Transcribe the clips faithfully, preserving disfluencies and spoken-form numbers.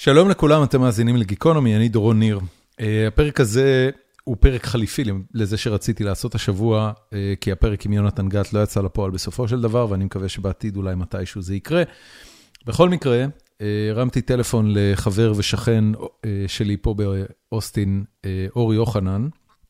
שלום לכולם, אתם מאזינים לגיקונומי, אני דורון ניר. הפרק הזה הוא פרק חליפי לזה שרציתי לעשות השבוע, כי הפרק עם יונתן גת לא יצא לפועל בסופו של דבר, ואני מקווה שבעתיד אולי מתישהו זה יקרה. בכל מקרה, הרמתי טלפון לחבר ושכן שלי פה באוסטין, אורי יוחנן,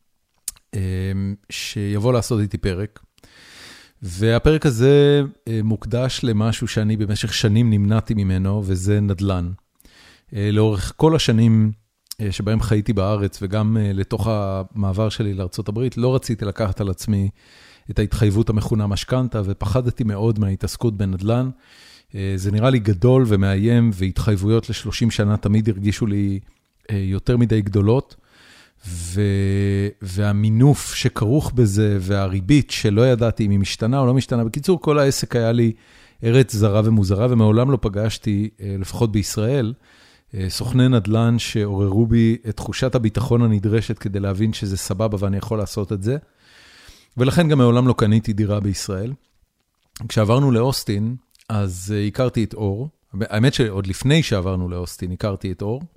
שיבוא לעשות איתי פרק. והפרק הזה מוקדש למשהו שאני במשך שנים נמנעתי ממנו, וזה נדל"ן. לאורך כל השנים שבהם חייתי בארץ, וגם לתוך המעבר שלי לארצות הברית, לא רציתי לקחת על עצמי את ההתחייבות המכונה משכנתה, ופחדתי מאוד מההתעסקות בנדל"ן. זה נראה לי גדול ומאיים, והתחייבויות ל-שלושים שנה תמיד הרגישו לי יותר מדי גדולות, ו... והמינוף שכרוך בזה, והריבית שלא ידעתי אם היא משתנה או לא משתנה. בקיצור, כל העסק היה לי ארץ זרה ומוזרה, ומעולם לא פגשתי, לפחות בישראל, סוכני נדל"ן שעוררו בי את תחושת הביטחון הנדרשת כדי להבין שזה סבבה ואני יכול לעשות את זה. ולכן גם מעולם לא קניתי דירה בישראל. כשעברנו לאוסטין, אז הכרתי את אור. האמת שעוד לפני שעברנו לאוסטין, הכרתי את אור.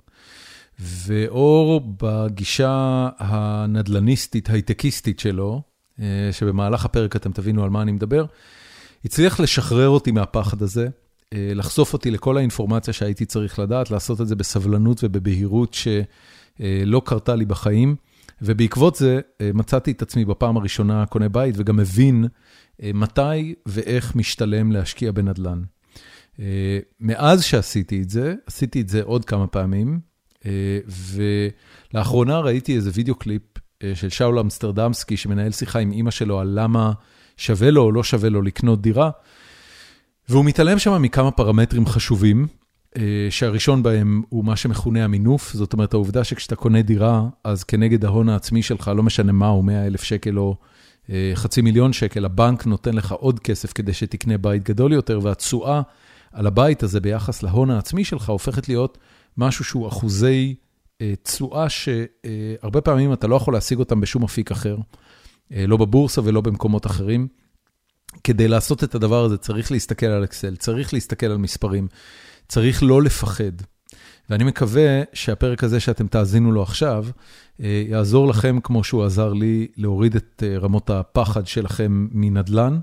ואור בגישה הנדלניסטית, הייטקיסטית שלו, שבמהלך הפרק אתם תבינו על מה אני מדבר, הצליח לשחרר אותי מהפחד הזה, לחשוף אותי לכל האינפורמציה שהייתי צריך לדעת, לעשות את זה בסבלנות ובבהירות שלא קרתה לי בחיים, ובעקבות זה מצאתי את עצמי בפעם הראשונה קונה בית, וגם מבין מתי ואיך משתלם להשקיע בנדל"ן. מאז שעשיתי את זה, עשיתי את זה עוד כמה פעמים, ולאחרונה ראיתי איזה וידאו קליפ של שאול אמסטרדמסקי, שמנהל שיחה עם אמא שלו על למה שווה לו או לא שווה לו לקנות דירה, והוא מתעלם שם מכמה פרמטרים חשובים, שהראשון בהם הוא מה שמכונה המינוף, זאת אומרת העובדה שכשאתה קונה דירה, אז כנגד ההון העצמי שלך, לא משנה מה, הוא מאה אלף שקל או חצי מיליון שקל, הבנק נותן לך עוד כסף כדי שתקנה בית גדול יותר, והתשואה על הבית הזה ביחס להון העצמי שלך, הופכת להיות משהו שהוא אחוזי תשואה, שהרבה פעמים אתה לא יכול להשיג אותם בשום אפיק אחר, לא בבורסה ולא במקומות אחרים. כדי לעשות את הדבר הזה צריך להסתכל על אקסל, צריך להסתכל על מספרים, צריך לא לפחד. ואני מקווה שהפרק הזה שאתם תאזינו לו עכשיו, יעזור לכם כמו שהוא עזר לי להוריד את רמות הפחד שלכם מנדל"ן,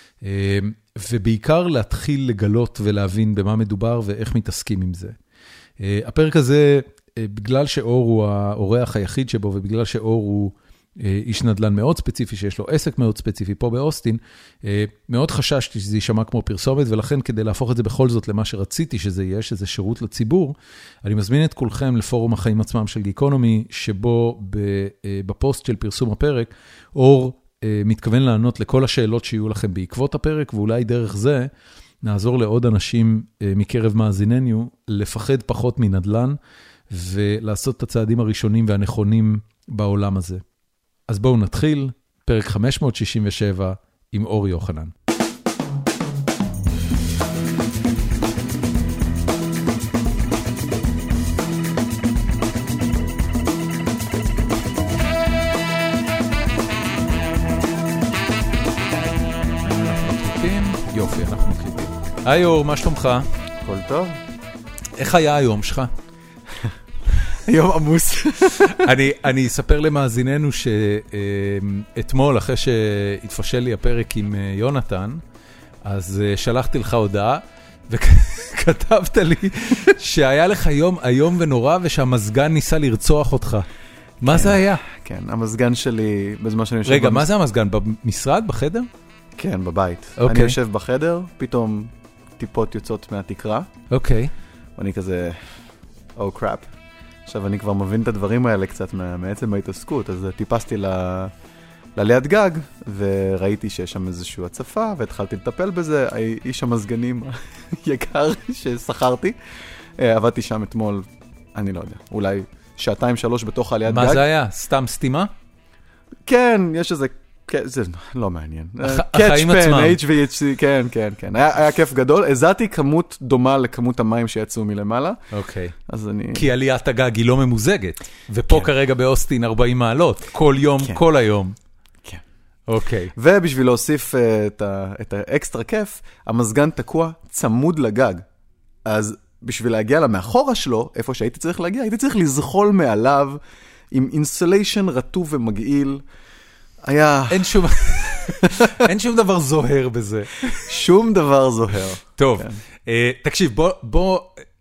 ובעיקר להתחיל לגלות ולהבין במה מדובר ואיך מתעסקים עם זה. הפרק הזה, בגלל שאור הוא האורח היחיד שבו, ובגלל שאור הוא איש נדל"ן מאוד ספציפי, שיש לו עסק מאוד ספציפי פה באוסטין, מאוד חששתי שזה יישמע כמו פרסומת, ולכן כדי להפוך את זה בכל זאת למה שרציתי שזה יהיה, שזה שירות לציבור, אני מזמין את כולכם לפורום החיים עצמם של גיקונומי, שבו בפוסט של פרסום הפרק, אור מתכוון לענות לכל השאלות שיהיו לכם בעקבות הפרק, ואולי דרך זה נעזור לעוד אנשים מקרב מאזיננו, לפחד פחות מנדל"ן, ולעשות את הצעדים הראשונים והנכונים בעולם הזה. אז בואו נתחיל, פרק חמש מאות שישים ושבע עם אור יוחנן. יופי, אנחנו מקליטים. היי אור, מה שלומך? הכל טוב. איך היה היום שלך? יום עמוס. אני, אני אספר למאזיננו שאתמול, אחרי שהתפשל לי הפרק עם יונתן, אז שלחתי לך הודעה, וכתבת לי שהיה לך יום היום ונורא, ושהמזגן ניסה לרצוח אותך. מה זה היה? כן, המזגן שלי, בזמן שאני יושב... רגע, מה זה המזגן? במשרד? בחדר? כן, בבית. אני יושב בחדר, פתאום טיפות יוצאות מהתקרה. אוקיי. ואני כזה, oh crap. עכשיו אני כבר מבין את הדברים האלה קצת מעצם ההתעסקות, אז טיפסתי ל... לליד גג, וראיתי שיש שם איזושהי הצפה, והתחלתי לטפל בזה, איש המזגנים יקר ששכרתי, עבדתי שם אתמול, אני לא יודע, אולי שעתיים שלוש בתוך הליד גג. מה זה היה? סתם סתימה? כן, יש איזה... זה לא מעניין. החיים עצמם. אייץ' וי אייץ' סי, כן, כן, כן. היה כיף גדול. הזעתי כמות דומה לכמות המים שיצאו מלמעלה. אוקיי. אז אני... כי עליית הגג היא לא ממוזגת. ופה כרגע באוסטין ארבעים מעלות. כל יום, כל היום. כן. אוקיי. ובשביל להוסיף את האקסטרה כיף, המזגן תקוע צמוד לגג. אז בשביל להגיע למאחורה שלו, איפה שהייתי צריך להגיע, הייתי צריך לזחול מעליו עם אינסוליישן רטוב ומגעיל. היה... אין שום... אין שום דבר זוהר בזה. שום דבר זוהר. טוב, תקשיב, בוא, בוא,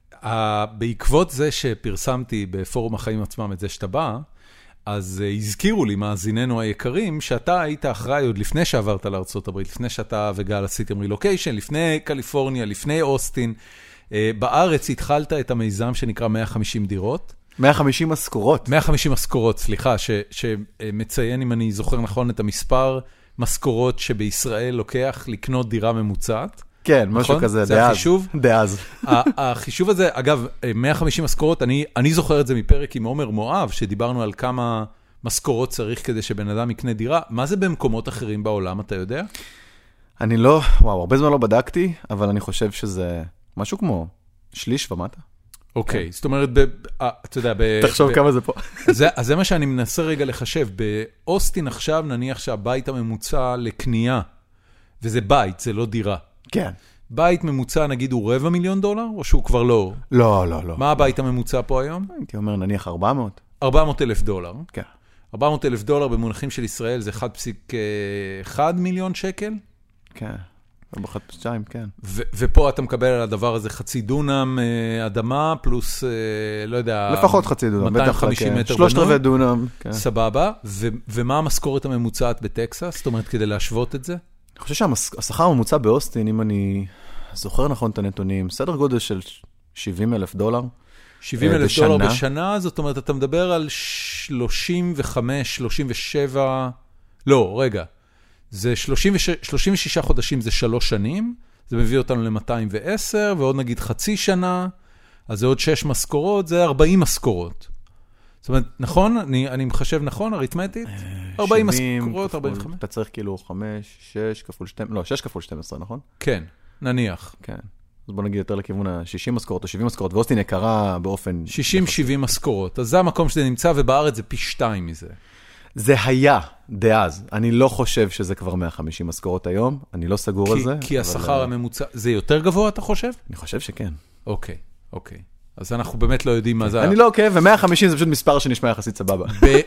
בעקבות זה שפרסמתי בפורום החיים עצמם את זה שאתה בא, אז הזכירו לי מאזיננו היקרים, שאתה היית אחראי עוד לפני שעברת לארצות הברית, לפני שאתה וגל עשיתם רילוקיישן, לפני קליפורניה, לפני אוסטין, בארץ התחלת את המיזם שנקרא מאה וחמישים דירות. מאה וחמישים משכורות. מאה וחמישים משכורות, סליחה, ש, שמציין, אם אני זוכר נכון, את המספר משכורות שבישראל לוקח לקנות דירה ממוצעת. כן, משהו נכון? כזה, זה דאז. החישוב? דאז. החישוב הזה, אגב, מאה וחמישים משכורות, אני, אני זוכר את זה מפרק עם עומר מואב, שדיברנו על כמה משכורות צריך כדי שבן אדם יקנה דירה. מה זה במקומות אחרים בעולם, אתה יודע? אני לא, וואו, הרבה זמן לא בדקתי, אבל אני חושב שזה משהו כמו שליש ומטה. אוקיי, זאת אומרת, אתה יודע, תחשוב כמה זה פה. אז זה מה שאני מנסה רגע לחשב. באוסטין עכשיו, נניח שהבית הממוצע לקנייה, וזה בית, זה לא דירה. כן. בית ממוצע, נגיד, הוא רבע מיליון דולר, או שהוא כבר לא? לא, לא, לא. מה הבית הממוצע פה היום? הייתי אומר, נניח ארבע מאות. ארבע מאות אלף דולר. כן. ארבע מאות אלף דולר במונחים של ישראל זה אחד נקודה אחת מיליון שקל? כן. ארבע שתיים, כן. ופה אתה מקבל על הדבר הזה חצי דונם אדמה, פלוס, לא יודע... לפחות חצי דונם. מאתיים וחמישים מטר בנוי. שלושת רבעי דונם. סבבה. ומה המשכורת הממוצעת בטקסס? זאת אומרת, כדי להשוות את זה? אני חושב שהשכר הממוצע באוסטין, אם אני זוכר נכון את הנתונים, סדר גודל של שבעים אלף דולר. שבעים אלף דולר בשנה, זאת אומרת, אתה מדבר על שלושים וחמש, שלושים ושבע... לא, רגע. זה שלושים ושישה חודשים, זה שלוש שנים, זה מביא אותנו ל-מאתיים ועשר, ועוד נגיד חצי שנה, אז זה עוד שש משכורות, זה ארבעים משכורות. זאת אומרת, נכון? אני, אני מחשב נכון, אריתמטית? ארבעים משכורות, ארבעים וחמש. אתה צריך כאילו חמש, שש כפול שתים עשרה, לא, שש כפול שתים עשרה, נכון? כן, נניח. כן. אז בוא נגיד יותר לכיוון ה-שישים משכורות או שבעים משכורות, ואוסטין יקרה באופן... שישים שבעים משכורות, אז זה המקום שזה נמצא, ובארץ זה פי שתיים מזה. זה היה דאז. אני לא חושב שזה כבר מאה וחמישים משכורות היום, אני לא סגור כי, על זה. כי השכר הממוצע, זה יותר גבוה, אתה חושב? אני חושב שכן. אוקיי, אוקיי. אז אנחנו באמת לא יודעים מה זה... אני לא עוקב, ו-מאה וחמישים זה פשוט מספר שנשמע יחסית סבבה.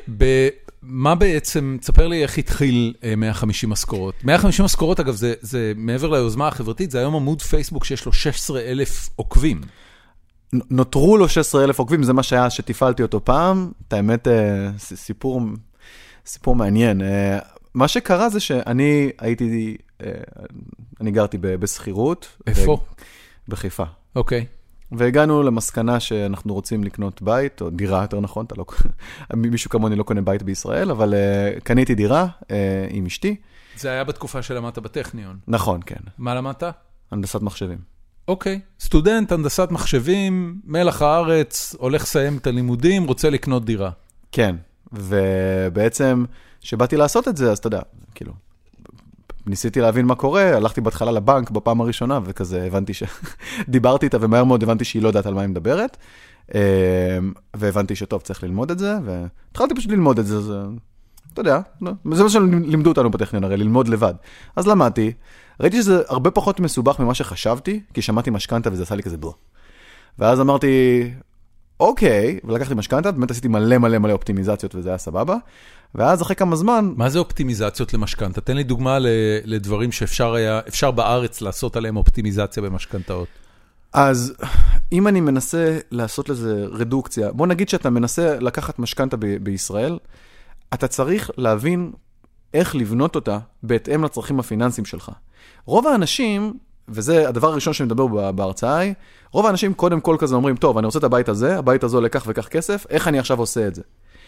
מה בעצם, תספר לי איך התחיל מאה וחמישים משכורות. מאה וחמישים משכורות, אגב, זה מעבר ליוזמה החברתית, זה היום עמוד פייסבוק שיש לו שש עשרה אלף עוקבים. נותרו לו שש עשרה אלף עוקבים, זה מה שהיה שטיפלתי אותו פעם. את האמת, סיפור, סיפור מעניין. מה שקרה זה שאני הייתי, אני גרתי בסחירות. איפה? בחיפה. אוקיי. והגענו למסקנה שאנחנו רוצים לקנות בית, או דירה יותר נכון, אתה לא, מישהו כמוני לא קונה בית בישראל, אבל uh, קניתי דירה uh, עם אשתי. זה היה בתקופה שלמדת בטכניון. נכון, כן. מה למדת? הנדסת מחשבים. אוקיי. סטודנט, הנדסת מחשבים, מלח הארץ, הולך לסיים את הלימודים, רוצה לקנות דירה. כן, ובעצם, שבאתי לעשות את זה, אז אתה יודע, כאילו, ניסיתי להבין מה קורה, הלכתי בהתחלה לבנק בפעם הראשונה, וכזה הבנתי ש... דיברתי איתה, ומהר מאוד הבנתי שהיא לא יודעת על מה היא מדברת, והבנתי שטוב, צריך ללמוד את זה, והתחלתי פשוט ללמוד את זה, זה... אתה יודע, זה מה שלימדו אותנו בטכניון, הרי ללמוד לבד. אז למדתי, ראיתי שזה הרבה פחות מסובך ממה שחשבתי, כי שמעתי משכנתה וזה עשה לי כזה בוא. ואז אמרתי, אוקיי, ולקחתי משכנתה, באמת עשיתי מלא מלא מלא אופטימיזציות וזה היה סבבה, ואז אחרי כמה זמן... מה זה אופטימיזציות למשכנתה? תן לי דוגמה לדברים שאפשר היה, אפשר בארץ לעשות עליהם אופטימיזציה במשכנתאות. אז אם אני מנסה לעשות לזה רדוקציה, בוא נגיד שאתה מנסה לקחת משכנתה ב- בישראל, אתה צריך להבין איך לבנות אותה בהתאם לצרכים הפיננסיים שלך. רוב האנשים, וזה הדבר הראשון שאני מדבר בהרצאה היא, רוב האנשים קודם כל כזה אומרים, טוב, אני רוצה את הבית הזה, הבית הזה עולה כך וכך כסף, איך אני עכשיו עושה את זה?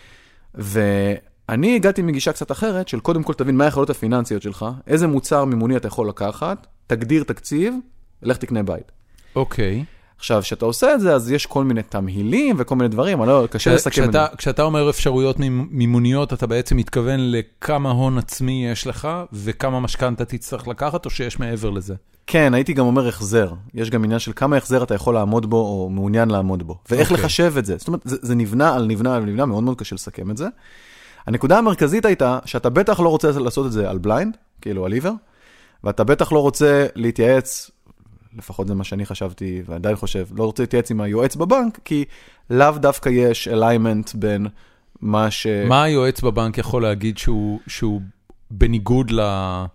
ואני הגעתי מגישה קצת אחרת, של קודם כל תבין מה היכולות הפיננסיות שלך, איזה מוצר מימוני אתה יכול לקחת, תגדיר תקציב, לך תקנה בית. אוקיי. עכשיו, כשאתה עושה את זה, אז יש כל מיני תמהילים וכל מיני דברים, אני לא, קשה לסכם את זה. כשאתה אומר אפשרויות מימוניות, אתה בעצם מתכוון לכמה הון עצמי יש לך, וכמה משכנתה תצטרך לקחת, או שיש מעבר לזה? כן, הייתי גם אומר החזר. יש גם עניין של כמה החזר אתה יכול לעמוד בו, או מעוניין לעמוד בו. ואיך okay. לחשב את זה. זאת אומרת, זה, זה נבנה על נבנה על נבנה, מאוד מאוד קשה לסכם את זה. הנקודה המרכזית הייתה, שאתה בטח לא רוצה לעשות את זה על בליינד, כאילו על עיוור, ואתה בטח לא רוצה להתייעץ לפחות זה מה שאני חשבתי, ועדיין חושב, לא רוצה להתייעץ עם היועץ בבנק, כי לאו דווקא יש אליימנט בין מה ש... מה היועץ בבנק יכול להגיד שהוא, שהוא בניגוד ל...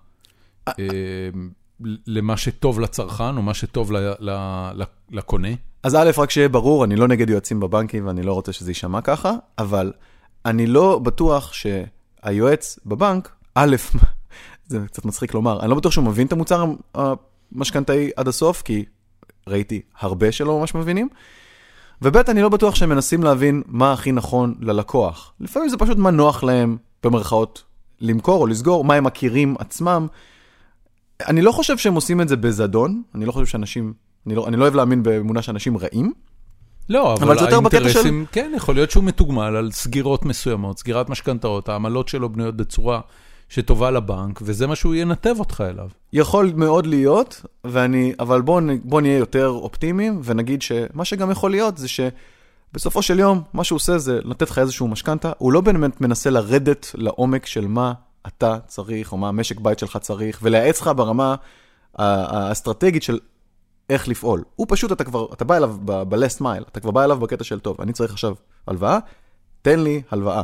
למה שטוב לצרכן, או מה שטוב ל... ל... ל... לקונה? אז א', רק שיהיה ברור, אני לא נגד יועצים בבנקים, ואני לא רוצה שזה יישמע ככה, אבל אני לא בטוח שהיועץ בבנק, א', זה קצת מצחיק לומר, אני לא בטוח שהוא מבין את המוצר המשכנתאי עד הסוף, כי ראיתי הרבה שלא ממש מבינים, וב' אני לא בטוח שהם מנסים להבין מה הכי נכון ללקוח. לפעמים זה פשוט מה נוח להם במרכאות למכור או לסגור, מה הם מכירים עצמם. אני לא חושב שהם עושים את זה בזדון, אני לא חושב שאנשים, אני לא, אני לא אוהב להאמין באמונה שאנשים רעים. לא, אבל, אבל האינטרסים, של... כן, יכול להיות שהוא מתוגמל על סגירות מסוימות, סגירת משכנתאות, העמלות שלו בנויות בצורה שטובה לבנק, וזה מה שהוא ינתב אותך אליו. יכול מאוד להיות, ואני, אבל בוא, בוא נהיה יותר אופטימיים, ונגיד שמה שגם יכול להיות זה שבסופו של יום, מה שהוא עושה זה לתת לך איזשהו משכנתה, הוא לא באמת מנסה לרדת לעומק של מה אתה צריך, או מה המשק בית שלך צריך, ולהאץ לך ברמה האסטרטגית של איך לפעול. הוא פשוט, אתה כבר, אתה בא אליו ב-last mile, אתה כבר בא אליו בקטע של טוב, אני צריך עכשיו הלוואה, תן לי הלוואה.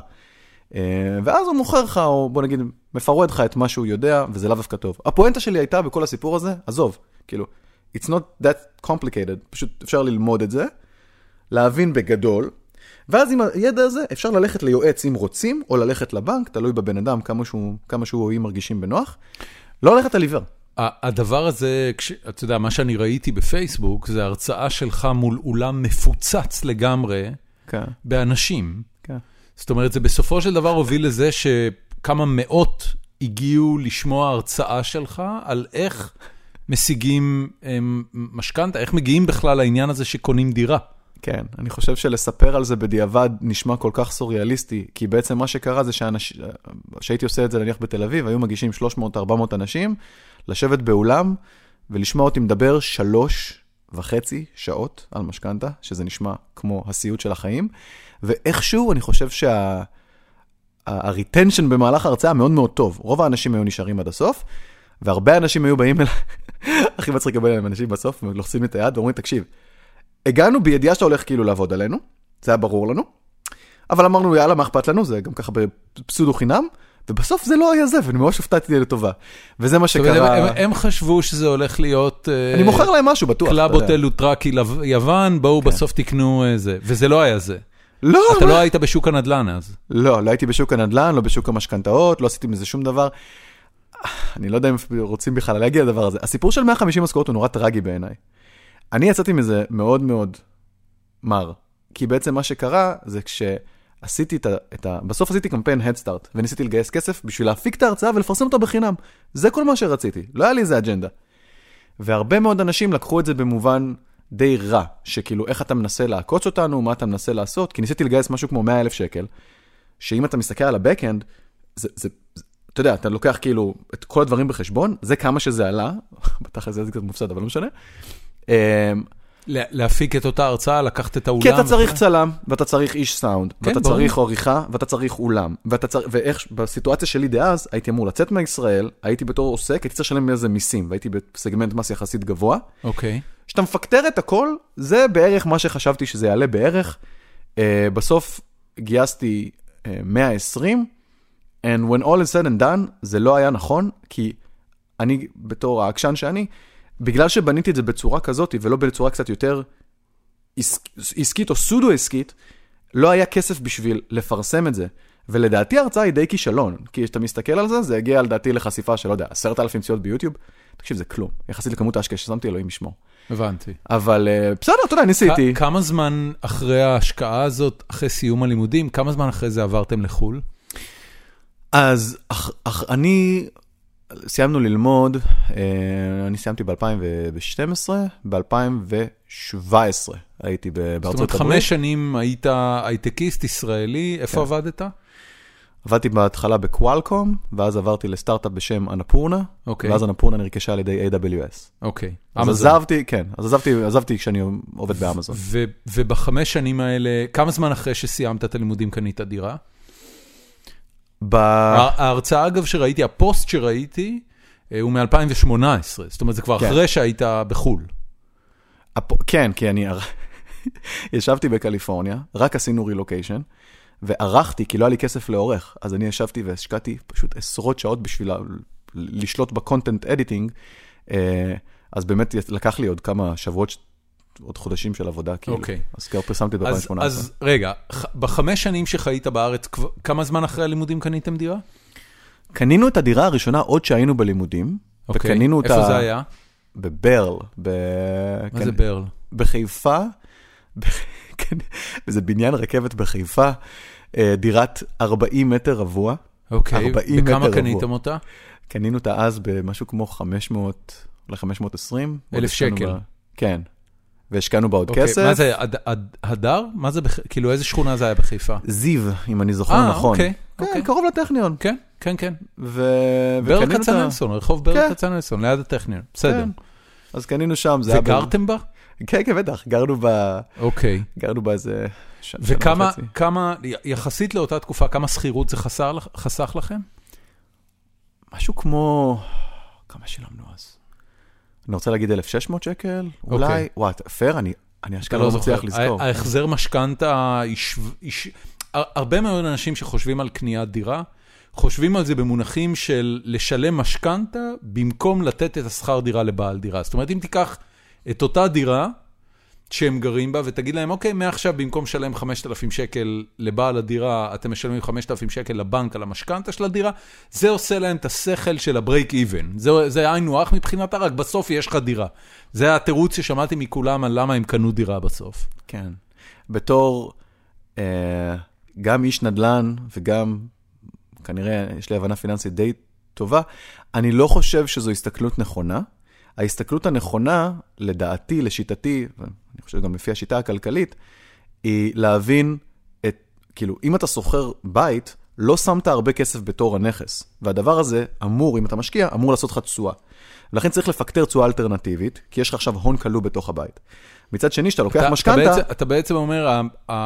ואז הוא מוכר לך, או בוא נגיד, מפרוד לך את מה שהוא יודע, וזה לאו דווקא טוב. הפואנטה שלי הייתה בכל הסיפור הזה, עזוב, כאילו, it's not that complicated, פשוט אפשר ללמוד את זה, להבין בגדול, ואז עם הידע הזה אפשר ללכת ליועץ אם רוצים, או ללכת לבנק, תלוי בבן אדם, כמה שהוא, כמה שהוא או היא מרגישים בנוח, לא ללכת על עיוור. הדבר הזה, אתה יודע, מה שאני ראיתי בפייסבוק, זה הרצאה שלך מול אולם מפוצץ לגמרי, באנשים. זאת אומרת, זה בסופו של דבר הוביל לזה שכמה מאות הגיעו לשמוע הרצאה שלך, על איך משיגים משכנתה, איך מגיעים בכלל לעניין הזה שקונים דירה. כן, אני חושב שלספר על זה בדיעבד נשמע כל כך סוריאליסטי, כי בעצם מה שקרה זה שהייתי עושה את זה נניח בתל אביב, היו מגישים שלוש מאות ארבע מאות אנשים, לשבת באולם ולשמוע אותי מדבר שלוש וחצי שעות על משכנתה, שזה נשמע כמו הסיוט של החיים, ואיכשהו אני חושב שהריטנשן במהלך ההרצאה מאוד מאוד טוב. רוב האנשים היו נשארים עד הסוף, והרבה אנשים היו באים אל... הכי מצחיק לקבל להם אנשים בסוף, לוחצים את היד ואומרים, תקשיב, הגענו בידיעה שאתה הולך כאילו לעבוד עלינו, זה היה ברור לנו, אבל אמרנו, יאללה, מה אכפת לנו? זה גם ככה בפסודו חינם, ובסוף זה לא היה זה, ואני ממש הפתעתי לטובה. וזה מה שקרה... הם, הם חשבו שזה הולך להיות... אני מוכר להם משהו, בטוח. קלאב הוטל אוטרקי יוון, בואו כן. בסוף תקנו זה. וזה לא היה זה. לא. אתה מה... לא היית בשוק הנדל"ן אז. לא, לא הייתי בשוק הנדל"ן, לא בשוק המשכנתאות, לא עשיתי מזה שום דבר. אני לא יודע אם רוצים בכלל להגיע לדבר הזה. הסיפור של מאה וחמישים משכורות הוא נורא טרגי בעיניי. אני יצאתי מזה מאוד מאוד מר. כי בעצם מה שקרה זה כש... עשיתי את ה, את ה... בסוף עשיתי קמפיין Head Start, וניסיתי לגייס כסף בשביל להפיק את ההרצאה ולפרסם אותה בחינם. זה כל מה שרציתי. לא היה לי איזה אג'נדה. והרבה מאוד אנשים לקחו את זה במובן די רע, שכאילו איך אתה מנסה לעקוץ אותנו, מה אתה מנסה לעשות, כי ניסיתי לגייס משהו כמו מאה אלף שקל, שאם אתה מסתכל על הבקאנד, זה, זה, זה, אתה יודע, אתה לוקח כאילו את כל הדברים בחשבון, זה כמה שזה עלה, בטח זה קצת מופסד, אבל לא משנה. להפיק את אותה הרצאה, לקחת את האולם. כי אתה צריך צלם, ואתה צריך איש סאונד, ואתה צריך עריכה, ואתה צריך אולם, ואיך, בסיטואציה שלי דאז, הייתי אמור לצאת מישראל, הייתי בתור עוסק, הייתי צריך לשלם איזה מיסים, והייתי בסגמנט מס יחסית גבוה. אוקיי. כשאתה מפקטר את הכל, זה בערך מה שחשבתי שזה יעלה בערך. בסוף גייסתי מאה ועשרים, and when all is said and done, זה לא היה נכון, כי אני, בתור העקשן שאני, בגלל שבניתי את זה בצורה כזאת, ולא בצורה קצת יותר עסקית או סודו עסקית, לא היה כסף בשביל לפרסם את זה. ולדעתי ההרצאה היא די כישלון, כי כשאתה מסתכל על זה, זה הגיע על דעתי לחשיפה של, לא יודע, עשרת אלפים צפיות ביוטיוב, תקשיב, זה כלום. יחסית לכמות ההשקעה ששמתי, אלוהים ישמור. הבנתי. אבל בסדר, אתה יודע, ניסיתי. כמה זמן אחרי ההשקעה הזאת, אחרי סיום הלימודים, כמה זמן אחרי זה עברתם לחול? אז אני... סיימנו ללמוד, אני סיימתי ב-אלפיים ושתים עשרה, ב-אלפיים ושבע עשרה הייתי בארצות הברית. זאת אומרת, חמש שנים היית הייטקיסט ישראלי, איפה עבדת? עבדתי בהתחלה בקואלקום, ואז עברתי לסטארט-אפ בשם אנפורנה, ואז אנפורנה נרכשה על ידי איי דאבליו אס. אוקיי. אז עזבתי, כן, אז עזבתי, עזבתי כשאני עובד באמזון. ובחמש שנים האלה, כמה זמן אחרי שסיימת את הלימודים קנית דירה? ההרצאה אגב שראיתי, הפוסט שראיתי, הוא מ-אלפיים ושמונה עשרה, זאת אומרת זה כבר אחרי שהיית בחול. כן, כי אני ישבתי בקליפורניה, רק עשינו רילוקיישן, וערכתי, כי לא היה לי כסף לעורך, אז אני ישבתי והשקעתי פשוט עשרות שעות בשביל לשלוט בקונטנט אדיטינג, אז באמת לקח לי עוד כמה שבועות, עוד חודשים של עבודה, כאילו. אוקיי. אז כבר פרסמתי ב-אלפיים שמונה עשרה. אז רגע, בחמש שנים שחיית בארץ, כמה זמן אחרי הלימודים קניתם דירה? קנינו את הדירה הראשונה עוד שהיינו בלימודים, וקנינו אותה... איפה זה היה? בברל. מה זה ברל? בחיפה, וזה בניין רכבת בחיפה, דירת ארבעים מטר רבוע. אוקיי, וכמה קניתם אותה? קנינו אותה אז במשהו כמו חמש מאות, אולי חמש מאות ועשרים. אלף שקל. כן. והשקענו בה עוד כסף. מה זה, הדר? מה זה, כאילו איזה שכונה זה היה בחיפה? זיו, אם אני זוכר נכון. אה, אוקיי. כן, קרוב לטכניון. כן, כן, כן. ברל כצנלסון, רחוב ברל כצנלסון, ליד הטכניון. בסדר. אז קנינו שם. וגרתם בה? כן, כן, בטח. גרנו בה... אוקיי. גרנו בה איזה... וכמה, כמה, יחסית לאותה תקופה, כמה שכירות זה חסך לכם? משהו כמו... כמה שילמנו אז? אני רוצה להגיד אלף ושש מאות שקל, אולי, וואי, פייר, אני אשכרה לא מצליח לזכור. ההחזר משכנתה, הרבה מאוד אנשים שחושבים על קניית דירה, חושבים על זה במונחים של לשלם משכנתה, במקום לתת את השכר דירה לבעל דירה. זאת אומרת, אם תיקח את אותה דירה, שהם גרים בה, ותגיד להם, אוקיי, מעכשיו במקום שלם חמשת אלפים שקל לבעל הדירה, אתם משלמים חמשת אלפים שקל לבנק על המשכנתה של הדירה, זה עושה להם את השכל של הברייק איבן. זה, זה היינו אח מבחינתה, רק בסוף יש לך דירה. זה התירוץ ששמעתי מכולם על למה הם קנו דירה בסוף. כן. בתור אה, גם איש נדל"ן, וגם כנראה יש לי הבנה פיננסית די טובה, אני לא חושב שזו הסתכלות נכונה. ההסתכלות הנכונה, לדעתי, לשיטתי, ואני חושב גם לפי השיטה הכלכלית, היא להבין את, כאילו, אם אתה סוחר בית, לא שמת הרבה כסף בתור הנכס, והדבר הזה אמור, אם אתה משקיע, אמור לעשות לך תשואה. ולכן צריך לפקטר תשואה אלטרנטיבית, כי יש לך עכשיו הון כלוא בתוך הבית. מצד שני, שאתה לוקח משכנתה... אתה בעצם אומר,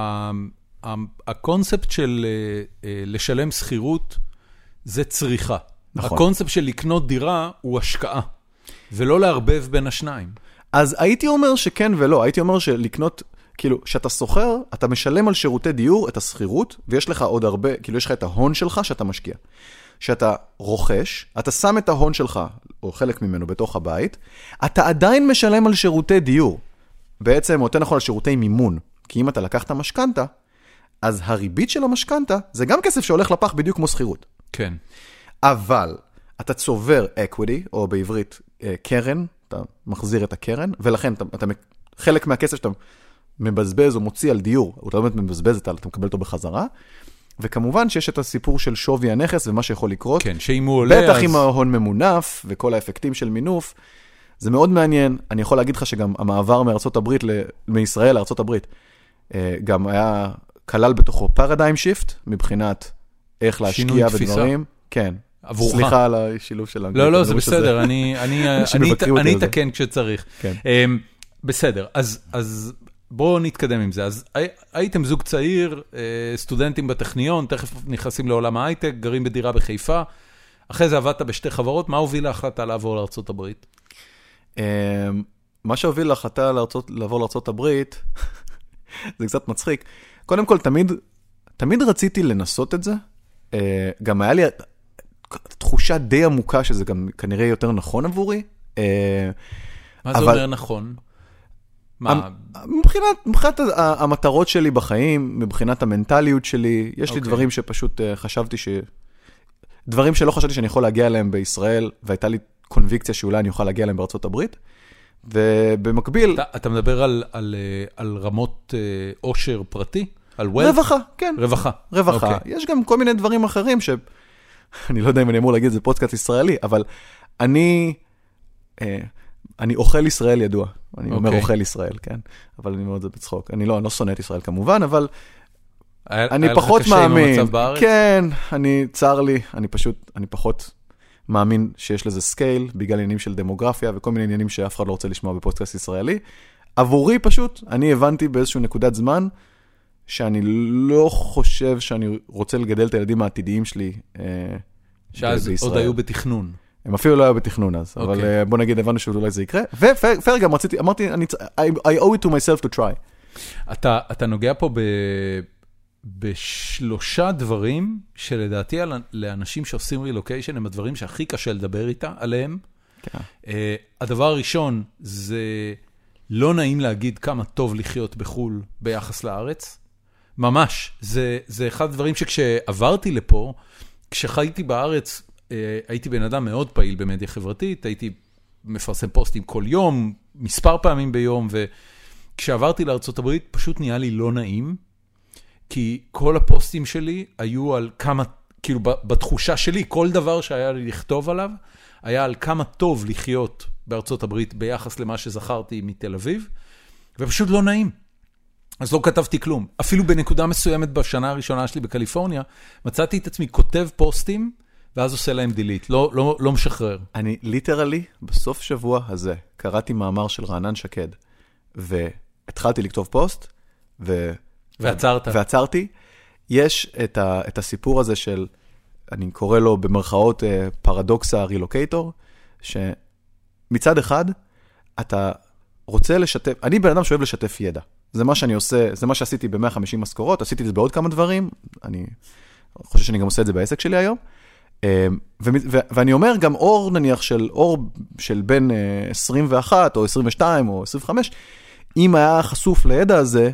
הקונספט של לשלם שכירות, זה צריכה. נכון. הקונספט של לקנות דירה הוא השקעה. ולא לערבב בין השניים. אז הייתי אומר שכן ולא, הייתי אומר שלקנות, כאילו, שאתה סוחר, אתה משלם על שירותי דיור את הסחירות, ויש לך עוד הרבה, כאילו יש לך את ההון שלך שאתה משקיע. שאתה רוכש, אתה שם את ההון שלך, או חלק ממנו בתוך הבית, אתה עדיין משלם על שירותי דיור. בעצם, יותר נכון על שירותי מימון, כי אם אתה לקחת משכנתה, אז הריבית של המשכנתה, זה גם כסף שהולך לפח בדיוק כמו סחירות. כן. אבל, אתה צובר equity, או בעברית, קרן, אתה מחזיר את הקרן, ולכן אתה, אתה, חלק מהכסף שאתה מבזבז או מוציא על דיור, אתה באמת מבזבז את זה, אתה מקבל אותו בחזרה, וכמובן שיש את הסיפור של שווי הנכס ומה שיכול לקרות. כן, שאם הוא עולה... בטח אז... עם ההון ממונף וכל האפקטים של מינוף, זה מאוד מעניין. אני יכול להגיד לך שגם המעבר מארצות הברית, מישראל לארצות הברית, גם היה כלל בתוכו פרדיים שיפט, מבחינת איך להשקיע בדברים. כן. עבורך. סליחה על השילוב של האנגלית. לא, לא, זה בסדר, אני אתקן כשצריך. בסדר, אז בואו נתקדם עם זה. אז הייתם זוג צעיר, סטודנטים בטכניון, תכף נכנסים לעולם ההייטק, גרים בדירה בחיפה, אחרי זה עבדת בשתי חברות, מה הוביל להחלטה לעבור לארצות הברית? מה שהוביל להחלטה לעבור לארצות הברית, זה קצת מצחיק. קודם כל, תמיד רציתי לנסות את זה, גם היה לי... תחושה די עמוקה שזה גם כנראה יותר נכון עבורי. מה זה אומר נכון? מבחינת, מבחינת המטרות שלי בחיים, מבחינת המנטליות שלי, יש לי דברים שפשוט חשבתי ש... דברים שלא חשבתי שאני יכול להגיע אליהם בישראל, והייתה לי קונביקציה שאולי אני אוכל להגיע אליהם בארצות הברית, ובמקביל... אתה מדבר על רמות עושר פרטי? רווחה, כן. רווחה. רווחה. יש גם כל מיני דברים אחרים ש... אני לא יודע אם אני אמור להגיד את זה פודקאסט ישראלי, אבל אני, אני אוכל ישראל ידוע. אני אומר אוכל ישראל, כן? אבל אני אומר את זה בצחוק. אני לא, אני לא שונא את ישראל כמובן, אבל אני פחות מאמין. כן, אני, צר לי, אני פשוט, אני פחות מאמין שיש לזה סקייל, בגלל עניינים של דמוגרפיה, וכל מיני עניינים שאף אחד לא רוצה לשמוע בפודקאסט ישראלי. עבורי פשוט, אני הבנתי באיזשהו נקודת זמן, שאני לא חושב שאני רוצה לגדל את הילדים העתידיים שלי שאז עוד היו בתכנון. הם אפילו לא היו בתכנון אז, אבל בוא נגיד, הבנו שאולי זה יקרה. ופייר גם רציתי, אמרתי, I owe it to myself to try. אתה, אתה נוגע פה ב, בשלושה דברים שלדעתי לאנשים שעושים רילוקיישן הם הדברים שהכי קשה לדבר איתה עליהם. כן. Uh, הדבר הראשון זה לא נעים להגיד כמה טוב לחיות בחול ביחס לארץ. ממש, זה, זה אחד הדברים שכשעברתי לפה, כשחייתי בארץ, uh, הייתי בן אדם מאוד פעיל במדיה חברתית, הייתי מפרסם פוסטים כל יום, מספר פעמים ביום, ו... כשעברתי לארצות הברית, פשוט נהיה לי לא נעים, כי כל הפוסטים שלי היו על כמה, כאילו בתחושה שלי, כל דבר שהיה לי לכתוב עליו, היה על כמה טוב לחיות בארצות הברית ביחס למה שזכרתי מתל אביב, ופשוט לא נעים. אז לא כתבתי כלום. אפילו בנקודה מסוימת בשנה הראשונה שלי בקליפורניה, מצאתי את עצמי כותב פוסטים, ואז עושה להם דילית, לא, לא, לא משחרר. אני ליטרלי, בסוף שבוע הזה, קראתי מאמר של רענן שקד, והתחלתי לכתוב פוסט, ו... ועצרת. ועצרתי. יש את, ה... את הסיפור הזה של, אני קורא לו במרכאות פרדוקס הרילוקייטור, שמצד אחד, אתה רוצה לשתף, אני בן אדם שאוהב לשתף ידע. זה מה שאני עושה, זה מה שעשיתי ב-מאה וחמישים משכורות, עשיתי את זה בעוד כמה דברים, אני חושב שאני גם עושה את זה בעסק שלי היום, ו- ו- ואני אומר גם אור נניח של אור של בין עשרים ואחת או עשרים ושתיים או עשרים וחמש, אם היה חשוף לידע הזה,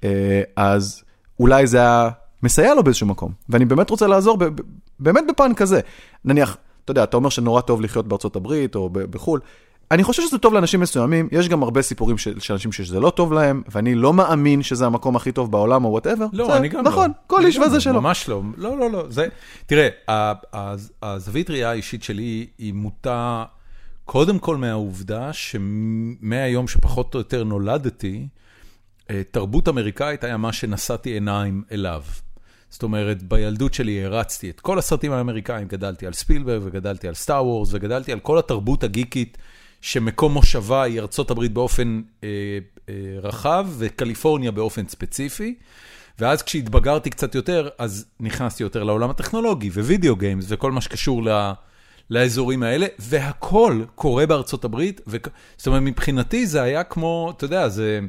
אז אולי זה היה מסייע לו באיזשהו מקום. ואני באמת רוצה לעזור ב- ב- באמת בפן כזה. נניח, אתה יודע, אתה אומר שנורא טוב לחיות בארצות הברית או ב- בחול. אני חושב שזה טוב לאנשים מסוימים, יש גם הרבה סיפורים של, של אנשים שזה לא טוב להם, ואני לא מאמין שזה המקום הכי טוב בעולם או whatever. לא, זה, אני גם נכון, לא. כל איש וזה שלו. ממש לא, לא, לא, לא. זה, תראה, הזווית ראייה האישית שלי היא מוטה, קודם כל מהעובדה שמהיום שפחות או יותר נולדתי, תרבות אמריקאית היה מה שנסעתי עיניים אליו. זאת אומרת, בילדות שלי הרצתי את כל הסרטים האמריקאים, גדלתי על ספילברג וגדלתי על סטאר וורס וגדלתי על כל התרבות הגיקית שמקום מושבה היא ארצות הברית באופן אה, אה, רחב וקליפורניה באופן ספציפי. ואז כשהתבגרתי קצת יותר, אז נכנסתי יותר לעולם הטכנולוגי ווידאו גיימס וכל מה שקשור ל, לאזורים האלה, והכל קורה בארצות הברית. ו... זאת אומרת, מבחינתי זה היה כמו, אתה יודע, זה,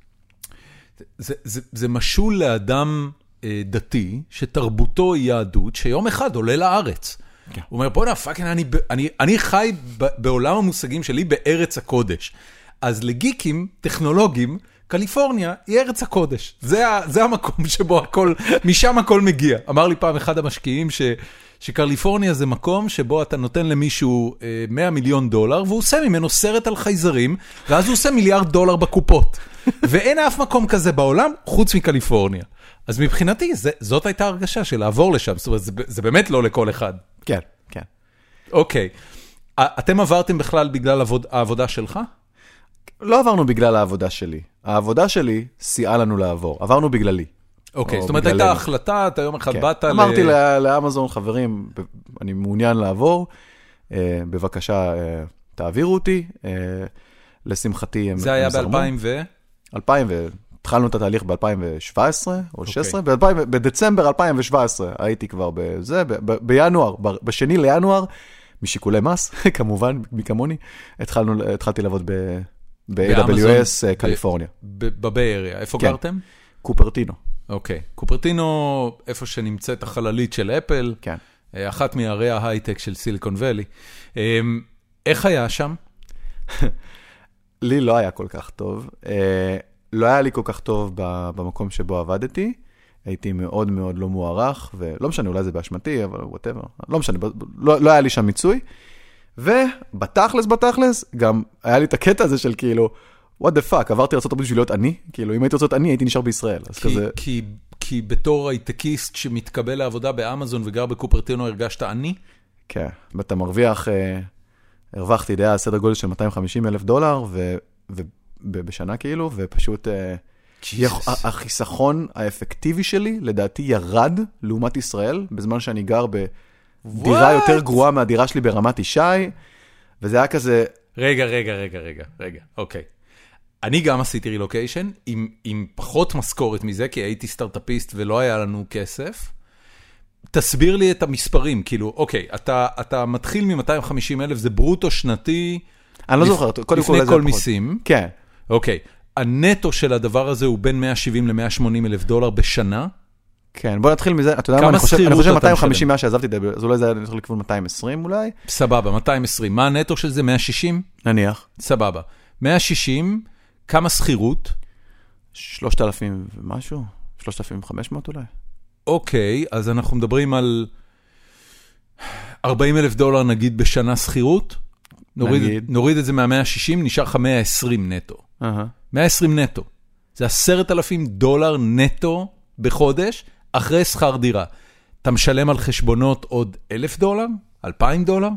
זה, זה, זה משול לאדם אה, דתי, שתרבותו היא יהדות, שיום אחד עולה לארץ. הוא אומר, בוא נה, פאקינג, אני, אני, אני חי בעולם המושגים שלי בארץ הקודש. אז לגיקים, טכנולוגים, קליפורניה היא ארץ הקודש. זה, זה המקום שבו הכל, משם הכל מגיע. אמר לי פעם אחד המשקיעים ש, שקליפורניה זה מקום שבו אתה נותן למישהו אה, מאה מיליון דולר, והוא עושה ממנו סרט על חייזרים, ואז הוא עושה מיליארד דולר בקופות. ואין אף מקום כזה בעולם, חוץ מקליפורניה. אז מבחינתי, זה, זאת הייתה הרגשה של לעבור לשם. זאת אומרת, זה, זה באמת לא לכל אחד. כן, כן. אוקיי. אתם עברתם בכלל בגלל עבוד, העבודה שלך? לא עברנו בגלל העבודה שלי. העבודה שלי סייעה לנו לעבור. עברנו בגללי. אוקיי, זאת אומרת, הייתה החלטה, אתה יום אחד כן. באת אמרתי ל... אמרתי לאמזון, חברים, אני מעוניין לעבור, אה, בבקשה, אה, תעבירו אותי. אה, לשמחתי הם... זה היה ב-אלפיים ו... אלפיים ו... התחלנו את התהליך ב-אלפיים שבע עשרה או שש עשרה, okay. בדצמבר אלפיים שבע עשרה הייתי כבר בזה, ב- בינואר, בשני לינואר, משיקולי מס, כמובן, מכמוני, התחלנו, התחלתי לעבוד ב-איי דאבליו אס קליפורניה. בביי אריה, איפה כן. גרתם? קופרטינו. אוקיי, קופרטינו, איפה שנמצאת החללית של אפל, כן. אחת מערי ההייטק של סיליקון ואלי. איך היה שם? לי לא היה כל כך טוב. לא היה לי כל כך טוב במקום שבו עבדתי, הייתי מאוד מאוד לא מוערך, ולא משנה, אולי זה באשמתי, אבל whatever, לא משנה, לא, לא היה לי שם מיצוי, ובתכלס, בתכלס, גם היה לי את הקטע הזה של כאילו, what the fuck, עברתי לארצות הברית בשביל להיות אני, כאילו, אם הייתי רוצה להיות אני, הייתי נשאר בישראל, אז כי, כזה... כי, כי בתור הייטקיסט שמתקבל לעבודה באמזון וגר בקופרטינו, הרגשת אני? כן, ואתה מרוויח, אה, הרווחתי דעה, סדר גודל של מאתיים וחמישים אלף דולר, ו... ו בשנה כאילו, ופשוט החיסכון האפקטיבי שלי, לדעתי ירד לעומת ישראל, בזמן שאני גר בדירה יותר גרועה מהדירה שלי ברמת ישי, וזה היה כזה... רגע, רגע, רגע, רגע, רגע, אוקיי. אני גם עשיתי רילוקיישן, עם, עם פחות משכורת מזה, כי הייתי סטארט-אפיסט ולא היה לנו כסף, תסביר לי את המספרים, כאילו, אוקיי, אתה, אתה מתחיל מ-מאתיים וחמישים אלף, זה ברוטו שנתי, אני לא זוכר, קודם כל לפני כל מיסים. כן. אוקיי, הנטו של הדבר הזה הוא בין מאה ושבעים ל-מאה ושמונים אלף דולר בשנה. כן, בוא נתחיל מזה, אתה יודע מה, אני חושב, אני חושב מאתיים וחמישים מאה שעזבתי, אז אולי זה היה צריך לכיוון מאתיים ועשרים אולי. סבבה, מאתיים ועשרים. מה הנטו של זה? מאה ושישים? נניח. סבבה. מאה ושישים, כמה שכירות? שלושת אלפים ומשהו? שלושת אלפים וחמש מאות אולי. אוקיי, אז אנחנו מדברים על ארבעים אלף דולר נגיד בשנה שכירות. נוריד, נוריד את זה מה-מאה ושישים, נשאר לך מאה ועשרים נטו. Uh-huh. מאה ועשרים נטו. זה עשרת אלפים דולר נטו בחודש, אחרי שכר דירה. אתה משלם על חשבונות עוד אלף דולר? אלפיים דולר?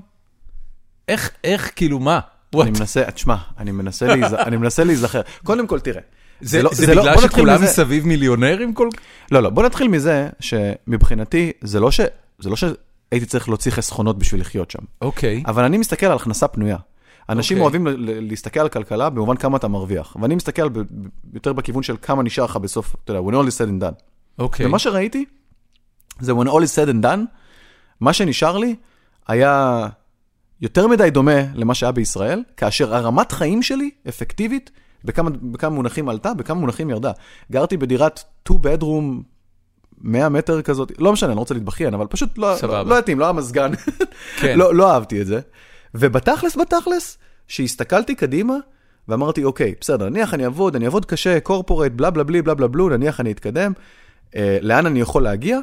איך, איך, כאילו, מה? אני מנסה, תשמע, אני מנסה, להיז... אני מנסה להיזכר. קודם כל, תראה. זה, זה, לא, זה, זה בגלל לא, שכולם מזה... מסביב מיליונרים כל... לא, לא, בוא נתחיל מזה שמבחינתי, זה לא ש... זה לא שהייתי צריך להוציא חסכונות בשביל לחיות שם. אוקיי. אבל אני מסתכל על הכנסה פנויה. אנשים okay. אוהבים להסתכל על כלכלה במובן כמה אתה מרוויח. ואני מסתכל ב... יותר בכיוון של כמה נשאר לך בסוף, אתה יודע, when all is said and done. אוקיי. ומה שראיתי, זה when all is said and done, מה שנשאר לי היה יותר מדי דומה למה שהיה בישראל, כאשר הרמת חיים שלי, אפקטיבית, בכמה, בכמה מונחים עלתה, בכמה מונחים ירדה. גרתי בדירת two bedroom, מאה מטר כזאת, לא משנה, אני לא רוצה להתבכיין, אבל פשוט לא, לא, לא יתאים, לא המסגן, כן. לא, לא אהבתי את זה. ובתכלס, בתכלס, שהסתכלתי קדימה, ואמרתי, אוקיי, בסדר, נניח אני אעבוד, אני אעבוד קשה, קורפורט, בלה בלה בלי, בלה בלה בלו, נניח אני אתקדם, אה, לאן אני יכול להגיע?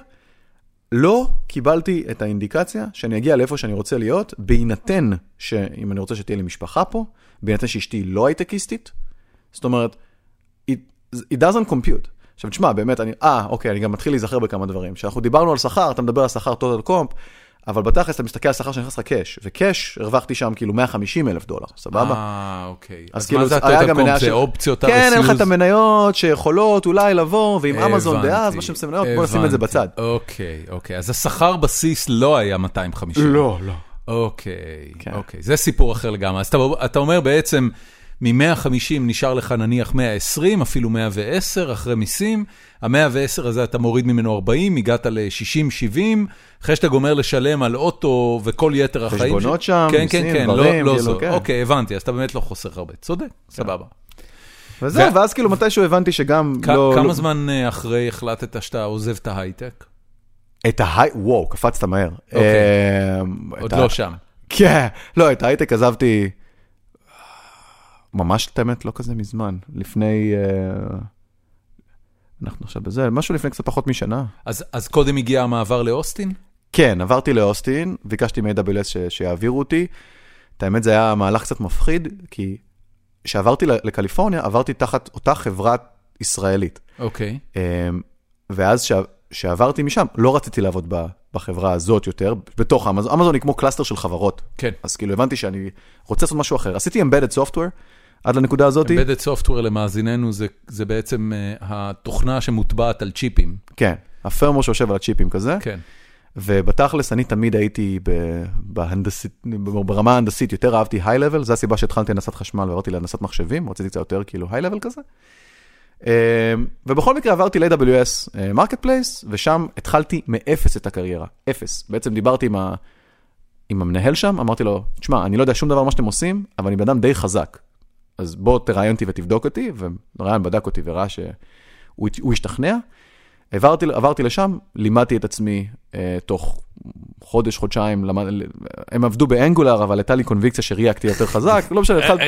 לא קיבלתי את האינדיקציה שאני אגיע לאיפה שאני רוצה להיות, בהינתן שאם אני רוצה שתהיה לי משפחה פה, בהינתן שאשתי לא הייטקיסטית, זאת אומרת, it, it doesn't compute. עכשיו, תשמע, באמת, אני, אה, אוקיי, אני גם מתחיל להיזכר בכמה דברים. כשאנחנו דיברנו על שכר, אתה מדבר על שכר total comp, אבל בתכלס אתה מסתכל על שכר שנכנס לך קאש, וקאש הרווחתי שם כאילו מאה וחמישים אלף דולר, סבבה? אה, אוקיי. אז, אז כאילו, מה זה total comp? זה אופציות הרסיוז? כן, אין לך את המניות שיכולות אולי לבוא, ועם אמזון דאז, מה שהם מניות, בוא נשים את זה בצד. אוקיי, אוקיי. אז השכר בסיס לא היה מאתיים וחמישים. לא, לא. אוקיי, אוקיי. זה סיפור אחר לגמרי. אז אתה אומר בעצם, מ-מאה וחמישים נשאר לך נניח מאה ועשרים, אפילו מאה ועשר אחרי מיסים, ה-מאה ועשר הזה אתה מוריד ממנו ארבעים, הגעת ל-שישים שבעים, אחרי שאתה גומר לשלם על אוטו וכל יתר החיים. חשבונות שם, כן, מיסים, כן, כן, דברים, לא, לא כאילו, זו. כן. אוקיי, הבנתי, אז אתה באמת לא חוסך הרבה. צודק, סבבה. וזהו, ואז כאילו מתישהו הבנתי שגם לא... כמה זמן אחרי החלטת שאתה עוזב את ההייטק? את ההייטק, וואו, קפצת מהר. עוד לא שם. כן, לא, את ההייטק עזבתי... ממש תמת לא כזה מזמן, לפני, uh, אנחנו עכשיו בזה, משהו לפני קצת פחות משנה. אז, אז קודם הגיע המעבר לאוסטין? כן, עברתי לאוסטין, ביקשתי מ-איי דאבליו אס ש- שיעבירו אותי, את האמת זה היה מהלך קצת מפחיד, כי כשעברתי לקליפורניה, עברתי תחת אותה חברה ישראלית. אוקיי. Um, ואז ש- שעברתי משם, לא רציתי לעבוד ב- בחברה הזאת יותר, בתוך אמזון, אמזון היא כמו קלאסטר של חברות. כן. אז כאילו הבנתי שאני רוצה לעשות משהו אחר. עשיתי embedded software, עד לנקודה הזאת. embedded software למאזיננו זה, זה בעצם uh, התוכנה שמוטבעת על צ'יפים. כן, הפרמו שיושב על הצ'יפים כזה. כן. ובתכלס אני תמיד הייתי בהנדסית, ברמה ההנדסית, יותר אהבתי high level, זה הסיבה שהתחלתי לנסות חשמל ועברתי לנסות מחשבים, רציתי קצת יותר כאילו high level כזה. ובכל מקרה עברתי ל-איי דאבליו אס Marketplace, ושם התחלתי מאפס את הקריירה. אפס. בעצם דיברתי עם, ה... עם המנהל שם, אמרתי לו, תשמע, אני לא יודע שום דבר מה שאתם עושים, אבל אני בן דייחזק. אז בוא תראיין אותי ותבדוק אותי, וראיין בדק אותי וראה שהוא השתכנע. עברתי, עברתי לשם, לימדתי את עצמי אה, תוך חודש, חודשיים, למד... הם עבדו באנגולר, אבל הייתה לי קונביקציה שריאקתי יותר חזק, לא משנה, התחלתי...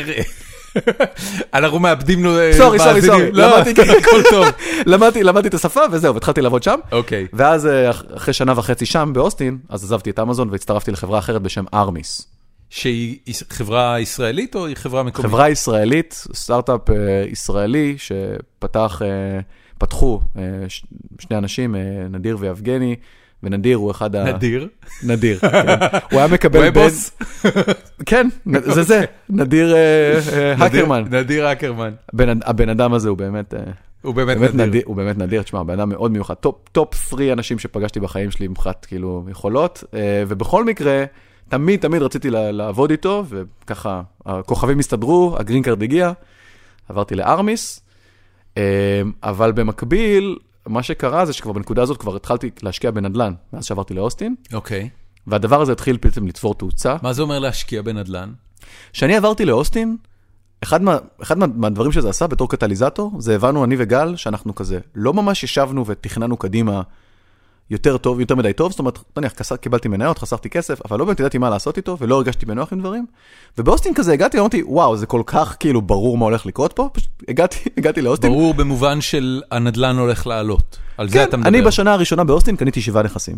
אנחנו מאבדים לו... סורי, סורי, סורי. למדתי, הכל טוב. למדתי את השפה וזהו, והתחלתי לעבוד שם. אוקיי. ואז אחרי שנה וחצי שם באוסטין, אז עזבתי את אמזון והצטרפתי לחברה אחרת בשם ארמיס. שהיא חברה ישראלית או היא חברה מקומית? חברה ישראלית, סטארט-אפ ישראלי שפתח, פתחו שני אנשים, נדיר ויבגני, ונדיר הוא אחד ה... נדיר? נדיר, כן. הוא היה מקבל בן... כן, זה זה, נדיר הקרמן. נדיר הקרמן. הבן אדם הזה הוא באמת... הוא באמת נדיר. הוא באמת נדיר, תשמע, הבן אדם מאוד מיוחד. טופ פרי אנשים שפגשתי בחיים שלי מבחינת כאילו יכולות, ובכל מקרה, תמיד תמיד רציתי לעבוד איתו, וככה הכוכבים הסתדרו, הגרין קארד הגיע, עברתי לארמיס, אבל במקביל... מה שקרה זה שכבר בנקודה הזאת כבר התחלתי להשקיע בנדלן, מאז שעברתי לאוסטין. אוקיי. והדבר הזה התחיל פתאום לתפור תאוצה. מה זה אומר להשקיע בנדלן? כשאני עברתי לאוסטין, אחד, מה, אחד מה, מהדברים שזה עשה בתור קטליזטור, זה הבנו אני וגל שאנחנו כזה, לא ממש ישבנו ותכננו קדימה יותר טוב, יותר מדי טוב, זאת אומרת, נניח, קיבלתי מניות, חסכתי כסף, אבל לא באמת ידעתי מה לעשות איתו, ולא הרגשתי בנוח עם דברים. ובאוסטין כזה הגעתי, אמרתי, וואו, זה כל כך כאילו ברור מה הולך לקרות פה, פשוט הגעתי, הגעתי לאוסטין. ברור במובן של הנדלן הולך לעלות. על כן, זה אתה מדבר. אני בשנה הראשונה באוסטין קניתי שבעה נכסים.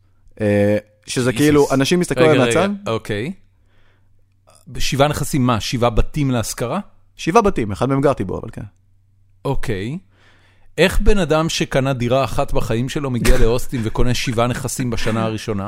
שזה כאילו, אנשים מסתכלו על מהצד. אוקיי. שבעה נכסים מה? שבעה בתים להשכרה? שבעה בתים, אחד מהם גרתי בו, אבל כן. אוקיי. איך בן אדם שקנה דירה אחת בחיים שלו מגיע לאוסטין וקונה שבעה נכסים בשנה הראשונה?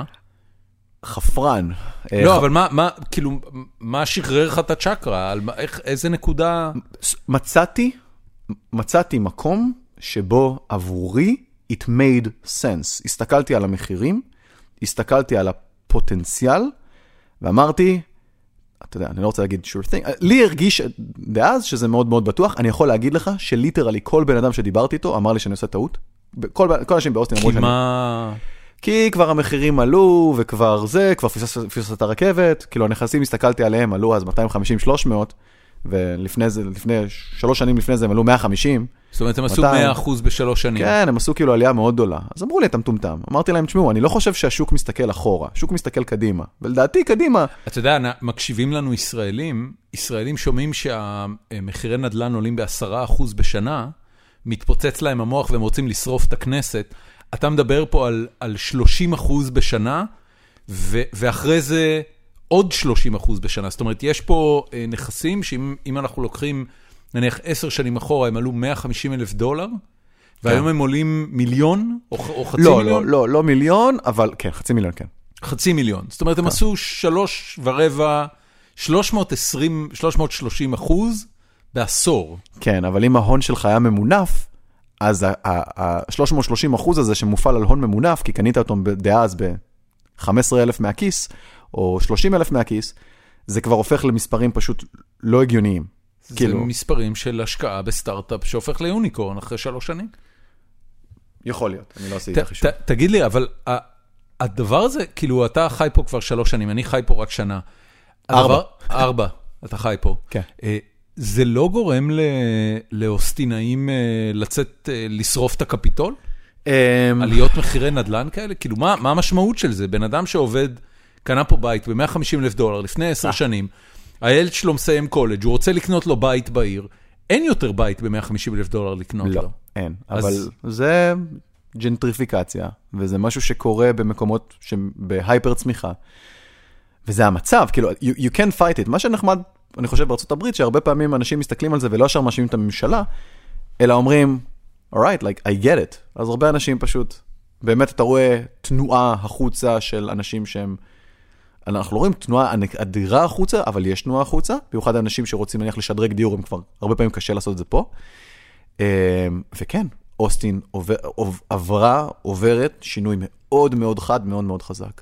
חפרן. לא, אבל מה, מה, כאילו, מה שחרר לך את הצ'קרה? איך, איזה נקודה? מצאתי, מצאתי מקום שבו עבורי it made sense. הסתכלתי על המחירים, הסתכלתי על הפוטנציאל, ואמרתי, אתה יודע, אני לא רוצה להגיד sure thing, לי הרגיש דאז שזה מאוד מאוד בטוח, אני יכול להגיד לך שליטרלי כל בן אדם שדיברתי איתו אמר לי שאני עושה טעות, כל, כל אנשים באוסטין אמרו שאני... כי מה... כי כבר המחירים עלו, וכבר זה, כבר פספסת את הרכבת, כאילו הנכסים הסתכלתי עליהם, עלו אז מאתיים וחמישים שלוש מאות, ולפני זה, לפני שלוש שנים לפני זה הם עלו מאה וחמישים. זאת אומרת, הם עשו מאה אחוז בשלוש שנים. כן, הם עשו כאילו עלייה מאוד גדולה. אז אמרו לי, אתה מטומטם. אמרתי להם, תשמעו, אני לא חושב שהשוק מסתכל אחורה, השוק מסתכל קדימה. ולדעתי, קדימה. אתה יודע, מקשיבים לנו ישראלים, ישראלים שומעים שהמחירי נדל"ן עולים בעשרה אחוז בשנה, מתפוצץ להם המוח והם רוצים לשרוף את הכנסת. אתה מדבר פה על, על שלושים אחוז בשנה, ו, ואחרי זה עוד שלושים אחוז בשנה. זאת אומרת, יש פה אה, נכסים שאם אם אנחנו לוקחים, נניח עשר שנים אחורה, הם עלו מאה וחמישים אלף דולר, והיום הם עולים מיליון או, או חצי לא, מיליון? לא, לא, לא מיליון, אבל כן, חצי מיליון, כן. חצי מיליון. זאת אומרת, הם עשו שלוש ורבע, שלוש מאות ועשרים, שלוש מאות ושלושים אחוז בעשור. כן, אבל אם ההון שלך היה ממונף, אז ה-שלוש מאות ושלושים אחוז הזה שמופעל על הון ממונף, כי קנית אותו דאז ב-חמישה עשר אלף מהכיס, או שלושים אלף מהכיס, זה כבר הופך למספרים פשוט לא הגיוניים. זה כאילו... מספרים של השקעה בסטארט-אפ שהופך ליוניקורן אחרי שלוש שנים. יכול להיות, אני לא עושה את החישוב. תגיד לי, אבל הדבר הזה, כאילו אתה חי פה כבר שלוש שנים, אני חי פה רק שנה. ארבע. ארבע, אתה חי פה. כן. זה לא גורם לאוסטינאים לצאת, לשרוף את הקפיטול? עליות מחירי נדל"ן כאלה? כאילו, מה המשמעות של זה? בן אדם שעובד, קנה פה בית ב-מאה וחמישים אלף דולר לפני עשר שנים, הילד שלו מסיים קולג', הוא רוצה לקנות לו בית בעיר, אין יותר בית ב-מאה וחמישים אלף דולר לקנות לו. לא, אין. אבל זה ג'נטריפיקציה, וזה משהו שקורה במקומות בהייפר צמיחה. וזה המצב, כאילו, you, you can fight it. מה שנחמד, אני חושב, בארצות הברית, שהרבה פעמים אנשים מסתכלים על זה ולא ישר מאשימים את הממשלה, אלא אומרים, alright, like, I get it. אז הרבה אנשים פשוט, באמת אתה רואה תנועה החוצה של אנשים שהם, אנחנו לא רואים תנועה אדירה החוצה, אבל יש תנועה החוצה, במיוחד האנשים שרוצים להניח לשדרג דיור, הם כבר הרבה פעמים קשה לעשות את זה פה. וכן, אוסטין עובר, עברה, עוברת, שינוי מאוד מאוד חד, מאוד מאוד חזק.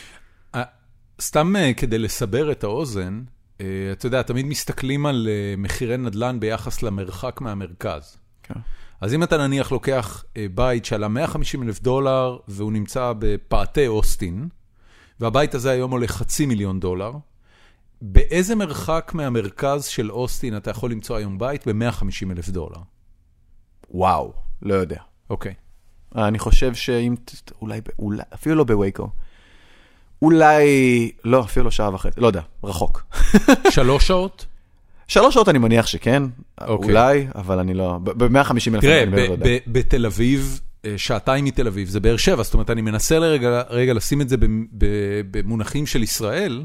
סתם כדי לסבר את האוזן, אתה יודע, תמיד מסתכלים על מחירי נדל"ן ביחס למרחק מהמרכז. כן. אז אם אתה נניח לוקח בית שעלה מאה וחמישים אלף דולר, והוא נמצא בפאתי אוסטין, והבית הזה היום עולה חצי מיליון דולר, באיזה מרחק מהמרכז של אוסטין אתה יכול למצוא היום בית ב-מאה וחמישים אלף דולר? וואו, לא יודע. אוקיי. אני חושב שאם, אולי, אולי אפילו לא בווייקו, אולי, לא, אפילו לא שעה וחצי, לא יודע, רחוק. שלוש שעות? שלוש שעות אני מניח שכן, אולי, אבל אני לא, ב-מאה וחמישים אלף. תראה, בתל אביב, שעתיים מתל אביב, זה באר שבע, זאת אומרת, אני מנסה לרגע, רגע לשים את זה במונחים של ישראל,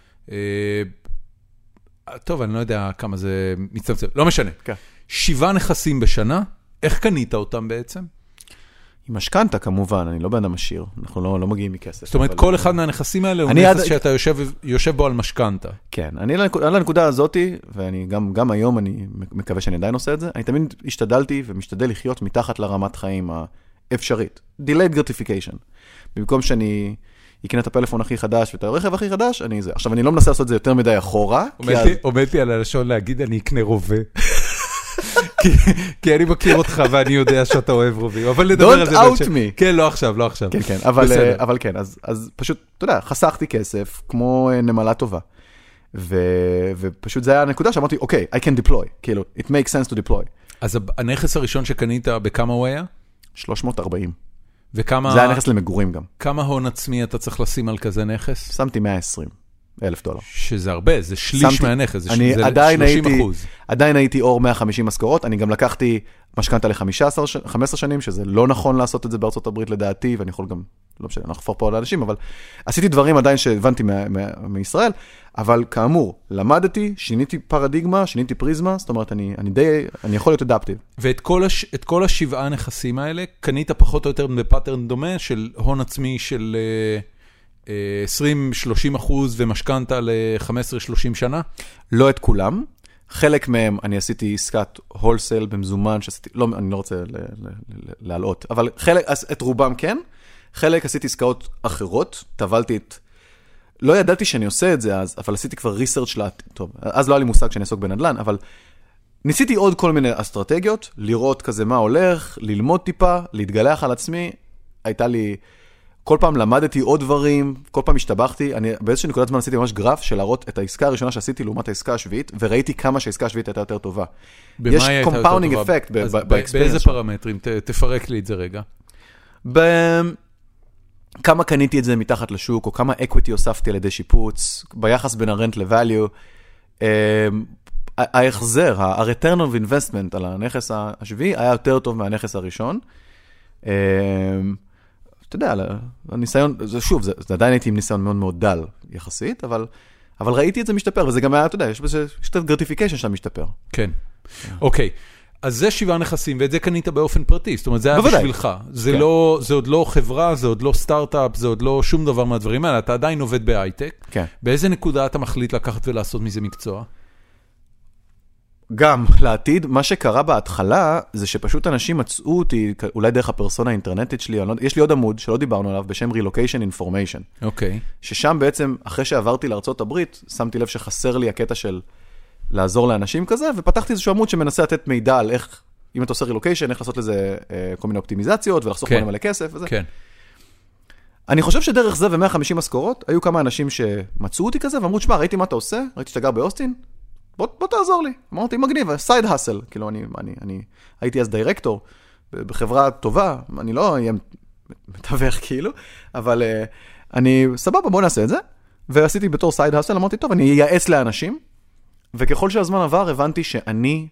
טוב, אני לא יודע כמה זה מצטמצם, לא משנה. שבעה נכסים בשנה, איך קנית אותם בעצם? עם משכנתה כמובן, אני לא בן אדם עשיר, אנחנו לא, לא מגיעים מכסף. זאת אומרת, כל אחד מהנכסים האלה הוא נכס שאתה יושב, יושב בו על משכנתה. כן, אני על הנקודה הזאת, ואני גם, גם היום אני מקווה שאני עדיין עושה את זה, אני תמיד השתדלתי ומשתדל לחיות מתחת לרמת חיים האפשרית. Delayed gratification. במקום שאני אקנה את הפלאפון הכי חדש ואת הרכב הכי חדש, אני זה. עכשיו, אני לא מנסה לעשות את זה יותר מדי אחורה. עומד לי על הלשון להגיד, אני אקנה רובה. כי אני מכיר אותך ואני יודע שאתה אוהב רובים, אבל נדבר על זה. Don't out me. כן, לא עכשיו, לא עכשיו. כן, כן, אבל כן, אז פשוט, אתה יודע, חסכתי כסף כמו נמלה טובה. ופשוט זה היה הנקודה שאמרתי, אוקיי, I can deploy, כאילו, it makes sense to deploy. אז הנכס הראשון שקנית, בכמה הוא היה? שלוש מאות וארבעים. וכמה... זה היה נכס למגורים גם. כמה הון עצמי אתה צריך לשים על כזה נכס? שמתי מאה ועשרים אלף דולר. שזה הרבה, זה שליש שמתי, מהנכס, זה, אני זה עדיין שלושים הייתי, אחוז. עדיין הייתי אור מאה וחמישים משכורות, אני גם לקחתי משכנתה ל-חמש עשרה שנים, שזה לא נכון לעשות את זה בארצות הברית לדעתי, ואני יכול גם, לא משנה, אנחנו חפור פה על האנשים, אבל עשיתי דברים עדיין שהבנתי מה, מה, מישראל, אבל כאמור, למדתי, שיניתי פרדיגמה, שיניתי פריזמה, זאת אומרת, אני, אני די, אני יכול להיות אדפטיב. ואת כל, הש, את כל השבעה נכסים האלה, קנית פחות או יותר בפאטרן דומה של הון עצמי של עשרים שלושים אחוז ומשכנתה ל-חמש עשרה שלושים שנה? לא את כולם. חלק מהם אני עשיתי עסקת הולסייל במזומן, שעשיתי, לא, אני לא רוצה להעלות, אבל חלק, את רובם כן. חלק עשיתי עסקאות אחרות, טבלתי את, לא ידעתי שאני עושה את זה אז, אבל עשיתי כבר ריסרצ' לה, טוב, אז לא היה לי מושג שאני אעסוק בנדל"ן, אבל ניסיתי עוד כל מיני אסטרטגיות, לראות כזה מה הולך, ללמוד טיפה, להתגלח על עצמי, הייתה לי, כל פעם למדתי עוד דברים, כל פעם השתבחתי, אני באיזושהי נקודת זמן עשיתי ממש גרף של להראות את העסקה הראשונה שעשיתי לעומת העסקה השביעית, וראיתי כמה שהעסקה השביעית הייתה יותר טובה. יש compounding effect באקספריינס. באיזה פרמטרים? תפרק לי את זה רגע. כמה קניתי את זה מתחת לשוק, או כמה equity הוספתי על ידי שיפוץ, ביחס בין הרנט ל-value, ההחזר, ה-return of investment על הנכס השביעי, היה יותר טוב מהנכס הראשון. אתה יודע, הניסיון, שוב, זה עדיין הייתי עם ניסיון מאוד מאוד דל יחסית, אבל ראיתי את זה משתפר, וזה גם היה, אתה יודע, יש בזה שתת גרטיפיקיישן שאתה משתפר. כן, אוקיי. אז זה שבעה נכסים, ואת זה קנית באופן פרטי, זאת אומרת, זה היה בשבילך. זה לא, זה עוד לא חברה, זה עוד לא סטארט-אפ, זה עוד לא שום דבר מהדברים האלה, אתה עדיין עובד בהייטק. כן. באיזה נקודה אתה מחליט לקחת ולעשות מזה מקצוע? גם לעתיד, מה שקרה בהתחלה, זה שפשוט אנשים מצאו אותי, אולי דרך הפרסונה האינטרנטית שלי, יש לי עוד עמוד שלא דיברנו עליו, בשם Relocation Information. אוקיי. ששם בעצם, אחרי שעברתי לארצות הברית, שמתי לב שחסר לי הקטע של לעזור לאנשים כזה, ופתחתי איזשהו עמוד שמנסה לתת מידע על איך, אם אתה עושה רילוקיישן, איך לעשות לזה אה, כל מיני אופטימיזציות, ולחסוך כן. מלא כסף וזה. כן. אני חושב שדרך זה ו-מאה וחמישים משכורות, היו כמה אנשים שמצאו אותי כזה, ואמרו, שמה, ראיתי מה אתה עושה, ראיתי שאתה גר באוסטין, בוא, בוא תעזור לי. אמרתי, מגניב, סייד הסל. כאילו, אני, אני, אני הייתי אז דירקטור, בחברה טובה, אני לא אהיה מתווך כאילו, אבל אה, אני, סבבה, בוא נעשה את זה. ועשיתי בתור סייד הסל, אמרתי, טוב, אני אייעץ לאנשים, וככל שהזמן עבר, הבנתי שאני,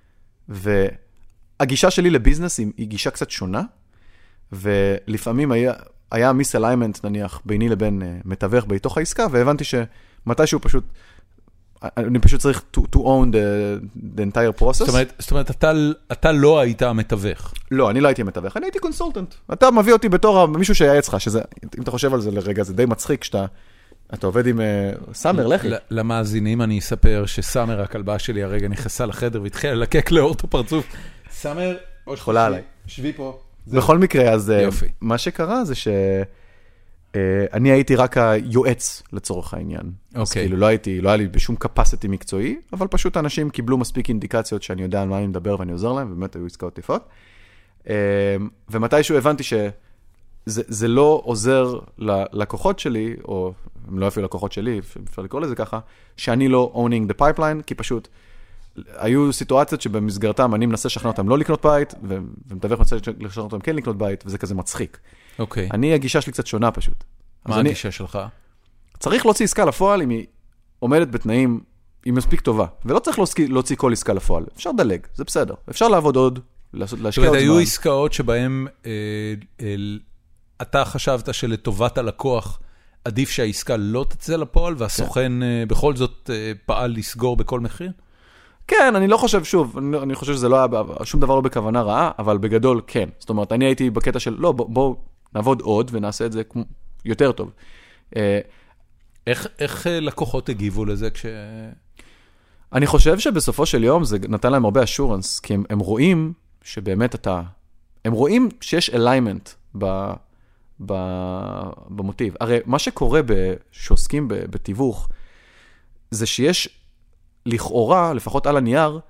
והגישה שלי לביזנס היא גישה קצת שונה, ולפעמים היה, היה מיס-אליימנט, נניח, ביני לבין מתווך בתוך העסקה, והבנתי שמתישהו פשוט, אני פשוט צריך to, to own the, the entire process. זאת אומרת, זאת אומרת אתה, אתה לא היית המתווך. לא, אני לא הייתי המתווך, אני הייתי קונסולטנט. אתה מביא אותי בתור מישהו שיעץ לך, שזה, אם אתה חושב על זה לרגע, זה די מצחיק שאתה, אתה עובד עם סאמר, לכי. למאזינים אני אספר שסאמר, הכלבה שלי, הרגע נכנסה לחדר והתחילה לקק לאור את הפרצוף. סאמר, חולה עליי. שבי פה. בכל מקרה, אז מה שקרה זה שאני הייתי רק היועץ לצורך העניין. אז כאילו לא הייתי, לא היה לי בשום capacity מקצועי, אבל פשוט אנשים קיבלו מספיק אינדיקציות שאני יודע על מה אני מדבר ואני עוזר להם, ובאמת היו עסקאות טיפות. ומתישהו הבנתי ש... זה, זה לא עוזר ללקוחות שלי, או הם לא אפילו לקוחות שלי, אפשר לקרוא לזה ככה, שאני לא owning the pipeline, כי פשוט היו סיטואציות שבמסגרתם אני מנסה לשכנע אותם לא לקנות בית, ומתווך מנסה לשכנע אותם כן לקנות בית, וזה כזה מצחיק. אוקיי. אני, הגישה שלי קצת שונה פשוט. מה הגישה שלך? צריך להוציא עסקה לפועל אם היא עומדת בתנאים, היא מספיק טובה, ולא צריך להוציא, להוציא כל עסקה לפועל. אפשר דלג, זה בסדר. אפשר לעבוד עוד, להשקיע עוד זמן. היו עסקאות שבהם אה, אה, אתה חשבת שלטובת הלקוח עדיף שהעסקה לא תצא לפועל, והסוכן בכל זאת פעל לסגור בכל מחיר? כן, אני לא חושב, שוב, אני חושב שזה לא היה, שום דבר לא בכוונה רעה, אבל בגדול כן. זאת אומרת, אני הייתי בקטע של, לא, בואו נעבוד עוד ונעשה את זה יותר טוב. איך, איך לקוחות הגיבו לזה כש... אני חושב שבסופו של יום זה נתן להם הרבה אשורנס, כי הם, הם רואים שבאמת אתה, הם רואים שיש alignment ב... במוטיב. הרי מה שקורה שעוסקים בתיווך, זה שיש לכאורה, לפחות על הנייר,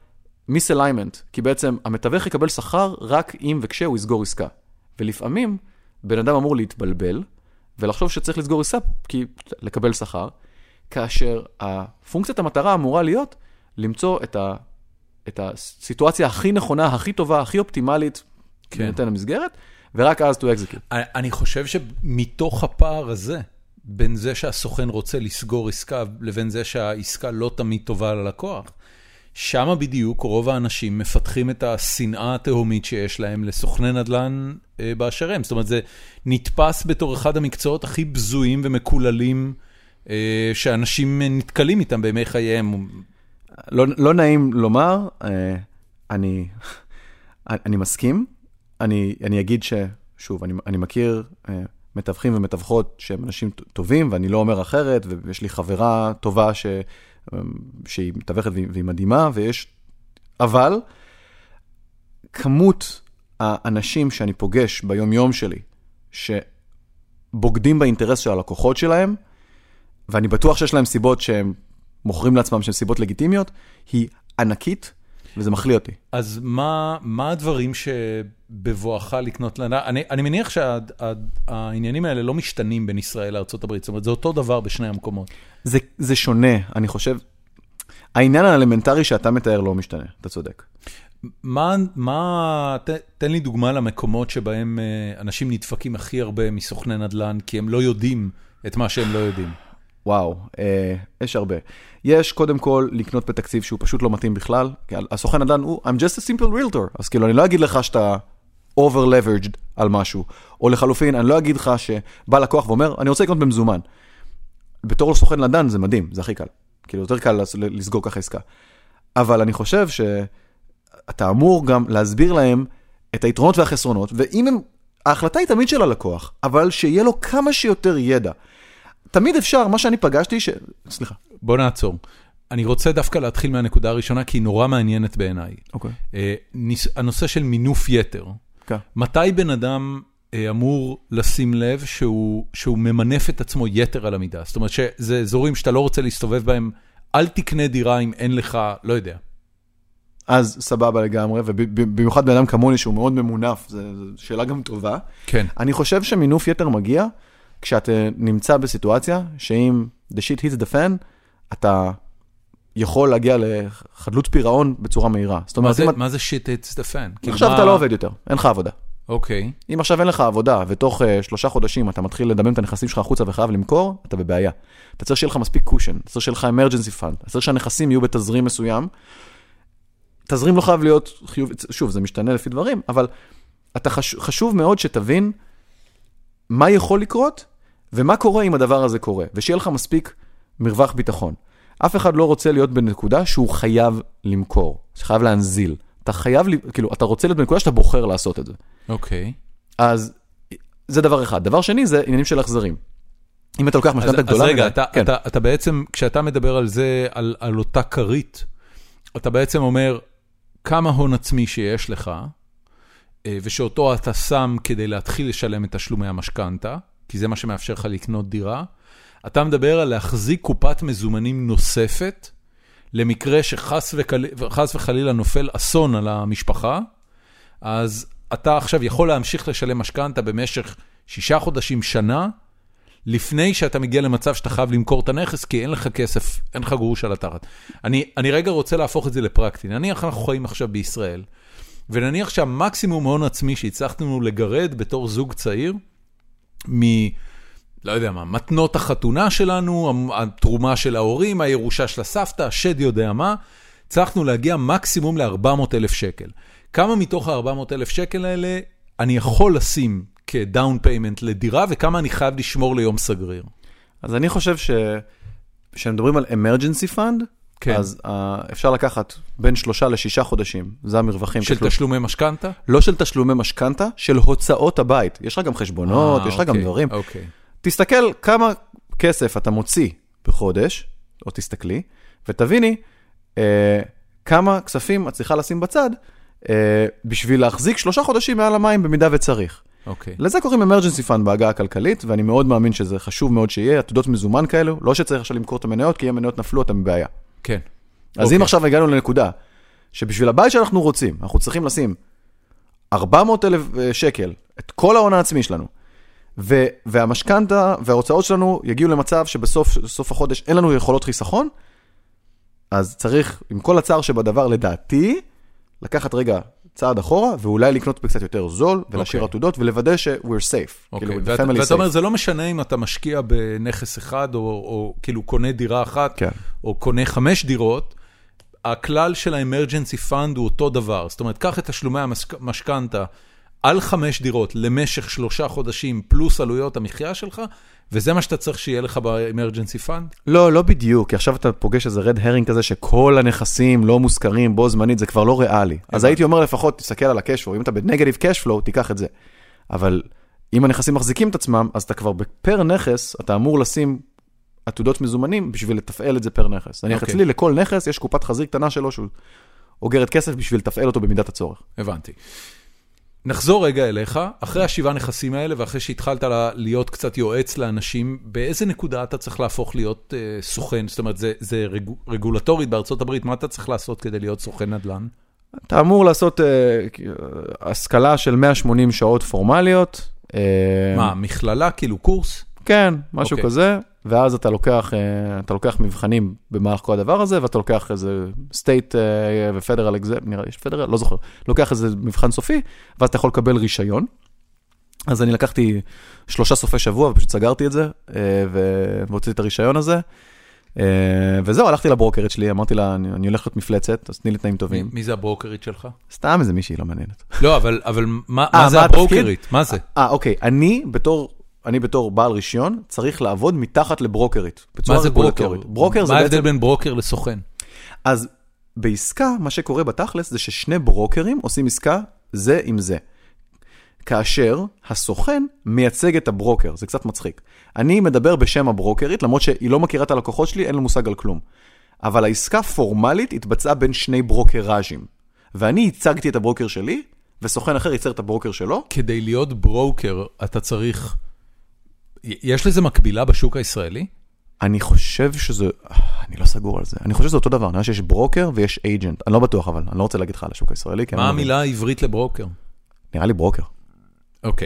מיסליימנט, כי בעצם המתווך יקבל שכר רק אם וכשהוא יסגור עסקה. ולפעמים בן אדם אמור להתבלבל, ולחשוב שצריך לסגור עסקה, כי לקבל שכר, כאשר הפונקציית המטרה אמורה להיות למצוא את, ה, את הסיטואציה הכי נכונה, הכי טובה, הכי אופטימלית, כן. בנתן המסגרת, ורק אז to execute. אני, אני חושב שמתוך הפער הזה, בין זה שהסוכן רוצה לסגור עסקה, לבין זה שהעסקה לא תמיד טובה ללקוח, שם בדיוק רוב האנשים מפתחים את השנאה התהומית שיש להם לסוכני נדל"ן אה, באשר הם. זאת אומרת, זה נתפס בתור אחד המקצועות הכי בזויים ומקוללים אה, שאנשים נתקלים איתם בימי חייהם. לא, לא נעים לומר, אה, אני, אני מסכים. אני, אני אגיד ששוב, אני, אני מכיר אה, מתווכים ומתווכות שהם אנשים טובים, ואני לא אומר אחרת, ויש לי חברה טובה ש... שהיא מתווכת והיא מדהימה, ויש, אבל כמות האנשים שאני פוגש ביום יום שלי, שבוגדים באינטרס של הלקוחות שלהם, ואני בטוח שיש להם סיבות שהם מוכרים לעצמם שהן סיבות לגיטימיות, היא ענקית, וזה מחליא אותי. אז מה, מה הדברים שבבואך לקנות לנדל"ן? אני, אני מניח שהעניינים האלה לא משתנים בין ישראל לארצות הברית, זאת אומרת, זה אותו דבר בשני המקומות. זה, זה שונה, אני חושב. העניין האלמנטרי שאתה מתאר לא משתנה, אתה צודק. מה, מה, ת, תן לי דוגמה למקומות שבהם אנשים נדפקים הכי הרבה מסוכני נדל"ן, כי הם לא יודעים את מה שהם לא יודעים. וואו, אה, יש הרבה. יש קודם כל לקנות בתקציב שהוא פשוט לא מתאים בכלל, כי הסוכן נדל"ן הוא, I'm just a simple realtor, אז כאילו אני לא אגיד לך שאתה over-leveraged על משהו, או לחלופין, אני לא אגיד לך שבא לקוח ואומר, אני רוצה לקנות במזומן. בתור סוכן נדל"ן זה מדהים, זה הכי קל. כאילו יותר קל לסגור ככה עסקה. אבל אני חושב שאתה אמור גם להסביר להם את היתרונות והחסרונות, ואם הם, ההחלטה היא תמיד של הלקוח, אבל שיהיה לו כמה שיותר ידע. תמיד אפשר, מה שאני פגשתי, ש... סליחה. בוא נעצור. אני רוצה דווקא להתחיל מהנקודה הראשונה, כי היא נורא מעניינת בעיניי. אוקיי. הנושא של מינוף יתר. כן. מתי בן אדם אמור לשים לב שהוא, שהוא ממנף את עצמו יתר על המידה? זאת אומרת שזה אזורים שאתה לא רוצה להסתובב בהם, אל תקנה דירה אם אין לך, לא יודע. אז סבבה לגמרי, ובמיוחד בן אדם כמוני שהוא מאוד ממונף, זו שאלה גם טובה. כן. אני חושב שמינוף יתר מגיע, כשאת נמצא בסיטואציה, שאם the shit hits the fan, אתה יכול להגיע לחדלות פירעון בצורה מהירה. מה זה, מה זה shit hits the fan? עכשיו אתה לא עובד יותר, אין לך עבודה. אוקיי. אם עכשיו אין לך עבודה, ותוך שלושה חודשים אתה מתחיל לדמם את הנכסים שלך החוצה וחייב למכור, אתה בבעיה. אתה צריך שיהיה לך מספיק קושן, אתה צריך שיהיה לך emergency fund, אתה צריך שהנכסים יהיו בתזרים מסוים. תזרים לא חייב להיות חיוב, שוב, זה משתנה לפי דברים, אבל אתה חשוב מאוד שתבין מה יכול לקרות, ומה קורה אם הדבר הזה קורה, ושיהיה לך מספיק מרווח ביטחון. אף אחד לא רוצה להיות בנקודה שהוא חייב למכור, שחייב להנזיל. אתה חייב, כאילו, אתה רוצה להיות בנקודה שאתה בוחר לעשות את זה. אוקיי. אז זה דבר אחד. דבר שני זה עניינים של החזרים. אם אתה לוקח משכנתא גדולה... אז רגע, אתה, כן. אתה, אתה בעצם, כשאתה מדבר על זה, על, על אותה כרית, אתה בעצם אומר, כמה הון עצמי שיש לך, ושאותו אתה שם כדי להתחיל לשלם את תשלומי המשכנתא, כי זה מה שמאפשר לך לקנות דירה, אתה מדבר על להחזיק קופת מזומנים נוספת, למקרה שחס וחלילה, חס וחלילה נופל אסון על המשפחה, אז אתה עכשיו יכול להמשיך לשלם משכנתא במשך שישה חודשים, שנה, לפני שאתה מגיע למצב שאתה חייב למכור את הנכס, כי אין לך כסף, אין לך גרוש על התחת. אני, אני רגע רוצה להפוך את זה לפרקטי. נניח אנחנו חיים עכשיו בישראל, ונניח שהמקסימום הון עצמי שהצלחנו לגרד בתור זוג צעיר, מ... לא יודע מה, מתנות החתונה שלנו, התרומה של ההורים, הירושה של הסבתא, השד יודע מה, הצלחנו להגיע מקסימום ל-ארבע מאות אלף שקל. כמה מתוך ה-ארבע מאות אלף שקל האלה אני יכול לשים כדאון פיימנט לדירה, וכמה אני חייב לשמור ליום סגריר? אז אני חושב ש... כשמדברים על emergency fund, כן. אז uh, אפשר לקחת בין שלושה לשישה חודשים, זה המרווחים. של כתלו... תשלומי משכנתא? לא של תשלומי משכנתא, של הוצאות הבית. יש לך גם חשבונות, 아, יש לך אוקיי, גם דברים. אוקיי. תסתכל כמה כסף אתה מוציא בחודש, או תסתכלי, ותביני אה, כמה כספים את צריכה לשים בצד, אה, בשביל להחזיק שלושה חודשים מעל המים במידה וצריך. אוקיי. לזה קוראים emergency fund בהגעה הכלכלית, ואני מאוד מאמין שזה חשוב מאוד שיהיה, עתודות מזומן כאלו, לא שצריך עכשיו למכור את המניות, כי אם המניות נפלו, אתה מבעיה. כן. אז אם עכשיו הגענו לנקודה, שבשביל הבית שאנחנו רוצים, אנחנו צריכים לשים ארבע מאות אלף שקל, את כל ההון העצמי שלנו, ו- והמשכנתה וההוצאות שלנו יגיעו למצב שבסוף סוף החודש אין לנו יכולות חיסכון, אז צריך, עם כל הצער שבדבר לדעתי, לקחת רגע צעד אחורה, ואולי לקנות בקצת יותר זול, ולהשאיר עתודות, ולוודא ש- we're safe. כאילו, ואתה אומר, זה לא משנה אם אתה משקיע בנכס אחד, או כאילו קונה דירה אחת, או קונה חמש דירות, הכלל של ה-emergency fund הוא אותו דבר. זאת אומרת, קח את תשלומי המשכנתה על חמש דירות למשך שלושה חודשים, פלוס עלויות המחיה שלך, וזה מה שאתה צריך שיהיה לך ב-emergency fund? לא, לא בדיוק, כי עכשיו אתה פוגש איזה רד הרינג כזה, שכל הנכסים לא מוזכרים בו זמנית, זה כבר לא ריאלי. אז הייתי אומר לפחות, תסתכל על הקשפלו, אם אתה בנגטיב קשפלו, תיקח את זה. אבל אם הנכסים מחזיקים את עצמם, אז אתה כבר בפר נכס, אתה אמור לשים עתודות מזומנים, בשביל לתפעל את זה פר נכס. אני אצלי, לכל נכס יש קופת חזיר קטנה שלו, שהוא אוגרת כסף בשביל לתפעל אותו במידת הצורך. הבנתי. נחזור רגע אליך, אחרי השבעה נכסים האלה, ואחרי שהתחלת להיות קצת יועץ לאנשים, באיזה נקודה אתה צריך להפוך להיות אה, סוכן? זאת אומרת, זה, זה רג, רגולטורית בארצות הברית, מה אתה צריך לעשות כדי להיות סוכן נדל"ן? אתה אמור לעשות אה, השכלה של מאה ושמונים שעות פורמליות. אה, מה, מכללה, כאילו קורס? כן, משהו okay. כזה, ואז אתה לוקח, אתה לוקח מבחנים במהלך כל הדבר הזה, ואתה לוקח איזה state ו-federal exam, נראה לי, יש federal, לא זוכר, לוקח איזה מבחן סופי, ואז אתה יכול לקבל רישיון. אז אני לקחתי שלושה סופי שבוע, ופשוט סגרתי את זה, והוצאתי את הרישיון הזה, וזהו, הלכתי לברוקרית שלי, אמרתי לה, אני הולך להיות מפלצת, אז תני לי תנאים טובים. מי זה הברוקרית שלך? סתם איזה מישהי, לא מעניינת. לא, אבל מה זה הברוקרית? מה זה? אה, אוקיי, אני בתור... אני בתור בעל רישיון, צריך לעבוד מתחת לברוקרית. מה זה ברוקר? ברוקר זה מה ההבדל בין ברוקר לסוכן? אז בעסקה, מה שקורה בתכלס, זה ששני ברוקרים עושים עסקה זה עם זה. כאשר הסוכן מייצג את הברוקר, זה קצת מצחיק. אני מדבר בשם הברוקרית, למרות שהיא לא מכירה את הלקוחות שלי, אין לו מושג על כלום. אבל העסקה פורמלית התבצעה בין שני ברוקראז'ים. ואני הצגתי את הברוקר שלי, וסוכן אחר ייצר את הברוקר שלו. כדי להיות ברוקר, אתה צריך... יש לזה מקבילה בשוק הישראלי? אני חושב שזה, אני לא סגור על זה. אני חושב שזה אותו דבר. אני חושב שיש ברוקר ויש אייג'נט. אני לא בטוח, אבל אני לא רוצה להגיד לך על השוק הישראלי. מה המילה העברית לברוקר? נראה לי ברוקר. אוקיי.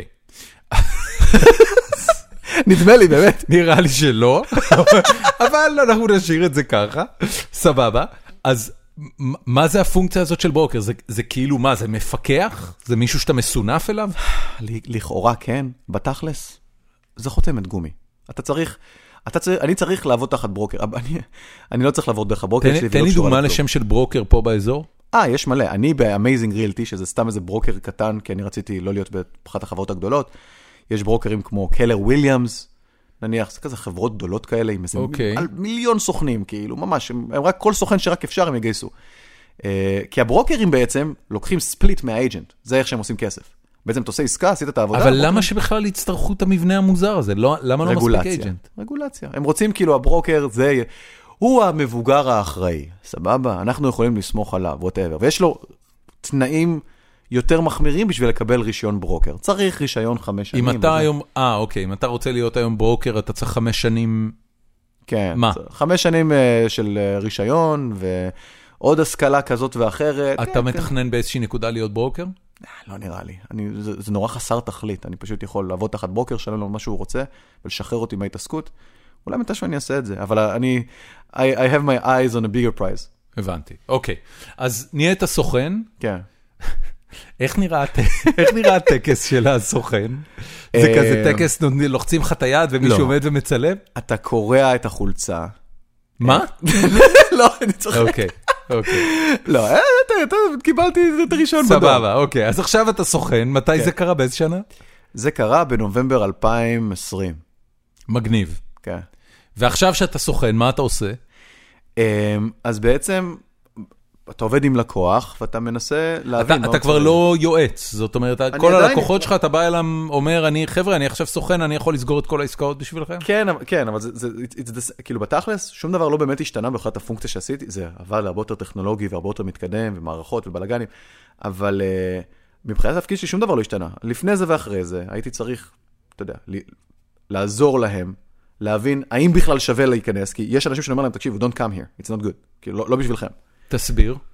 נדמה לי, באמת. נראה לי שלא, אבל אנחנו נשאיר את זה ככה. סבבה. אז מה זה הפונקציה הזאת של ברוקר? זה, זה כאילו מה? זה מפקח? זה מישהו שאתה מסונף אליו? לכאורה כן. בתכלס. זה חותמת גומי. אתה צריך, אתה צריך, אני צריך לעבוד תחת ברוקר. אני, אני לא צריך לעבוד דרך הברוקר שלי. תן לי דוגמה לשם של ברוקר פה באזור. אה, יש מלא. אני ב-Amazing Realty, שזה סתם איזה ברוקר קטן, כי אני רציתי לא להיות באחת החברות הגדולות. יש ברוקרים כמו קלר וויליאמס, נניח, זה כזה חברות גדולות כאלה, עם איזה okay. מיל, מיליון סוכנים, כאילו, ממש. הם, הם רק כל סוכן שרק אפשר הם יגייסו. Uh, כי הברוקרים בעצם לוקחים ספליט מהאג'נט. זה איך שהם עושים כסף. בעצם אתה עושה עסקה, עשית את העבודה. אבל למה שבכלל יצטרכו את המבנה המוזר הזה? למה לא מספיק אייג'נט? רגולציה. הם רוצים כאילו, הברוקר זה, הוא המבוגר האחראי. סבבה? אנחנו יכולים לסמוך עליו, whatever. ויש לו תנאים יותר מחמירים בשביל לקבל רישיון ברוקר. צריך רישיון חמש שנים. אם אתה היום, אה, אוקיי, אם אתה רוצה להיות היום ברוקר, אתה צריך חמש שנים... כן. מה? חמש שנים של רישיון, ועוד השכלה כזאת ואחרת. אתה מתכנן באיזושהי נקודה להיות ברוקר? לא נראה לי. אני, זה, זה נורא חסר תכלית. אני פשוט יכול לעבוד תחת ברוקר, שלם לו מה שהוא רוצה, ולשחרר אותי מההתעסקות. אולי מתי שאני אעשה את זה. אבל אני, I, I have my eyes on a bigger prize. הבנתי. אוקיי. אז נהיית סוכן. כן. איך נראה, איך נראה הטקס של הסוכן? זה כזה טקס, לוחצים לך את היד ומישהו עומד ומצלם? אתה קורע את החולצה. מה? לא, אני צוחק. אוקיי. אוקיי. לא, קיבלתי את הראשון בדור. סבבה, אוקיי. אז עכשיו אתה סוכן, מתי זה קרה? באיזה שנה? זה קרה בנובמבר אלפיים ועשרים. מגניב. כן. ועכשיו שאתה סוכן, מה אתה עושה? אז בעצם, אתה עובד עם לקוח, ואתה מנסה להבין... אתה כבר לא יועץ, זאת אומרת, כל הלקוחות שלך, אתה בא אליהם, אומר, אני חבר'ה, אני עכשיו סוכן, אני יכול לסגור את כל העסקאות בשבילכם? כן, כן, אבל זה, כאילו בתכלס, שום דבר לא באמת השתנה באחת הפונקציה שעשיתי, זה עבד להרבה יותר טכנולוגי, והרבה יותר מתקדם, ומערכות ובלגנים, אבל מבחינת התפקיד שלי, שום דבר לא השתנה. לפני זה ואחרי זה, הייתי צריך, אתה יודע, לעזור להם, להבין, האם בכלל שווה להיכנס, כי יש אנשים שאומר להם, תקשיבו, don't come here, it's not good, כאילו, לא בשבילכם. תסביר.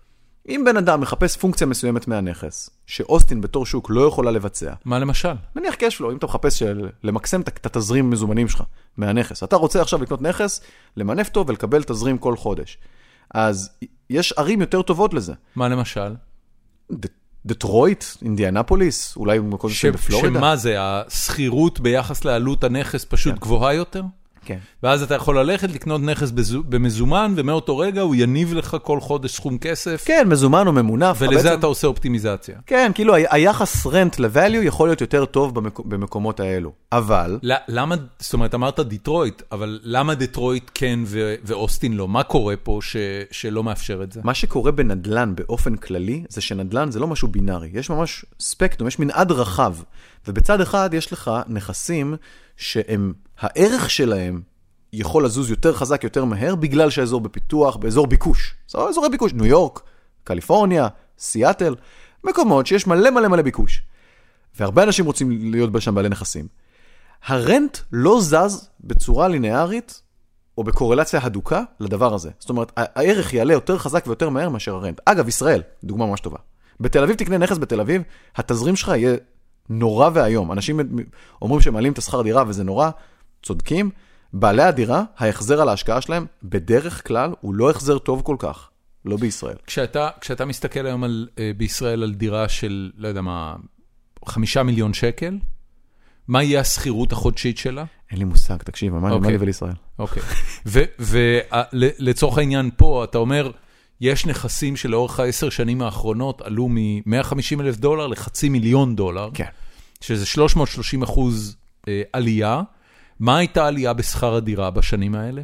אם בן אדם מחפש פונקציה מסוימת מהנכס, שאוסטין בתור שוק לא יכולה לבצע. מה למשל? נניח קשפלו, אם אתה מחפש של... למקסם את התזרים מזומנים שלך מהנכס. אתה רוצה עכשיו לקנות נכס, למנף טוב ולקבל תזרים כל חודש. אז יש ערים יותר טובות לזה. מה למשל? ד... דטרויט, אינדיאנפוליס, אולי מקום ש... בפלורידה. שמה זה? הסחירות ביחס לעלות הנכס פשוט כן. גבוהה יותר? כן. ואז אתה יכול ללכת לקנות נכס במזומן, ומאותו רגע הוא יניב לך כל חודש סכום כסף. כן, מזומן או ממונף. ולזה בעצם... אתה עושה אופטימיזציה. כן, כאילו היחס רנט ל-value יכול להיות יותר טוב במק... במקומות האלו. אבל... لا, למה, זאת אומרת, אמרת דיטרויט, אבל למה דיטרויט כן ו... ואוסטין לא? מה קורה פה ש... שלא מאפשר את זה? מה שקורה בנדלן באופן כללי, זה שנדלן זה לא משהו בינארי. יש ממש ספקטרום, יש מנעד רחב. ובצד אחד יש לך נכסים שהם, הערך שלהם יכול לזוז יותר חזק, יותר מהר, בגלל שהאזור בפיתוח, באזור ביקוש. זה אזורי ביקוש, ניו יורק, קליפורניה, סיאטל, מקומות שיש מלא מלא מלא ביקוש. והרבה אנשים רוצים להיות בשם בעלי נכסים. הרנט לא זז בצורה לינארית, או בקורלציה הדוקה לדבר הזה. זאת אומרת, הערך יעלה יותר חזק ויותר מהר מאשר הרנט. אגב, ישראל, דוגמה ממש טובה. בתל אביב תקנה נכס בתל אביב, התזרים שלך יהיה נורא והיום. אנשים אומרים שהם מעלים את השכר דירה וזה נורא, צודקים. בעלי הדירה, ההחזר על ההשקעה שלהם, בדרך כלל הוא לא החזר טוב כל כך, לא בישראל. כשאתה, כשאתה מסתכל היום על, בישראל על דירה של, לא יודע מה, חמישה מיליון שקל, מה יהיה הסחירות החודשית שלה? אין לי מושג, תקשיב, מה לי ולישראל? אוקיי. ולצורך העניין פה, אתה אומר, יש נכסים שלאורך העשר שנים האחרונות עלו מ-מאה וחמישים אלף דולר לחצי מיליון דולר, כן. שזה שלוש מאות ושלושים אחוז עלייה. מה הייתה עלייה בשכר הדירה בשנים האלה?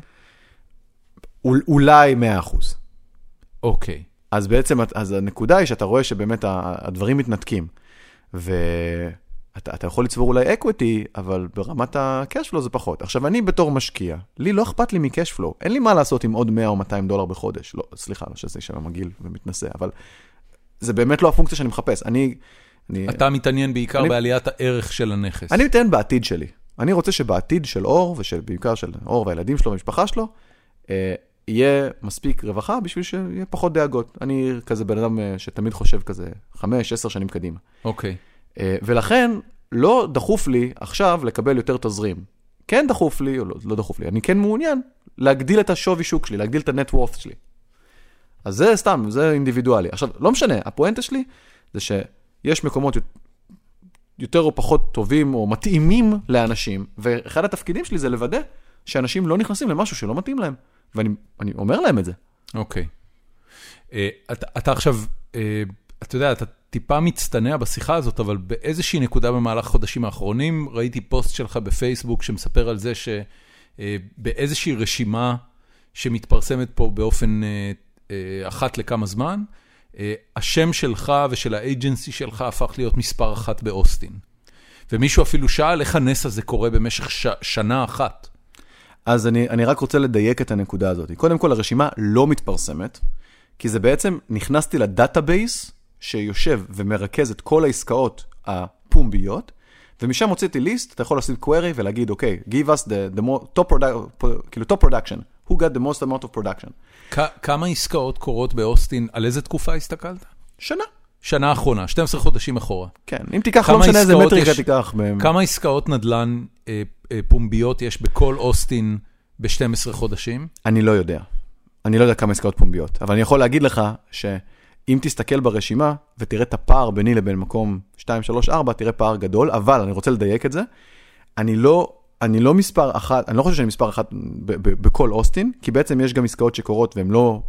אולי מאה אחוז. אוקיי. אז בעצם, אז הנקודה היא שאתה רואה שבאמת הדברים מתנתקים, ואתה אתה יכול לצבור אולי אקוויטי, אבל ברמת הקשפלו זה פחות. עכשיו, אני בתור משקיע, לי לא אכפת לי מקשפלו, אין לי מה לעשות עם עוד מאה או מאתיים דולר בחודש. לא, סליחה, לא שזה שם מגיל ומתנסה, אבל זה באמת לא הפונקציה שאני מחפש. אני... אני אתה מתעניין בעיקר אני, בעליית הערך של הנכס. אני מתעניין בעתיד שלי. אני רוצה שבעתיד של אור, ובעיקר של אור והילדים שלו, המשפחה שלו, אה, יהיה מספיק רווחה בשביל שיהיה פחות דאגות. אני כזה בן אדם שתמיד חושב כזה חמש, עשר שנים קדימה. אוקיי. אה, ולכן לא דחוף לי עכשיו לקבל יותר תזרים. כן דחוף לי, או לא, לא דחוף לי, אני כן מעוניין להגדיל את השווי שוק שלי, להגדיל את הנט וורת' שלי. אז זה סתם, זה אינדיבידואלי. עכשיו, לא משנה, הפואנטה שלי זה שיש מקומות יותר או פחות טובים או מתאימים לאנשים, ואחד התפקידים שלי זה לוודא שאנשים לא נכנסים למשהו שלא מתאים להם, ואני אני אומר להם את זה. אוקיי. אתה, אתה עכשיו, אתה יודע, אתה טיפה מצטנע בשיחה הזאת, אבל באיזושהי נקודה במהלך החודשים האחרונים, ראיתי פוסט שלך בפייסבוק שמספר על זה שבאיזושהי רשימה שמתפרסמת פה באופן אחת לכמה זמן, השם שלך ושל האג'נסי שלך הפך להיות מספר אחת באוסטין. ומישהו אפילו שאל איך הנס הזה קורה במשך ש... שנה אחת. אז אני, אני רק רוצה לדייק את הנקודה הזאת. קודם כל, הרשימה לא מתפרסמת, כי זה בעצם, נכנסתי לדאטאבייס שיושב ומרכז את כל העסקאות הפומביות, ומשם הוצאתי ליסט, אתה יכול לעשות query ולהגיד, אוקיי, give us the, the more, top, produ- כאילו, top production. Who got the most amount of production? כמה עסקאות קורות באוסטין, על איזה תקופה הסתכלת? שנה. שנה האחרונה, שנים עשר חודשים אחורה. כן, אם תיקח, לא משנה איזה מטריקה תיקח. כמה עסקאות נדל"ן אה, אה, פומביות יש בכל אוסטין ב-שנים עשר חודשים? אני לא יודע. אני לא יודע כמה עסקאות פומביות, אבל אני יכול להגיד לך שאם תסתכל ברשימה ותראה את הפער ביני לבין מקום שתיים, שלוש, ארבע, תראה פער גדול, אבל אני רוצה לדייק את זה. אני לא... אני לא מספר אחת, אני לא חושב שאני מספר אחת ב- ב- בכל אוסטין, כי בעצם יש גם עסקאות שקורות והן לא,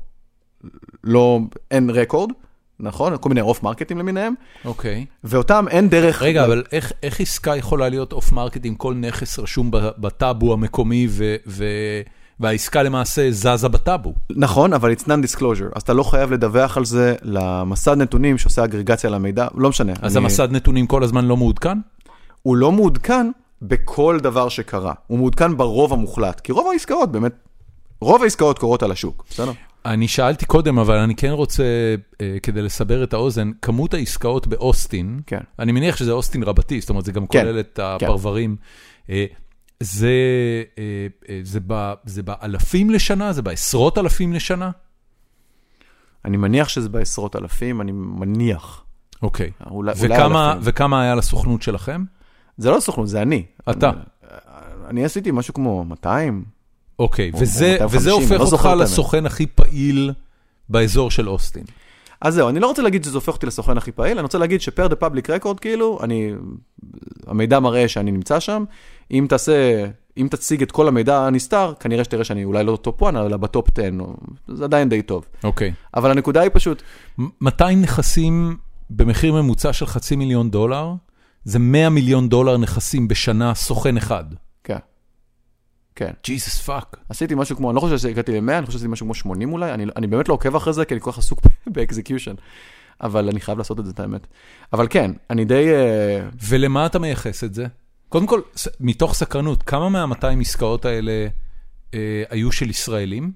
לא, אין רקורד, נכון? כל מיני אוף מרקטים למיניהם. אוקיי. ואותם אין דרך... רגע, אבל איך, איך עסקה יכולה להיות אוף מרקטים, כל נכס רשום בטאבו המקומי, ו, ו, והעסקה למעשה זזה בטאבו? נכון, אבל it's non-disclosure, אז אתה לא חייב לדווח על זה למסד נתונים שעושה אגרגציה למידע, לא משנה. אז אני... המסד נתונים כל הזמן לא מעודכן? הוא לא מעודכן, בכל דבר שקרה. הוא מעודכן ברוב המוחלט, כי רוב העסקאות באמת, רוב העסקאות קורות על השוק, בסדר? אני שאלתי קודם, אבל אני כן רוצה, כדי לסבר את האוזן, כמות העסקאות באוסטין, כן. אני מניח שזה אוסטין רבתי, זאת אומרת, זה גם כן. כולל את הפרברים, כן. זה, זה, זה באלפים לשנה? זה בעשרות אלפים לשנה? אני מניח שזה בעשרות אלפים, אני מניח. אוקיי. אולי, וכמה, אולי וכמה היה לסוכנות שלכם? זה לא סוכנות, זה אני. אתה. אני, אני עשיתי משהו כמו מאתיים. אוקיי, או, וזה, או וזה הופך לא אותך לסוכן הכי פעיל באזור של אוסטין. אז זהו, אני לא רוצה להגיד שזה הופך אותי לסוכן הכי פעיל, אני רוצה להגיד שפר דה פאבליק רקורד, כאילו, אני, המידע מראה שאני נמצא שם, אם תעשה, אם תציג את כל המידע הנסתר, כנראה שתראה שאני אולי לא טופ אחת, אלא בטופ עשר, זה עדיין די טוב. אוקיי. אבל הנקודה היא פשוט... מתי נכסים במחיר ממוצע של חצי מיליון דולר, זה מאה מיליון דולר נכסים בשנה סוכן אחד. כן. כן. Jesus fuck. עשיתי משהו כמו, אני לא חושב שהגעתי ל-מאה, אני חושב שעשיתי משהו כמו שמונים אולי, אני, אני באמת לא עוקב אחרי זה, כי אני כל כך עסוק באקזקיושן. אבל אני חייב לעשות את זה, את האמת. אבל כן, אני די... ולמה אתה מייחס את זה? קודם כל, מתוך סקרנות, כמה מה-מאתיים עסקאות האלה אה, היו של ישראלים?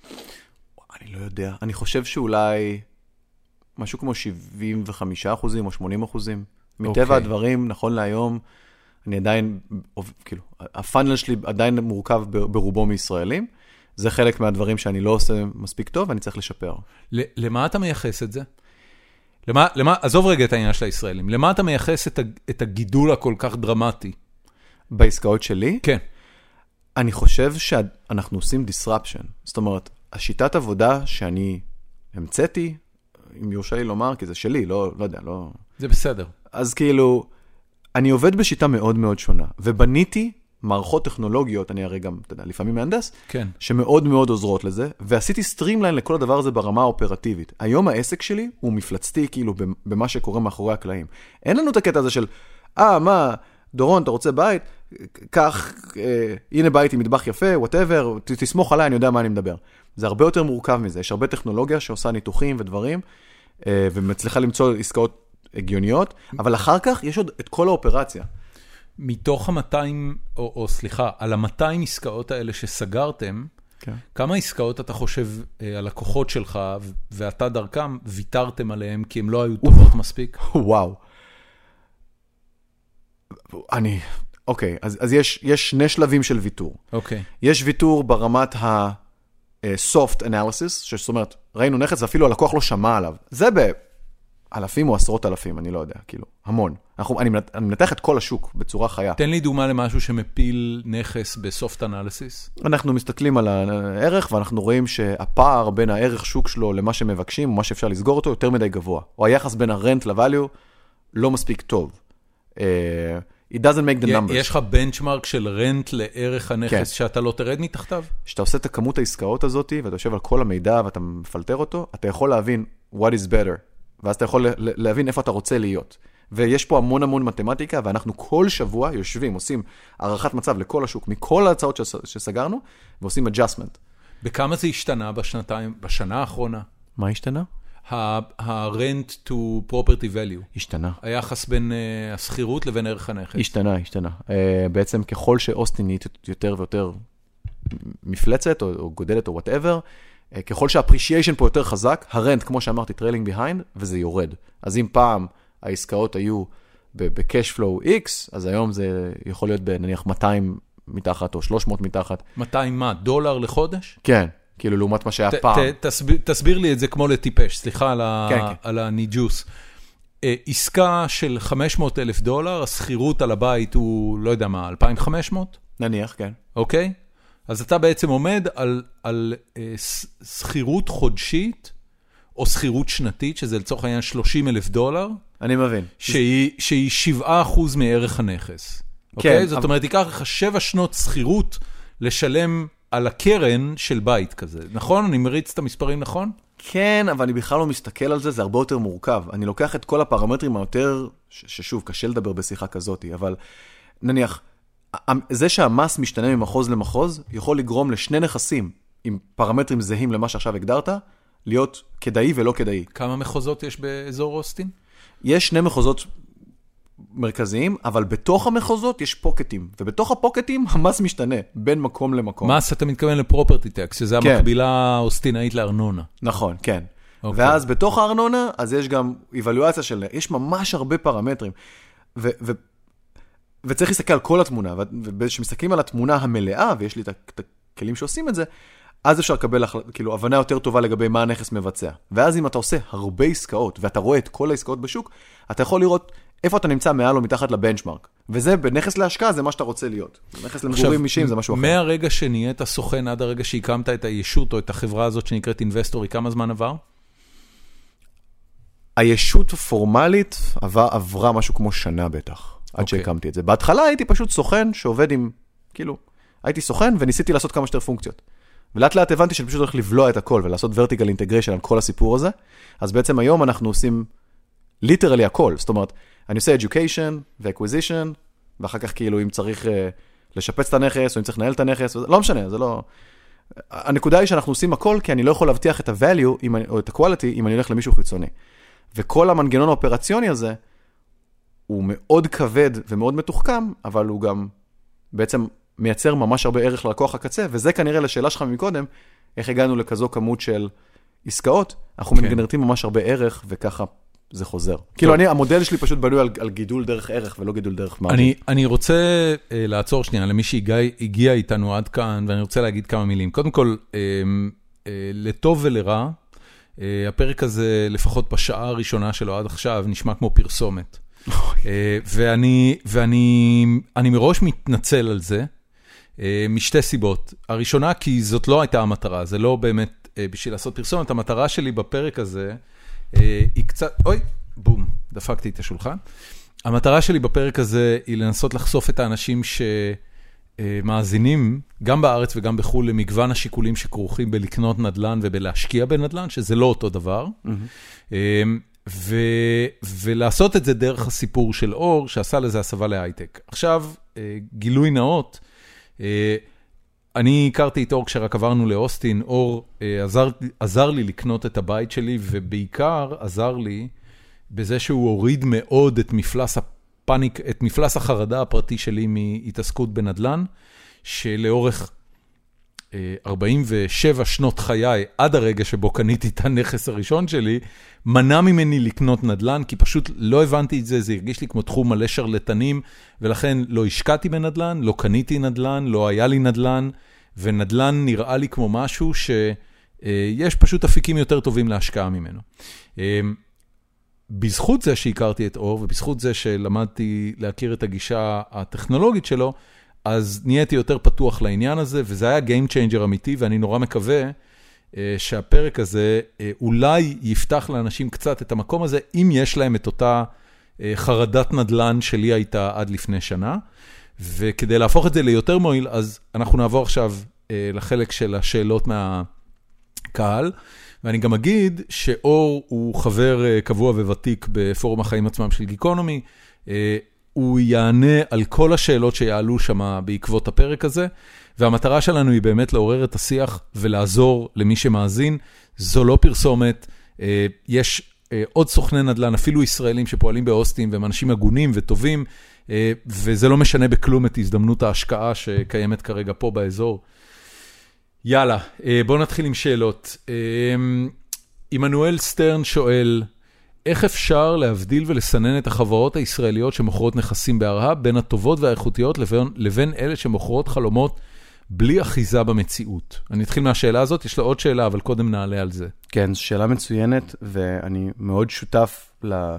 אני לא יודע. אני חושב שאולי משהו כמו שבעים וחמישה אחוזים או שמונים אחוזים. מטבע הדברים, נכון להיום, אני עדיין, כאילו, הפאנל שלי עדיין מורכב ברובו מישראלים. זה חלק מהדברים שאני לא עושה מספיק טוב, ואני צריך לשפר. למה אתה מייחס את זה? למה, למה, עזוב רגע את העניין של הישראלים. למה אתה מייחס את, את הגידול הכל כך דרמטי? בעסקאות שלי? כן. אני חושב שאנחנו עושים disruption. זאת אומרת, השיטת עבודה שאני המצאתי, אם יורשה לי לומר, כי זה שלי, לא, לא יודע, לא... זה בסדר. אז כאילו, אני עובד בשיטה מאוד מאוד שונה, ובניתי מערכות טכנולוגיות, אני הרי גם, אתה יודע, לפעמים מהנדס, כן. שמאוד מאוד עוזרות לזה, ועשיתי סטרימליין לכל הדבר הזה ברמה האופרטיבית. היום העסק שלי הוא מפלצתי, כאילו, במה שקורה מאחורי הקלעים. אין לנו את הקטע הזה של, אה, מה, דורון, אתה רוצה בית? כך, אה, הנה בית עם מטבח יפה, whatever, ת, תסמוך עליי, אני יודע מה אני מדבר. זה הרבה יותר מורכב מזה. יש הרבה טכנולוגיה שעושה ניתוחים ודברים, אה, ומצליחה למצוא עסקאות הגיוניות, אבל אחר כך יש עוד את כל האופרציה. מתוך ה-מאתיים, או, או סליחה, על ה-מאתיים עסקאות האלה שסגרתם, כן. כמה עסקאות אתה חושב, הלקוחות שלך ואתה דרכם, ויתרתם עליהם כי הם לא היו טובות מספיק? וואו. אני, אוקיי, אז, אז יש, יש שני שלבים של ויתור. אוקיי. יש ויתור ברמת ה-soft analysis, זאת אומרת, ראינו נכס ואפילו הלקוח לא שמע עליו. זה באלפים או עשרות אלפים, אני לא יודע, כאילו, המון. אנחנו, אני, אני מנתח את כל השוק בצורה חיה. תן לי דוגמה למשהו שמפיל נכס בסופט אנליסיס. אנחנו מסתכלים על הערך, ואנחנו רואים שהפער בין הערך שוק שלו למה שמבקשים, ומה שאפשר לסגור אותו, יותר מדי גבוה. או היחס בין הרנט לvalue לא מספיק טוב. It doesn't make the numbers. יש לך בנצ'מרק של רנט לערך הנכס שאתה לא תרד מתחתיו? כשאתה עושה את הכמות העסקאות הזאת, ואתה יושב על כל המידע ואתה מפלטר אותו, אתה יכול להבין what is better, ואז אתה יכול להבין איפה אתה רוצה להיות. ויש פה המון המון מתמטיקה, ואנחנו כל שבוע יושבים, עושים הערכת מצב לכל השוק, מכל ההצעות שסגרנו, ועושים adjustment. בכמה זה השתנה בשנתיים, בשנה האחרונה? מה השתנה? ה-rent to property value. השתנה. היחס בין הסחירות לבין ערך הנכס. השתנה, השתנה. בעצם ככל שאוסטין נהיית יותר ויותר מפלצת, או גודלת, או whatever, ככל שה-appreciation פה יותר חזק, הרנט, כמו שאמרתי, trailing behind, וזה יורד. אז אם פעם העסקאות היו ב-cash flow X, אז היום זה יכול להיות בנניח מאתיים מתחת, או שלוש מאות מתחת. מאתיים מה? דולר לחודש? כן. כאילו לעומת מה שהיה פעם. תסביר לי את זה כמו לטיפש, סליחה על הניג'וס. עסקה של חמש מאות אלף דולר, הסחירות על הבית הוא, לא יודע מה, אלפיים וחמש מאות? נניח, כן. אוקיי? אז אתה בעצם עומד על סחירות חודשית, או סחירות שנתית, שזה לצורך העניין שלושים אלף דולר. אני מבין. שהיא שבעה אחוז מערך הנכס. אוקיי? זאת אומרת, ייקח לך שבע שנות סחירות לשלם על הקרן של בית כזה, נכון? אני מריץ את המספרים, נכון? כן, אבל אני בכלל לא מסתכל על זה, זה הרבה יותר מורכב. אני לוקח את כל הפרמטרים היותר, ששוב, קשה לדבר בשיחה כזאת, אבל נניח, זה שהמס משתנה ממחוז למחוז, יכול לגרום לשני נכסים, עם פרמטרים זהים למה שעכשיו הגדרת, להיות כדאי ולא כדאי. כמה מחוזות יש באזור אוסטין? יש שני מחוזות מרכזיים, אבל בתוך המחוזות יש פוקטים, ובתוך הפוקטים המס משתנה בין מקום למקום. מס אתה מתכוון לפרופרטי טקס, שזה המקבילה האוסטינאית לארנונה. נכון, כן. ואז בתוך הארנונה, אז יש גם איבלואציה של, יש ממש הרבה פרמטרים, וצריך להסתכל על כל התמונה, וכשמסתכלים על התמונה המלאה, ויש לי את הכלים שעושים את זה, אז אפשר לקבל כאילו הבנה יותר טובה לגבי מה הנכס מבצע. ואז אם אתה עושה הרבה עסקאות, ואתה רואה את כל העסקאות בשוק, אתה יכול לראות איפה אתה נמצא מעל או מתחת לבנצ'מרק. וזה בנכס להשקעה, זה מה שאתה רוצה להיות. בנכס למגורים אישיים זה משהו אחר. מהרגע שנהיית סוכן עד הרגע שהקמת את הישות או את החברה הזאת שנקראת אינבסטורי, כמה זמן עבר? הישות פורמלית עבר, עברה משהו כמו שנה בטח, עד okay. שהקמתי את זה. בהתחלה הייתי פשוט סוכן שעובד עם, כאילו, הייתי סוכן וניסיתי לעשות כמה שיותר פונקציות. ולאט לאט הבנתי שאני פשוט הולך לבלוע את הכל ולעשות vertical integration על כל הסיפור הזה. אז בעצם היום אנחנו עושים literally הכל. זאת אומרת, אני עושה education ו-acquisition, ואחר כך כאילו אם צריך uh, לשפץ את הנכס, או אם צריך לנהל את הנכס, לא משנה, זה לא... הנקודה היא שאנחנו עושים הכל, כי אני לא יכול להבטיח את ה-value, או את ה-quality, אם אני הולך למישהו חיצוני. וכל המנגנון האופרציוני הזה, הוא מאוד כבד ומאוד מתוחכם, אבל הוא גם בעצם מייצר ממש הרבה ערך ללקוח הקצה, וזה כנראה לשאלה שלך מקודם, איך הגענו לכזו כמות של עסקאות, אנחנו כן. מגנרטים ממש הרבה ערך, וככה זה חוזר. כאילו, אני, המודל שלי פשוט בנוי על, על גידול דרך ערך, ולא גידול דרך מרקט. אני, אני רוצה uh, לעצור שנייה, למי שהגיע איתנו עד כאן, ואני רוצה להגיד כמה מילים. קודם כל, uh, uh, לטוב ולרע, uh, הפרק הזה, לפחות בשעה הראשונה שלו עד עכשיו, נשמע כמו פרסומת. uh, ואני, ואני אני מראש מתנצל על זה, uh, משתי סיבות. הראשונה, כי זאת לא הייתה המטרה, זה לא באמת uh, בשביל לעשות פרסומת. המטרה שלי בפרק הזה, היא קצת, אוי, בום, דפקתי את השולחן. המטרה שלי בפרק הזה היא לנסות לחשוף את האנשים שמאזינים, גם בארץ וגם בחו"ל, למגוון השיקולים שכרוכים בלקנות נדל"ן ובלהשקיע בנדל"ן, שזה לא אותו דבר. ו, ולעשות את זה דרך הסיפור של אור, שעשה לזה הסבה להייטק. עכשיו, גילוי נאות, אני הכרתי את אור כשרק עברנו לאוסטין, אור עזר, עזר לי לקנות את הבית שלי, ובעיקר עזר לי בזה שהוא הוריד מאוד את מפלס הפאניק, את מפלס החרדה הפרטי שלי מהתעסקות בנדל"ן, שלאורך ארבעים ושבע שנות חיי, עד הרגע שבו קניתי את הנכס הראשון שלי, מנע ממני לקנות נדל"ן, כי פשוט לא הבנתי את זה, זה הרגיש לי כמו תחום מלא שרלטנים, ולכן לא השקעתי בנדל"ן, לא קניתי נדל"ן, לא היה לי נדל"ן, ונדל"ן נראה לי כמו משהו שיש פשוט אפיקים יותר טובים להשקעה ממנו. בזכות זה שהכרתי את אור, ובזכות זה שלמדתי להכיר את הגישה הטכנולוגית שלו, אז נהייתי יותר פתוח לעניין הזה, וזה היה game changer אמיתי, ואני נורא מקווה שהפרק הזה אולי יפתח לאנשים קצת את המקום הזה, אם יש להם את אותה חרדת נדל"ן שלי הייתה עד לפני שנה, וכדי להפוך את זה ליותר מועיל, אז אנחנו נעבור עכשיו לחלק של השאלות מהקהל, ואני גם אגיד שאור הוא חבר קבוע וותיק בפורום החיים עצמם של גיקונומי, הוא יענה על כל השאלות שיעלו שם בעקבות הפרק הזה, והמטרה שלנו היא באמת לעורר את השיח ולעזור למי שמאזין. זו לא פרסומת, יש עוד סוכני נדל"ן, אפילו ישראלים שפועלים באוסטין, והם אנשים הגונים וטובים, וזה לא משנה בכלום את הזדמנות ההשקעה שקיימת כרגע פה באזור. יאללה, בואו נתחיל עם שאלות. עמנואל סטרן שואל, איך אפשר להבדיל ולסנן את החברות הישראליות שמוכרות נכסים בהרהב, בין הטובות והאיכותיות לבין, לבין אלה שמוכרות חלומות בלי אחיזה במציאות? אני אתחיל מהשאלה הזאת, יש לה עוד שאלה, אבל קודם נעלה על זה. כן, זו שאלה מצוינת, ואני מאוד שותף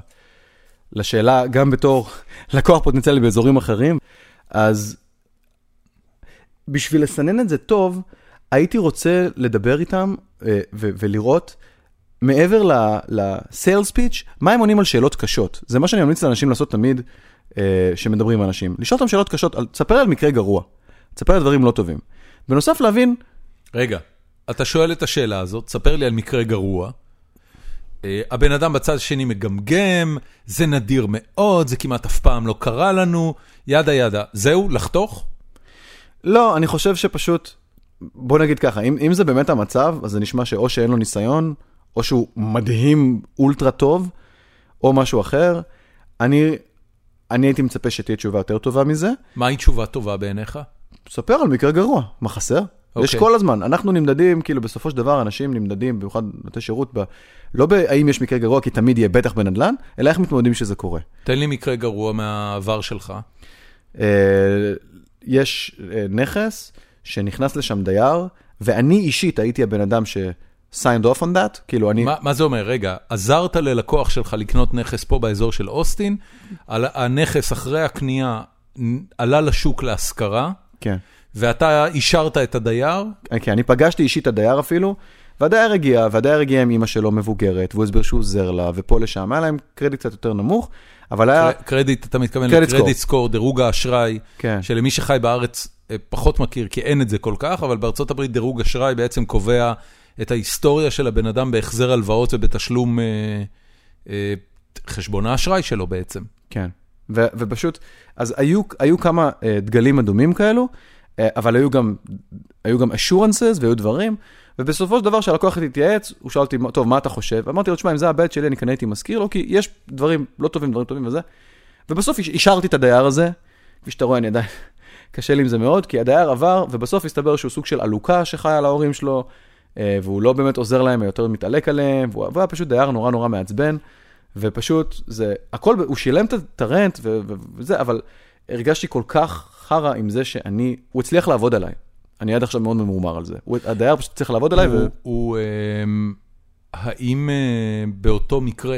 לשאלה, גם בתור לקוח פוטנציאלי באזורים אחרים. אז בשביל לסנן את זה טוב, הייתי רוצה לדבר איתם ו- ולראות מעבר ל-sales pitch, מה הם עונים על שאלות קשות. זה מה שאני ממליץ לאנשים לעשות תמיד שמדברים עם אנשים. לשאול אותם שאלות קשות, תספר על מקרה גרוע, תספר על דברים לא טובים. בנוסף להבין... רגע, אתה שואל את השאלה הזאת, תספר לי על מקרה גרוע, הבן אדם בצד השני מגמגם, זה נדיר מאוד, זה כמעט אף פעם לא קרה לנו, ידה ידה. זהו, לחתוך? לא, אני חושב שפשוט, בוא נגיד ככה, אם, אם זה באמת המצב, אז זה נשמע שאו שאין לו ניסיון, או שהוא מדהים אולטרה טוב, או משהו אחר. אני, אני הייתי מצפה שתהיה תשובה יותר טובה מזה. מהי תשובה טובה בעיניך? ספר על מקרה גרוע, מה חסר? Okay. יש כל הזמן, אנחנו נמדדים, כאילו בסופו של דבר אנשים נמדדים, במיוחד נותני שירות, ב... לא בהאם יש מקרה גרוע, כי תמיד יהיה בטח בנדלן, אלא איך מתמודדים שזה קורה. תן לי מקרה גרוע מהעבר שלך. יש נכס שנכנס לשם דייר, ואני אישית הייתי הבן אדם ש... signed off on that, כאילו אני... מה, מה זה אומר? רגע, עזרת ללקוח שלך לקנות נכס פה באזור של אוסטין, הנכס אחרי הקנייה עלה לשוק להשכרה, כן. ואתה אישרת את הדייר? כן, אני פגשתי אישית את הדייר אפילו, והדייר הגיע, והדייר הגיע עם אמא שלו מבוגרת, והוא הסביר שהוא עוזר לה, ופה לשם, היה להם קרדיט קצת יותר נמוך, אבל היה... קרדיט, אתה מתכוון לקרדיט סקור, דירוג האשראי, כן. שלמי שחי בארץ פחות מכיר, כי אין את זה כל כך, אבל בארצות הברית דירוג אשראי בעצם קובע את ההיסטוריה של הבן אדם בהחזר הלוואות ובתשלום אה, אה, חשבון האשראי שלו בעצם. כן, ו- ופשוט, אז היו, היו כמה אה, דגלים אדומים כאלו, אה, אבל היו גם, היו גם assurances והיו דברים, ובסופו של דבר שהלקוח התייעץ, הוא שאל אותי, טוב, מה אתה חושב? אמרתי לו, תשמע, אם זה הבית שלי, אני כנראה הייתי מזכיר לו, כי יש דברים לא טובים, דברים טובים וזה, ובסוף אישרתי את הדייר הזה, כפי שאתה רואה, אני עדיין, קשה לי עם זה מאוד, כי הדייר עבר, ובסוף הסתבר שהוא סוג של עלוקה שחיה על ההורים שלו, והוא לא באמת עוזר להם, יותר מתעלק עליהם, והוא היה פשוט דייר נורא נורא מעצבן, ופשוט זה, הכל, הוא שילם את הרנט וזה, אבל הרגשתי כל כך חרה עם זה שאני, הוא הצליח לעבוד עליי. אני עד עכשיו מאוד ממורמר על זה. הדייר פשוט צריך לעבוד עליי. הוא, הוא, האם באותו מקרה,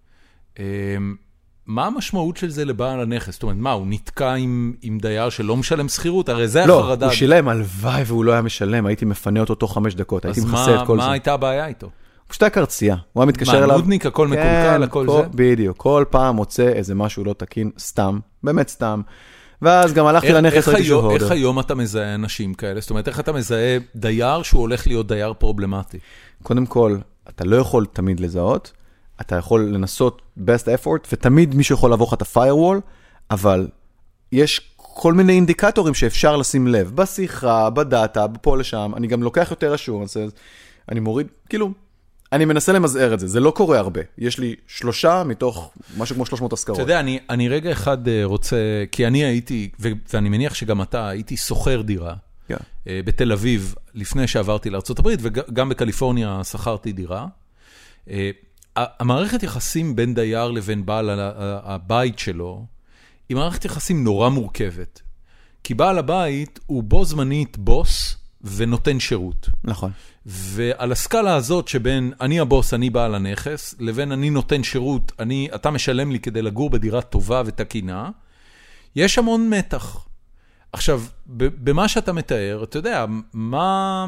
מה המשמעות של זה לבעל הנכס? זאת אומרת, מה, הוא נתקע עם, עם דייר שלא משלם שכירות? הרי זה לא, החרדה. הוא שילם, הלוואי והוא לא היה משלם, הייתי מפנה אותו תוך חמש דקות, הייתי מכסה את כל זה. אז מה הייתה הבעיה איתו? הוא פשוט היה קרצייה, הוא היה מתקשר אליו. מה, נודניק, הכל מקולקל, הכל זה? בדיוק, כל פעם מוצא איזה משהו לא תקין, סתם, באמת סתם. ואז גם הלכתי לנכס, ראיתי שהוא הורדר. איך היום אתה מזהה אנשים כאלה? זאת אומרת, איך אתה מזהה דייר שהוא הולך להיות דייר פרובלמטי? קודם כל, אתה לא יכול תמיד לזהות, אתה יכול לנסות best effort, ותמיד מישהו יכול לעבור לך את ה-firewall, אבל יש כל מיני אינדיקטורים שאפשר לשים לב, בשיחה, בדאטה, בפה לשם, אני גם לוקח יותר assurances, אני מוריד, כאילו, אני מנסה למזער את זה, זה לא קורה הרבה, יש לי שלושה מתוך משהו כמו שלוש מאות השכרות. אתה יודע, אני, אני רגע אחד רוצה, כי אני הייתי, ו- ואני מניח שגם אתה, הייתי סוחר דירה, yeah. בתל אביב, לפני שעברתי לארצות הברית, וגם בקליפורניה שכרתי דירה, המערכת יחסים בין דייר לבין בעל הבית שלו, היא מערכת יחסים נורא מורכבת. כי בעל הבית הוא בו זמנית בוס ונותן שירות. נכון. ועל הסקאלה הזאת שבין אני הבוס, אני בעל הנכס, לבין אני נותן שירות, אני, אתה משלם לי כדי לגור בדירה טובה ותקינה, יש המון מתח. עכשיו, במה שאתה מתאר, אתה יודע, מה,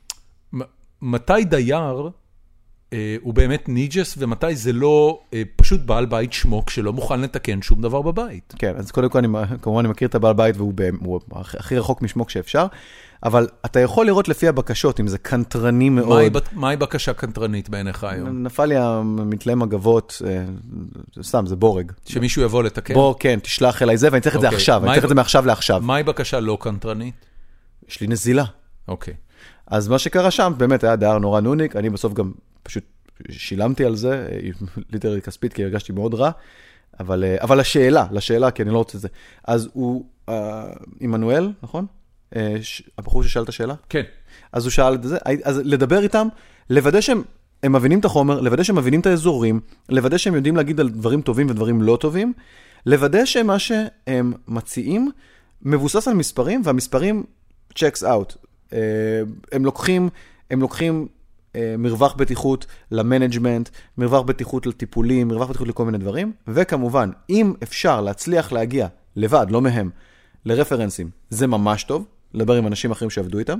מתי דייר הוא באמת ניג'ס, ומתי זה לא פשוט בעל בית שמוק שלא מוכן לתקן שום דבר בבית. כן, אז קודם כל אני, כמובן אני מכיר את הבעל בית, והוא הכי רחוק משמוק שאפשר, אבל אתה יכול לראות לפי הבקשות, אם זה קנטרני מאוד. מהי בקשה קנטרנית בעיניך היום? נפל לי המתלה מגבות, סתם, זה בורג. שמישהו יבוא לתקן? בוא, כן, תשלח אליי זה, ואני צריך את זה עכשיו, אני צריך את זה מעכשיו לעכשיו. מהי בקשה לא קנטרנית? יש לי נזילה. אוקיי. אז מה שקרה שם, באמת היה דייר נורא נוניק, אני בסוף גם פשוט שילמתי על זה, ליטרלי כספית, כי הרגשתי מאוד רע, אבל, אבל לשאלה, לשאלה, כי אני לא רוצה את זה. אז הוא, עמנואל, נכון? הבחור ששאל את השאלה? כן. אז הוא שאל את זה, אז לדבר איתם, לוודא שהם הם מבינים את החומר, לוודא שהם מבינים את האזורים, לוודא שהם יודעים להגיד על דברים טובים ודברים לא טובים, לוודא שמה שהם מציעים מבוסס על מספרים, והמספרים checks out. הם לוקחים, הם לוקחים מרווח בטיחות למנג'מנט, מרווח בטיחות לטיפולים, מרווח בטיחות לכל מיני דברים, וכמובן, אם אפשר להצליח להגיע לבד, לא מהם, לרפרנסים, זה ממש טוב, לדבר עם אנשים אחרים שעבדו איתם.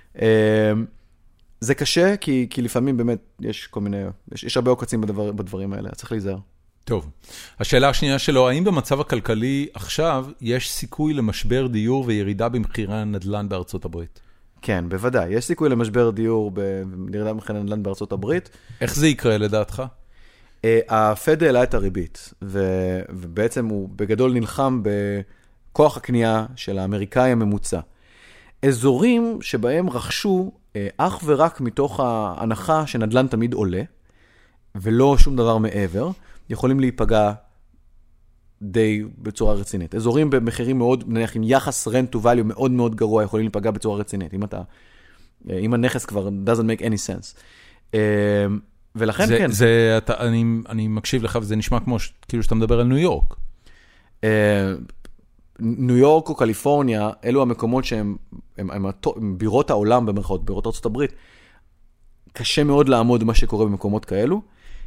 זה קשה, כי, כי לפעמים באמת יש כל מיני, יש, יש הרבה עוקצים בדבר, בדברים האלה, צריך להיזהר. טוב. השאלה השנייה שלו, האם במצב הכלכלי עכשיו יש סיכוי למשבר דיור וירידה במחירי הנדל"ן בארצות הברית? כן, בוודאי. יש סיכוי למשבר דיור בירידה במחירי הנדל"ן בארצות הברית. איך זה יקרה לדעתך? הפד העלה את הריבית, ובעצם הוא בגדול נלחם בכוח הקנייה של האמריקאי הממוצע. אזורים שבהם רכשו אך ורק מתוך ההנחה שנדל"ן תמיד עולה, ולא שום דבר מעבר, יכולים להיפגע די בצורה רצינית. אזורים במחירים מאוד, נניח עם יחס rent to value מאוד מאוד גרוע, יכולים להיפגע בצורה רצינית. אם אתה, אם הנכס כבר doesn't make any sense. ולכן זה, כן. זה, אתה, אני, אני מקשיב לך, וזה נשמע כמו ש, כאילו שאתה מדבר על ניו יורק. ניו יורק או קליפורניה, אלו המקומות שהם הם, הם, הם בירות העולם במרכאות, בירות ארצות הברית, קשה מאוד לעמוד מה שקורה במקומות כאלו,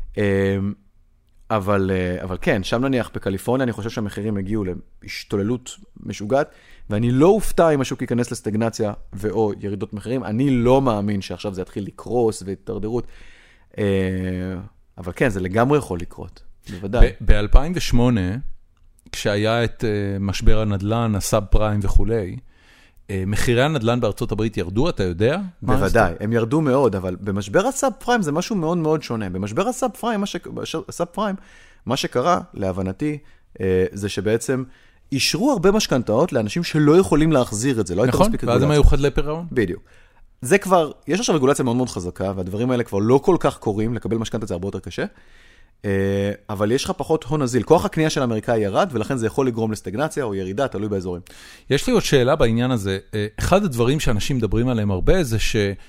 אבל, אבל כן, שם נניח בקליפורניה, אני חושב שהמחירים הגיעו להשתוללות משוגעת, ואני לא אופתע אם השוק ייכנס לסטגנציה ואו ירידות מחירים, אני לא מאמין שעכשיו זה יתחיל לקרוס והתדרדרות, אבל כן, זה לגמרי יכול לקרות, בוודאי. ב-אלפיים ושמונה, כשהיה את משבר הנדל"ן, הסאב פריים וכולי, מחירי הנדל"ן בארצות הברית ירדו, אתה יודע? בוודאי, הם ירדו מאוד, אבל במשבר הסאב פריים זה משהו מאוד מאוד שונה. במשבר הסאב פריים, מה, ש... הסאב פריים, מה שקרה, להבנתי, זה שבעצם אישרו הרבה משכנתאות לאנשים שלא יכולים להחזיר את זה. לא נכון, ואז הם היו חדלי פירעון. בדיוק. זה כבר, יש עכשיו רגולציה מאוד מאוד חזקה, והדברים האלה כבר לא כל כך קורים, לקבל משכנתא זה הרבה יותר קשה, אבל יש לך פחות הון נזיל. כוח הקנייה של האמריקאי ירד, ולכן זה יכול לגרום לסטגנציה או ירידה, תלוי באזורים. יש לי עוד שאלה בעניין הזה. אחד הדברים שאנשים מדברים עליהם הרבה, זה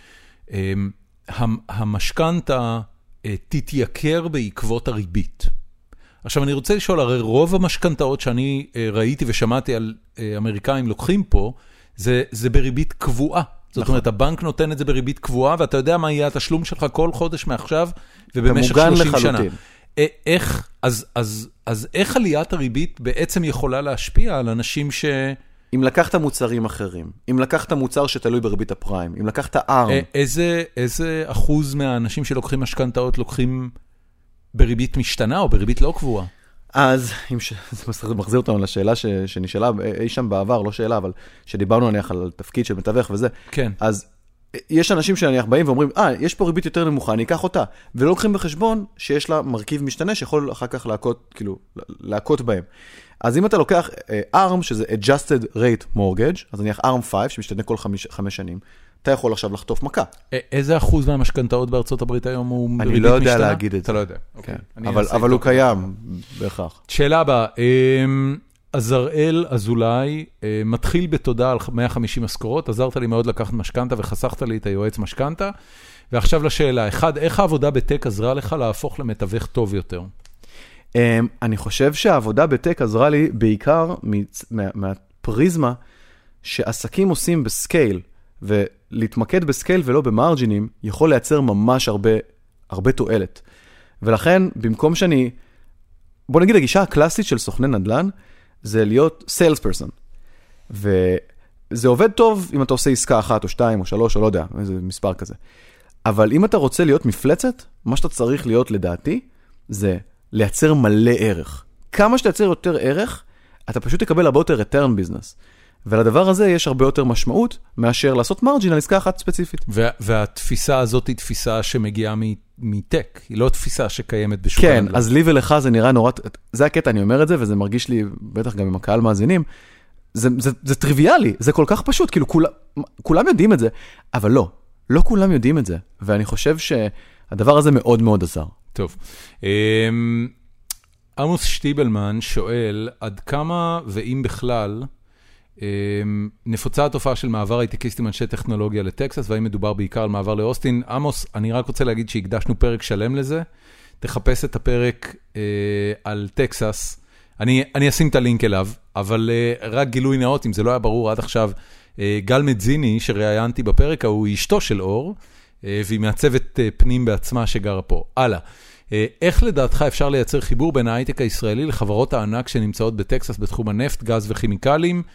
שהמשכנתא תתייקר בעקבות הריבית. עכשיו, אני רוצה לשאול, הרי רוב המשכנתאות שאני ראיתי ושמעתי על אמריקאים לוקחים פה, זה, זה בריבית קבועה. זאת אומרת, הבנק נותן את זה בריבית קבועה, ואתה יודע מה יהיה התשלום שלך כל חודש מעכשיו, ובמשך שלושים שנה. איך, אז, אז, אז איך עליית הריבית בעצם יכולה להשפיע על אנשים ש... אם לקחת מוצרים אחרים, אם לקחת מוצר שתלוי בריבית הפריים, אם לקחת ארם... איזה, איזה אחוז מהאנשים שלוקחים משכנתאות לוקחים בריבית משתנה או בריבית לא קבועה? אז, אם ש... זה מחזיר אותנו לשאלה ש... שנשאלה אי שם בעבר, לא שאלה, אבל שדיברנו נניח על תפקיד של מתווך וזה. כן. אז יש אנשים שנניח באים ואומרים, אה, יש פה ריבית יותר נמוכה, אני אקח אותה. ולא לוקחים בחשבון שיש לה מרכיב משתנה שיכול אחר כך להכות, כאילו, להכות בהם. אז אם אתה לוקח ארם, שזה adjusted rate mortgage, אז נניח ארם חמש, שמשתנה כל חמש, חמש שנים, אתה יכול עכשיו לחטוף מכה. איזה אחוז מהמשכנתאות בארצות הברית היום הוא בריבית משתנה? אני לא יודע להגיד את זה. אתה לא יודע. כן. אבל, אבל הוא קיים, בהכרח. שאלה הבאה, עזראל אזולאי, מתחיל בתודה על מאה וחמישים משכורות, עזרת לי מאוד לקחת משכנתא וחסכת לי את היועץ משכנתא, ועכשיו לשאלה, אחד, איך העבודה בטק עזרה לך להפוך למתווך טוב יותר? אני חושב שהעבודה בטק עזרה לי בעיקר מהפריזמה שעסקים עושים בסקייל, ולהתמקד בסקייל ולא במרג'ינים, יכול לייצר ממש הרבה, הרבה תועלת. ולכן, במקום שאני, בוא נגיד, הגישה הקלאסית של סוכני נדל"ן, זה להיות סיילס פרסון. וזה עובד טוב אם אתה עושה עסקה אחת או שתיים או שלוש או לא יודע, איזה מספר כזה. אבל אם אתה רוצה להיות מפלצת, מה שאתה צריך להיות לדעתי, זה לייצר מלא ערך. כמה שתייצר יותר ערך, אתה פשוט תקבל הרבה יותר return business. ולדבר הזה יש הרבה יותר משמעות מאשר לעשות מרג'ין על עסקה אחת ספציפית. והתפיסה הזאת היא תפיסה שמגיעה מטק, היא לא תפיסה שקיימת בשוק הנדל"ן. כן, אז לי ולך זה נראה נורא, זה הקטע, אני אומר את זה, וזה מרגיש לי, בטח גם עם הקהל מאזינים, זה, זה, זה טריוויאלי, זה כל כך פשוט, כאילו כולם, כולם יודעים את זה, אבל לא, לא כולם יודעים את זה, ואני חושב שהדבר הזה מאוד מאוד עזר. טוב. עמוס שטיבלמן שואל, עד כמה ואם בכלל, נפוצה התופעה של מעבר הייטקיסטים אנשי טכנולוגיה לטקסס, והאם מדובר בעיקר על מעבר לאוסטין. עמוס, אני רק רוצה להגיד שהקדשנו פרק שלם לזה, תחפש את הפרק אה, על טקסס, אני, אני אשים את הלינק אליו, אבל אה, רק גילוי נאות, אם זה לא היה ברור עד עכשיו, אה, גל מדזיני שראיינתי בפרק, הוא אשתו של אור, אה, והיא מעצבת אה, פנים בעצמה שגרה פה. הלאה. אה, איך לדעתך אפשר לייצר חיבור בין ההייטק הישראלי לחברות הענק שנמצאות בטקסס בתחום הנפט, גז וכימיקלים?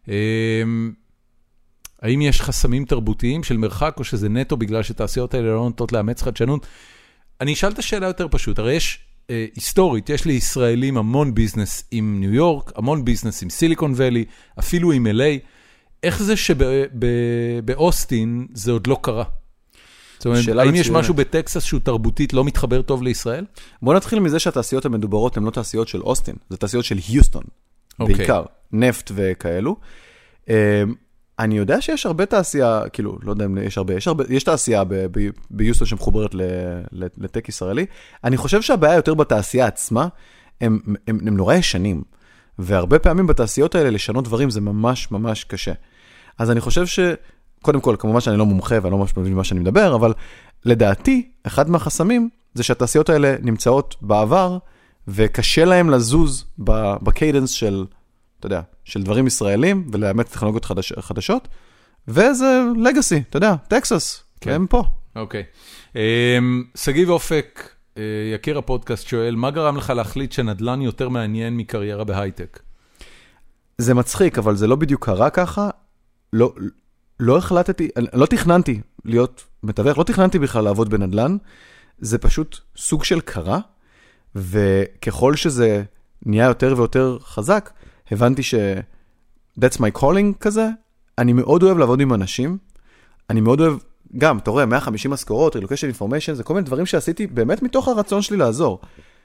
האם יש חסמים תרבותיים של מרחק, או שזה נטו בגלל שתעשיות האלה לא נוטות לאמץ חדשנות? אני אשאל את השאלה יותר פשוט, הרי יש, אה, היסטורית, יש לי ישראלים המון ביזנס עם ניו יורק, המון ביזנס עם סיליקון ואלי, אפילו עם אל איי, איך זה שבאוסטין זה עוד לא קרה? זאת אומרת, האם יש משהו בטקסס שהוא תרבותית לא מתחבר טוב לישראל? בוא נתחיל מזה שהתעשיות המדוברות הן לא תעשיות של אוסטין, זה תעשיות של היוסטון. בעיקר, נפט וכאלו. אני יודע שיש הרבה תעשייה, כאילו, לא יודע אם יש הרבה, יש, הרבה, יש תעשייה ביוסטון שמחוברת לטק ישראלי. אני חושב שהבעיה יותר בתעשייה עצמה, הם, הם, הם נורא ישנים, והרבה פעמים בתעשיות האלה לשנות דברים זה ממש ממש קשה. אז אני חושב שקודם כל, כמובן שאני לא מומחה ואני לא ממש מבין מה שאני מדבר, אבל לדעתי, אחד מהחסמים זה שהתעשיות האלה נמצאות בעבר, וקשה להם לזוז בקיידנס של, אתה יודע, של דברים ישראלים, ולאמת טכנולוגיות חדש, חדשות, וזה לגאסי, אתה יודע, טקסס, הם פה. אוקיי. סגיב אופק, יקיר הפודקאסט שואל, מה גרם לך להחליט שנדל"ן יותר מעניין מקריירה בהייטק? זה מצחיק, אבל זה לא בדיוק קרה ככה. לא, לא החלטתי, לא תכננתי להיות מתווך, לא תכננתי בכלל לעבוד בנדל"ן. זה פשוט סוג של קרה, וככל שזה נהיה יותר ויותר חזק, הבנתי ש that's my calling כזה. אני מאוד אוהב לעבוד עם אנשים. אני מאוד אוהב, גם, אתה רואה, מאה וחמישים משכורות, relocation information, זה כל מיני דברים שעשיתי באמת מתוך הרצון שלי לעזור.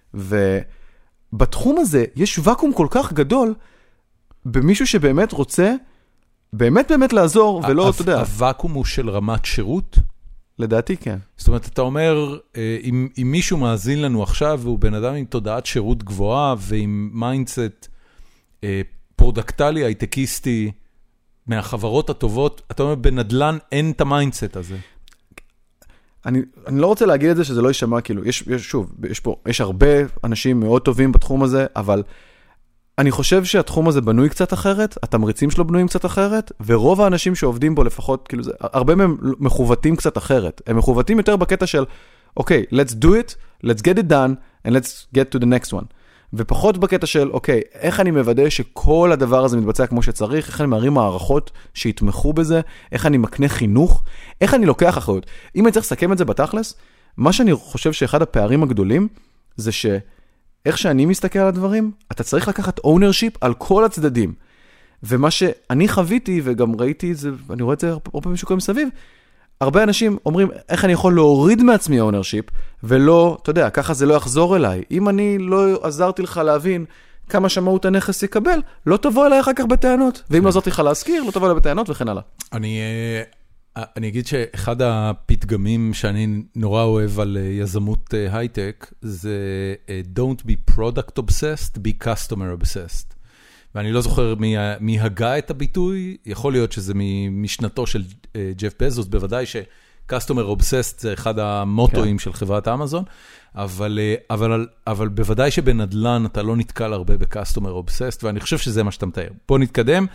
ובתחום הזה יש וקום כל כך גדול, במישהו שבאמת רוצה, באמת באמת לעזור, ולא, אתה יודע. הוואקום הוא של רמת שירות? לדעתי, כן. זאת אומרת, אתה אומר, אם, אם מישהו מאזין לנו עכשיו, והוא בן אדם עם תודעת שירות גבוהה, ועם מיינדסט פרודקטלי, הייטקיסטי, מהחברות הטובות, אתה אומר, בנדלן אין את המיינדסט הזה. אני, אני לא רוצה להגיד את זה שזה לא יישמע, כאילו, יש, יש, שוב, יש פה, יש הרבה אנשים מאוד טובים בתחום הזה, אבל אני חושב שהתחום הזה בנוי קצת אחרת, התמריצים שלו בנויים קצת אחרת, ורוב האנשים שעובדים בו לפחות, כאילו זה, הרבה מהם מחוותים קצת אחרת. הם מחוותים יותר בקטע של, אוקיי, let's do it, let's get it done, and let's get to the next one. ופחות בקטע של, אוקיי, איך אני מוודא שכל הדבר הזה מתבצע כמו שצריך, איך אני מערים מערכות שיתמכו בזה, איך אני מקנה חינוך, איך אני לוקח אחריות. אם אני צריך לסכם את זה בתכלס, מה שאני חושב שאחד הפערים הגדולים, זה שאיך שאני מסתכל על הדברים, אתה צריך לקחת ownership על כל הצדדים. ומה שאני חוויתי, וגם ראיתי את זה, אני רואה את זה הרבה פעמים שקוראים מסביב, הרבה אנשים אומרים, איך אני יכול להוריד מעצמי ownership, ולא, אתה יודע, ככה זה לא יחזור אליי. אם אני לא עזרתי לך להבין כמה שמאות הנכס יקבל, לא תבוא אליי אחר כך בטענות. ואם לא עזרתי לך להזכיר, לא תבוא אליי בטענות וכן הלאה. אני, אני אגיד שאחד הפתגמים שאני נורא אוהב על יזמות הייטק, זה don't be product obsessed, be customer obsessed. ואני לא זוכר מי, מי הגה את הביטוי, יכול להיות שזה משנתו של ג'ף בזוס, בוודאי ש-Customer Obsessed זה אחד המוטואים של חברת אמזון, אבל, אבל, אבל בוודאי שבנדלן אתה לא נתקל הרבה ב-Customer Obsessed, ואני חושב שזה מה שאתה מתאר. בוא נתקדם.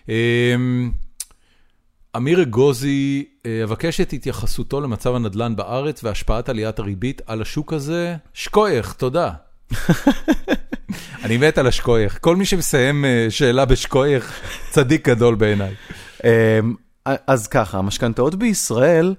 אמיר אגוזי, אבקש את התייחסותו למצב הנדלן בארץ, והשפעת עליית הריבית על השוק הזה. שקוייך, תודה. אני מת על השקוייך. כל מי שמסיים שאלה בשקוייך, צדיק גדול בעיניי. אז ככה, המשכנתאות בישראל,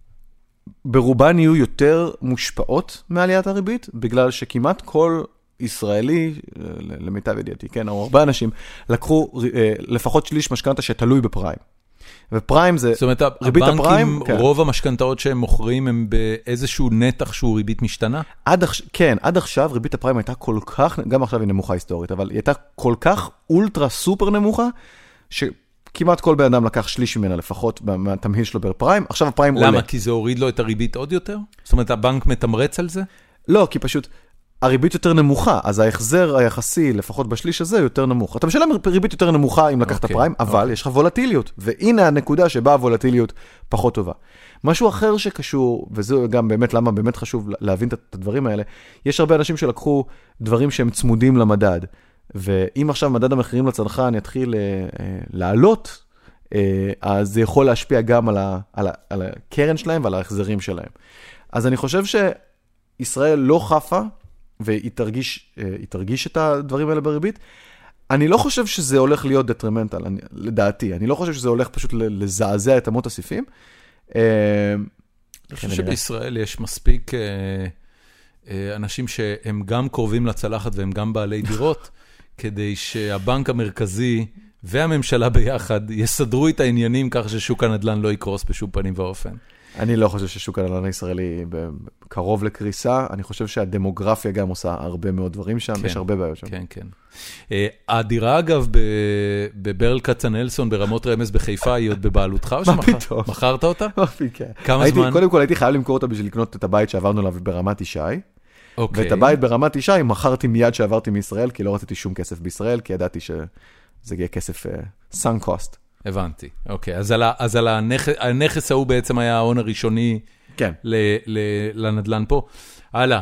ברובן יהיו יותר מושפעות מעליית הריבית, בגלל שכמעט כל ישראלי, למיטב ידיעתי, כן, או הרבה אנשים, לקחו לפחות שליש משכנתה שתלוי בפריים. ופריים זה, זאת אומרת, ריבית הפריים, הבנקים, רוב המשכנתאות שהם מוכרים הם באיזשהו נתח שהוא ריבית משתנה? עד, כן, עד עכשיו ריבית הפריים הייתה כל כך, גם עכשיו היא נמוכה היסטורית, אבל היא הייתה כל כך אולטרה סופר נמוכה, שכמעט כל בן אדם לקח שליש ממנה לפחות מהתמהיל שלו בפריים, עכשיו הפריים עולה. למה? כי זה הוריד לו את הריבית עוד יותר? זאת אומרת, הבנק מתמרץ על זה? לא, כי פשוט הריבית יותר נמוכה, אז ההחזר היחסי, לפחות בשליש הזה, יותר נמוך. אתה משלם ריבית יותר נמוכה אם לקחת okay, פריים, אבל okay. יש לך וולטיליות, והנה הנקודה שבה הוולטיליות פחות טובה. משהו אחר שקשור, וזה גם באמת למה באמת חשוב להבין את הדברים האלה, יש הרבה אנשים שלקחו דברים שהם צמודים למדד, ואם עכשיו מדד המחירים לצרכן יתחיל לעלות, אז זה יכול להשפיע גם על, ה, על, ה, על הקרן שלהם ועל ההחזרים שלהם. אז אני חושב שישראל לא חפה, והיא תרגיש, היא תרגיש את הדברים האלה בריבית. אני לא חושב שזה הולך להיות דטרימנטל, לדעתי. אני לא חושב שזה הולך פשוט לזעזע את אמות הסיפים. אני חושב שבישראל יש מספיק אנשים שהם גם קרובים לצלחת והם גם בעלי דירות, כדי שהבנק המרכזי והממשלה ביחד יסדרו את העניינים כך ששוק הנדל"ן לא יקרוס בשום פנים ואופן. אני לא חושב ששוק הנדל"ן הישראלי קרוב לקריסה, אני חושב שהדמוגרפיה גם עושה הרבה מאוד דברים שם, יש הרבה בעיות שם. כן, כן. הדירה אגב בברל כצנלסון ברמות רמז בחיפה היא עוד בבעלותך או שמכרת אותה? מה פתאום. כמה זמן? קודם כל הייתי חייב למכור אותה בשביל לקנות את הבית שעברנו עליו ברמת ישי, ואת הבית ברמת ישי מכרתי מיד שעברתי מישראל, כי לא רציתי שום כסף בישראל, כי ידעתי שזה יהיה כסף sunk cost. הבנתי, אוקיי. אז על, אז על הנכס, הנכס ההוא בעצם היה ההון הראשוני כן. ל, ל, לנדלן פה. הלאה.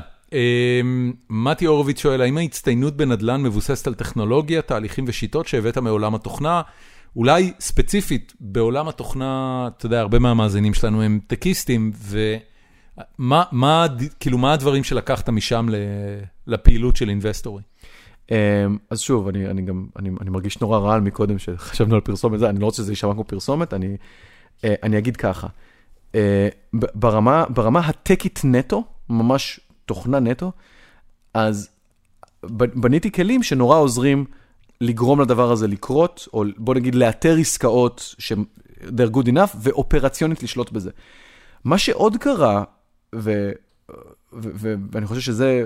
מתי הורוביץ שואל, האם ההצטיינות בנדלן מבוססת על טכנולוגיה, תהליכים ושיטות שהבאת מעולם התוכנה, אולי ספציפית בעולם התוכנה, אתה יודע, הרבה מהמאזינים שלנו הם טקיסטים, ומה, מה, כאילו, מה הדברים שלקחת משם לפעילות של אינבסטורי? אז שוב, אני, אני גם, אני, אני מרגיש נורא רעל מקודם שחשבנו על פרסומת זה, אני לא רוצה שזה יישמע כמו פרסומת, אני, אני אגיד ככה, ברמה, ברמה הטקית נטו, ממש תוכנה נטו, אז בניתי כלים שנורא עוזרים לגרום לדבר הזה לקרות, או בוא נגיד לאתר עסקאות ש-they're good enough, ואופרציונית לשלוט בזה. מה שעוד קרה, ו, ו, ו, ואני חושב שזה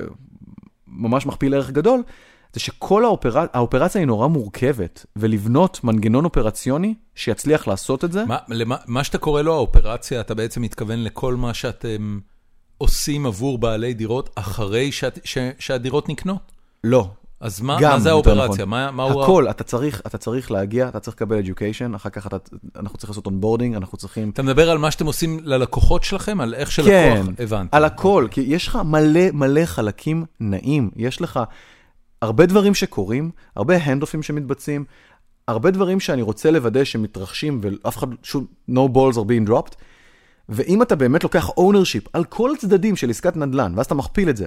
ממש מכפיל ערך גדול, זה שכל האופר... האופרציה היא נורא מורכבת, ולבנות מנגנון אופרציוני שיצליח לעשות את זה. מה, למה, מה שאתה קורא לו האופרציה, אתה בעצם מתכוון לכל מה שאתם עושים עבור בעלי דירות אחרי שאת, ש, שהדירות נקנות? לא. אז מה, מה זה האופרציה? מה, מה הוא... הכל, אתה צריך, אתה צריך להגיע, אתה צריך לקבל education, אחר כך אתה, אנחנו צריכים לעשות onboarding, אנחנו צריכים... אתה מדבר על מה שאתם עושים ללקוחות שלכם, על איך שלקוח כן, הבנתי. על הכל, כי יש לך מלא מלא חלקים נעים, יש לך הרבה דברים שקורים, הרבה handoffים שמתבצעים, הרבה דברים שאני רוצה לוודא שמתרחשים, ואף אחד, שוב, no balls are being dropped, ואם אתה באמת לוקח ownership על כל הצדדים של עסקת נדל"ן, ואז אתה מכפיל את זה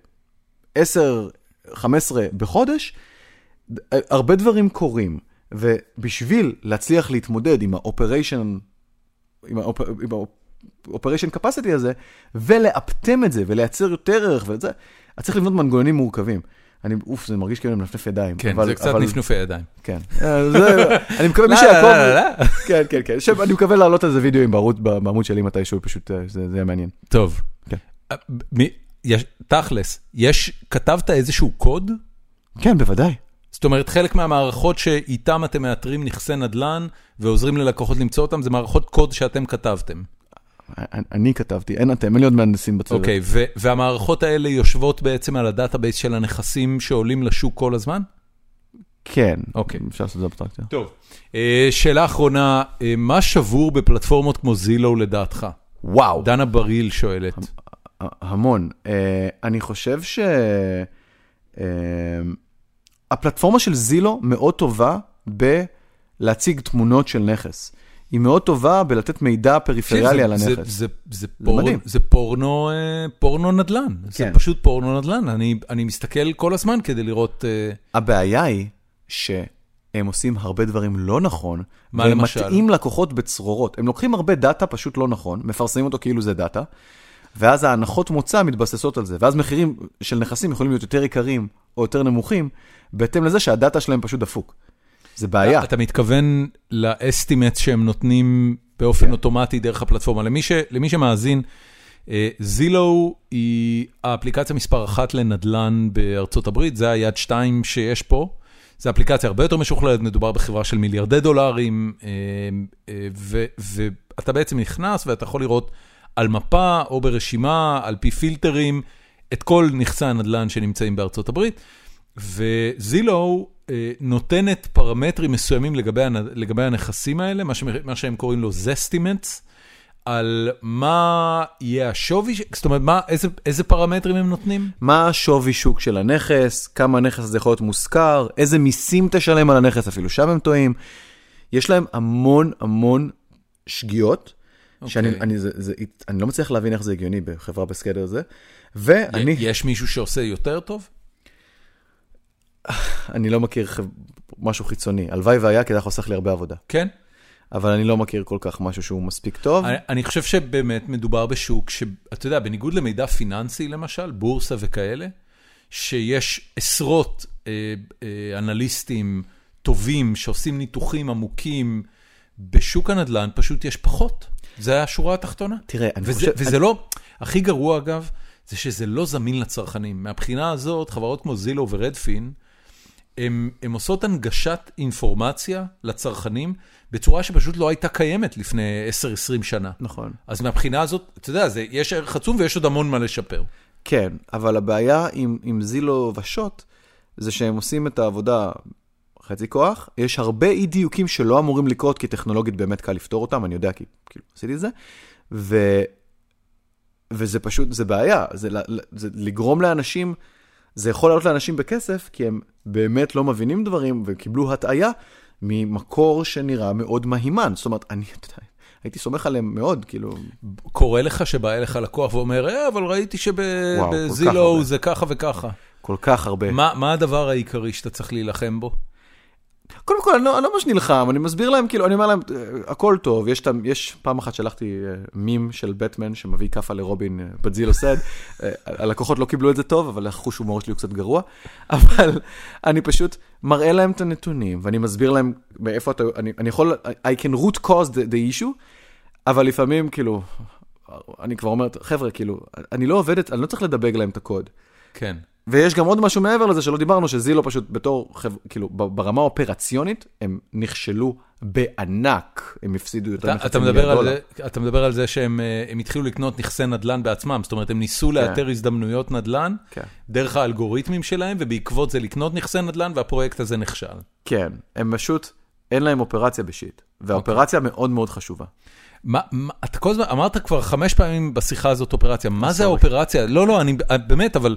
ב-עשר חמש עשרה בחודש, הרבה דברים קורים, ובשביל להצליח להתמודד עם האופריישן, עם האופריישן קפסיטי הזה, ולאפטם את זה, ולייצר יותר ערך ואת זה, אתה צריך לבנות מנגנונים מורכבים. אני, אוף, זה מרגיש כאילו נפנף ידיים. כן, אבל, זה קצת אבל... נפנופי ידיים. כן. זה, אני מקווה מי שיעקוב... כן, כן, כן. שב, אני מקווה לעלות על זה וידאוים בעמוד שלי מתישהו, פשוט זה, זה יהיה מעניין. טוב. כן. מ... יש, תכלס, יש, כתבת איזשהו קוד? כן, בוודאי. זאת אומרת, חלק מהמערכות שאיתם אתם מאתרים נכסי נדל"ן, ועוזרים ללקוחות למצוא אותם, זה מערכות קוד שאתם כתבתם. אני כתבתי, אין אתם, אין לי עוד מהנדסים בצוות. אוקיי, והמערכות האלה יושבות בעצם על הדאטאבייס של הנכסים שעולים לשוק כל הזמן? כן. אוקיי. אפשר לעשות את זה אבסטרקציה. טוב. שאלה אחרונה, מה שבור בפלטפורמות כמו זילו לדעתך? וואו. דנה בריל שואלת. המון. אני חושב ש... הפלטפורמה של זילו מאוד טובה בלהציג תמונות של נכס. היא מאוד טובה בלתת מידע פריפריאלי על הנכס. זה, זה, פור, זה פורנו, פורנו נדל"ן. זה פשוט פורנו נדל"ן. אני, אני מסתכל כל הזמן כדי לראות... הבעיה היא שהם עושים הרבה דברים לא נכון, והם מתאים לקוחות בצרורות. הם לוקחים הרבה דאטה פשוט לא נכון, מפרסמים אותו כאילו זה דאטה, ואז ההנחות מוצא מתבססות על זה, ואז מחירים של נכסים יכולים להיות יותר יקרים או יותר נמוכים, בהתאם לזה שהדאטה שלהם פשוט דפוק. זה בעיה. אתה מתכוון לאסטימט שהם נותנים באופן אוטומטי דרך הפלטפורמה. למי ש, למי שמאזין, זילו היא האפליקציה מספר אחת לנדל"ן בארצות הברית, זה היד שתיים שיש פה. זו אפליקציה הרבה יותר משוכללת, מדובר בחברה של מיליארדי דולרים, ואתה בעצם נכנס ואתה יכול לראות על מפה או ברשימה, על פי פילטרים, את כל נכסי הנדל"ן שנמצאים בארצות הברית, וזילו נותנת פרמטרים מסוימים לגבי, לגבי הנכסים האלה, מה, ש, מה שהם קוראים לו זסטימנטס, על מה יהיה השווי, זאת אומרת, מה, איזה, איזה פרמטרים הם נותנים? מה השווי שוק של הנכס, כמה הנכס הזה יכול להיות מושכר, איזה מיסים תשלם על הנכס, אפילו שם הם טועים. יש להם המון המון שגיאות, okay. שאני אני, זה, זה, אני לא מצליח להבין איך זה הגיוני בחברה בסקדר הזה, ואני... יש מישהו שעושה יותר טוב? אני לא מכיר משהו חיצוני. הלוואי והיה, כי זה חוסך לי הרבה עבודה. כן? אבל אני לא מכיר כל כך משהו שהוא מספיק טוב. אני, אני חושב שבאמת מדובר בשוק, שאתה יודע, בניגוד למידע פיננסי למשל, בורסה וכאלה, שיש עשרות אה, אה, אנליסטים טובים, שעושים ניתוחים עמוקים, בשוק הנדל"ן פשוט יש פחות. זה השורה התחתונה. תראה, אני וזה, חושב... וזה אני... לא, הכי גרוע אגב, זה שזה לא זמין לצרכנים. מהבחינה הזאת, חברות כמו זילו ורדפין, הם, הם עושות הנגשת אינפורמציה לצרכנים, בצורה שפשוט לא הייתה קיימת לפני עשר עשרים שנה. נכון. אז מהבחינה הזאת, אתה יודע, זה, יש ערך עצום ויש עוד המון מה לשפר. כן, אבל הבעיה עם, עם זילו ושוט, זה שהם עושים את העבודה חצי כוח, יש הרבה אי דיוקים שלא אמורים לקרות, כי טכנולוגית באמת קל לפתור אותם, אני יודע כי כאילו עשיתי את זה, ו... וזה פשוט, זה בעיה, זה, זה לגרום לאנשים, זה יכול לעלות לאנשים בכסף, כי הם באמת לא מבינים דברים, וקיבלו הטעיה, ממקור שנראה מאוד מהימן. זאת אומרת, אני הייתי סומך עליהם מאוד, כאילו... קורא לך שבא אליך לקוח ואומר, אה, אבל ראיתי שבזילו זה ככה וככה. כל כך הרבה. מה, מה הדבר העיקרי שאתה צריך להילחם בו? קודם כל, אני לא, אני לא ממש נלחם, אני מסביר להם, כאילו, אני אומר להם, הכל טוב, יש, יש פעם אחת שלחתי מים של בטמן שמביא קפה לרובין, בזילו סד, הלקוחות לא קיבלו את זה טוב, אבל החוש הומור שלי הוא קצת גרוע, אבל אני פשוט מראה להם את הנתונים, ואני מסביר להם מאיפה אתה, אני, אני יכול, I can root cause the, the issue, אבל לפעמים, כאילו, אני כבר אומר, חבר'ה, כאילו, אני לא עובדת, אני לא צריך לדבק להם את הקוד. כן. ויש גם עוד משהו מעבר לזה שלא דיברנו, שזילו פשוט בתור, כאילו, ברמה האופרציונית, הם נכשלו בענק, הם הפסידו יותר מחצי מיליארד דולר. אתה מדבר על זה שהם התחילו לקנות נכסי נדל"ן בעצמם, זאת אומרת, הם ניסו לאתר הזדמנויות נדל"ן, דרך האלגוריתמים שלהם, ובעקבות זה לקנות נכסי נדל"ן, והפרויקט הזה נכשל. כן, הם פשוט, אין להם אופרציה בשיט, והאופרציה מאוד מאוד חשובה. מה, אתה כל הזמן, אמרת כבר חמש פעמים בשיחה הזאת אופרציה, מה זה האופרציה? לא, לא, אני, באמת, אבל...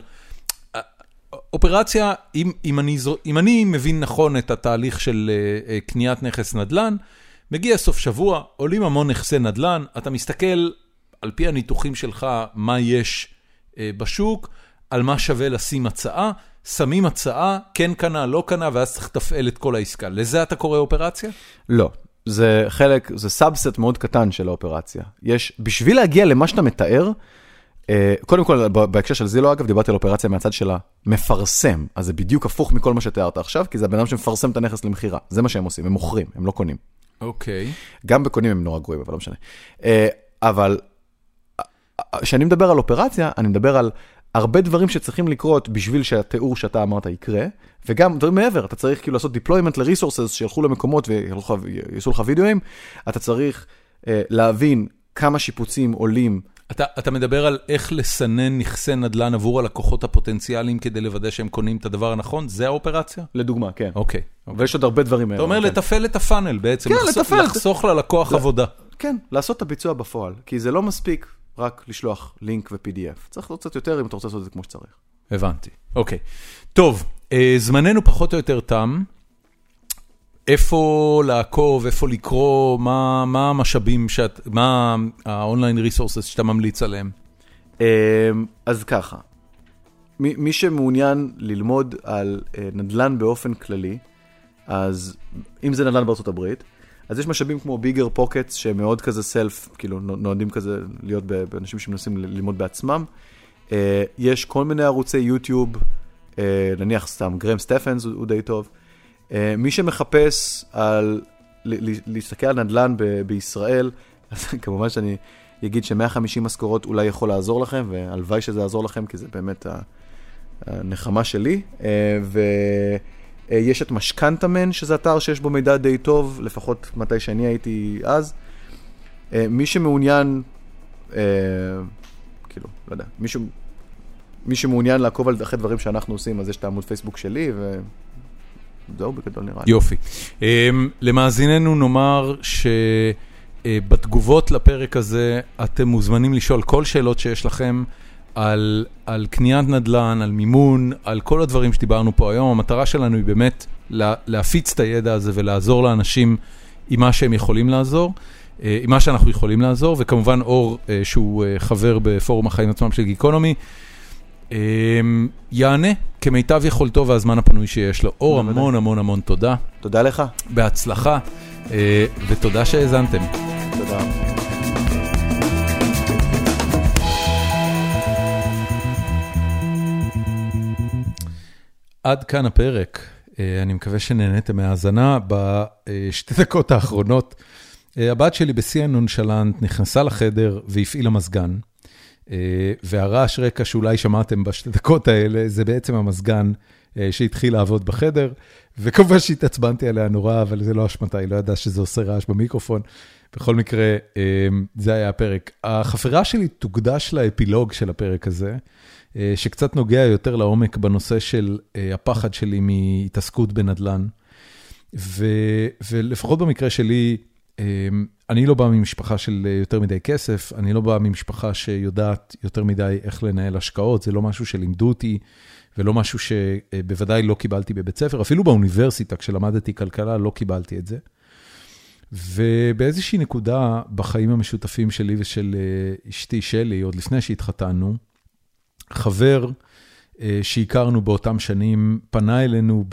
אופרציה, אם, אם, אני, אם אני מבין נכון את התהליך של uh, קניית נכס נדל"ן, מגיע סוף שבוע, עולים המון נכסי נדל"ן, אתה מסתכל על פי הניתוחים שלך מה יש uh, בשוק, על מה שווה לשים הצעה, שמים הצעה, כן קנה, לא קנה, ואז צריך לתפעל את כל העסקה. לזה אתה קורא אופרציה? לא. זה חלק, זה סאבסט מאוד קטן של האופרציה. יש, בשביל להגיע למה שאתה מתאר, קודם כל, בהקשר של זילו, אגב, דיברתי על אופרציה מהצד שלה, מפרסם. אז זה בדיוק הפוך מכל מה שתיארת עכשיו, כי זה הבן אדם שמפרסם את הנכס למחירה. זה מה שהם עושים, הם מוכרים, הם לא קונים. אוקיי. גם בקונים הם נורא גרועים, אבל לא משנה. אבל, כשאני מדבר על אופרציה, אני מדבר על הרבה דברים שצריכים לקרות בשביל שהתיאור שאתה אמרת יקרה, וגם דברים מעבר, אתה צריך כאילו לעשות deployment ל-resources שילכו למקומות ויעשו לך וידאוים, אתה צריך להבין כמה שיפוצים עולים, אתה, אתה מדבר על איך לסנן נכסי נדל"ן עבור הלקוחות הפוטנציאליים כדי לוודא שהם קונים את הדבר הנכון? זה האופרציה? לדוגמה, כן. אוקיי. ויש עוד הרבה דברים. אתה אומר כן. לתפעל את הפאנל בעצם. כן, לחסוך, לתפעל. לחסוך ללקוח ל... עבודה. כן, לעשות את הביצוע בפועל. כי זה לא מספיק רק לשלוח לינק ו-פי די אף. צריך לעשות קצת יותר אם אתה רוצה לעשות את זה כמו שצריך. הבנתי. אוקיי. טוב, זמננו פחות או יותר תם. איפה לעקוב, איפה לקרוא, מה, מה המשאבים, שאת, מה האונליין ריסורסס שאתה ממליץ עליהם? אז ככה, מי, מי שמעוניין ללמוד על נדל"ן באופן כללי, אז אם זה נדל"ן בארצות הברית, אז יש משאבים כמו ביגר פוקטס, שהם מאוד כזה סלף, כאילו נועדים כזה להיות באנשים שמנסים ללמוד בעצמם. יש כל מיני ערוצי יוטיוב, נניח סתם, גרם סטפנס הוא די טוב, מי שמחפש על, להסתכל על נדל"ן ב- בישראל, אז כמובן שאני אגיד ש-מאה וחמישים משכורות אולי יכול לעזור לכם, והלוואי שזה יעזור לכם, כי זה באמת הנחמה שלי. ויש את משכנתמן, שזה אתר שיש בו מידע די טוב, לפחות מתי שאני הייתי אז. מי שמעוניין, כאילו, לא יודע, מי, ש... מי שמעוניין לעקוב על אחרי דברים שאנחנו עושים, אז יש את העמוד פייסבוק שלי, ו... זהו בגדול נראה. יופי. למאזיננו נאמר שבתגובות לפרק הזה אתם מוזמנים לשאול כל שאלות שיש לכם על, על קניית נדל"ן, על מימון, על כל הדברים שדיברנו פה היום. המטרה שלנו היא באמת לה, להפיץ את הידע הזה ולעזור לאנשים עם מה שהם יכולים לעזור, עם מה שאנחנו יכולים לעזור, וכמובן אור שהוא חבר בפורום החיים עצמם של גיקונומי, יענה כמיטב יכולתו והזמן הפנוי שיש לו. אור, המון המון המון תודה. תודה לך. בהצלחה, ותודה שהאזנתם. תודה. עד כאן הפרק. אני מקווה שנהניתם מהאזנה. בשתי דקות האחרונות, הבת שלי בשיא הנונשלנט נכנסה לחדר והפעילה מזגן. והרעש רקע שאולי שמעתם בשתי דקות האלה, זה בעצם המזגן שהתחיל לעבוד בחדר, וכמובן שהתעצבנתי עליה נורא, אבל זה לא אשמתה, היא לא ידעה שזה עושה רעש במיקרופון. בכל מקרה, זה היה הפרק. החפירה שלי תוקדש לאפילוג של הפרק הזה, שקצת נוגע יותר לעומק בנושא של הפחד שלי מהתעסקות בנדל"ן, ו, ולפחות במקרה שלי, אני לא בא ממשפחה של יותר מדי כסף, אני לא בא ממשפחה שיודעת יותר מדי איך לנהל השקעות, זה לא משהו שלימדו אותי, ולא משהו שבוודאי לא קיבלתי בבית ספר, אפילו באוניברסיטה, כשלמדתי כלכלה, לא קיבלתי את זה. ובאיזושהי נקודה בחיים המשותפים שלי ושל אשתי שלי, עוד לפני שהתחתנו, חבר שהכרנו באותם שנים, פנה אלינו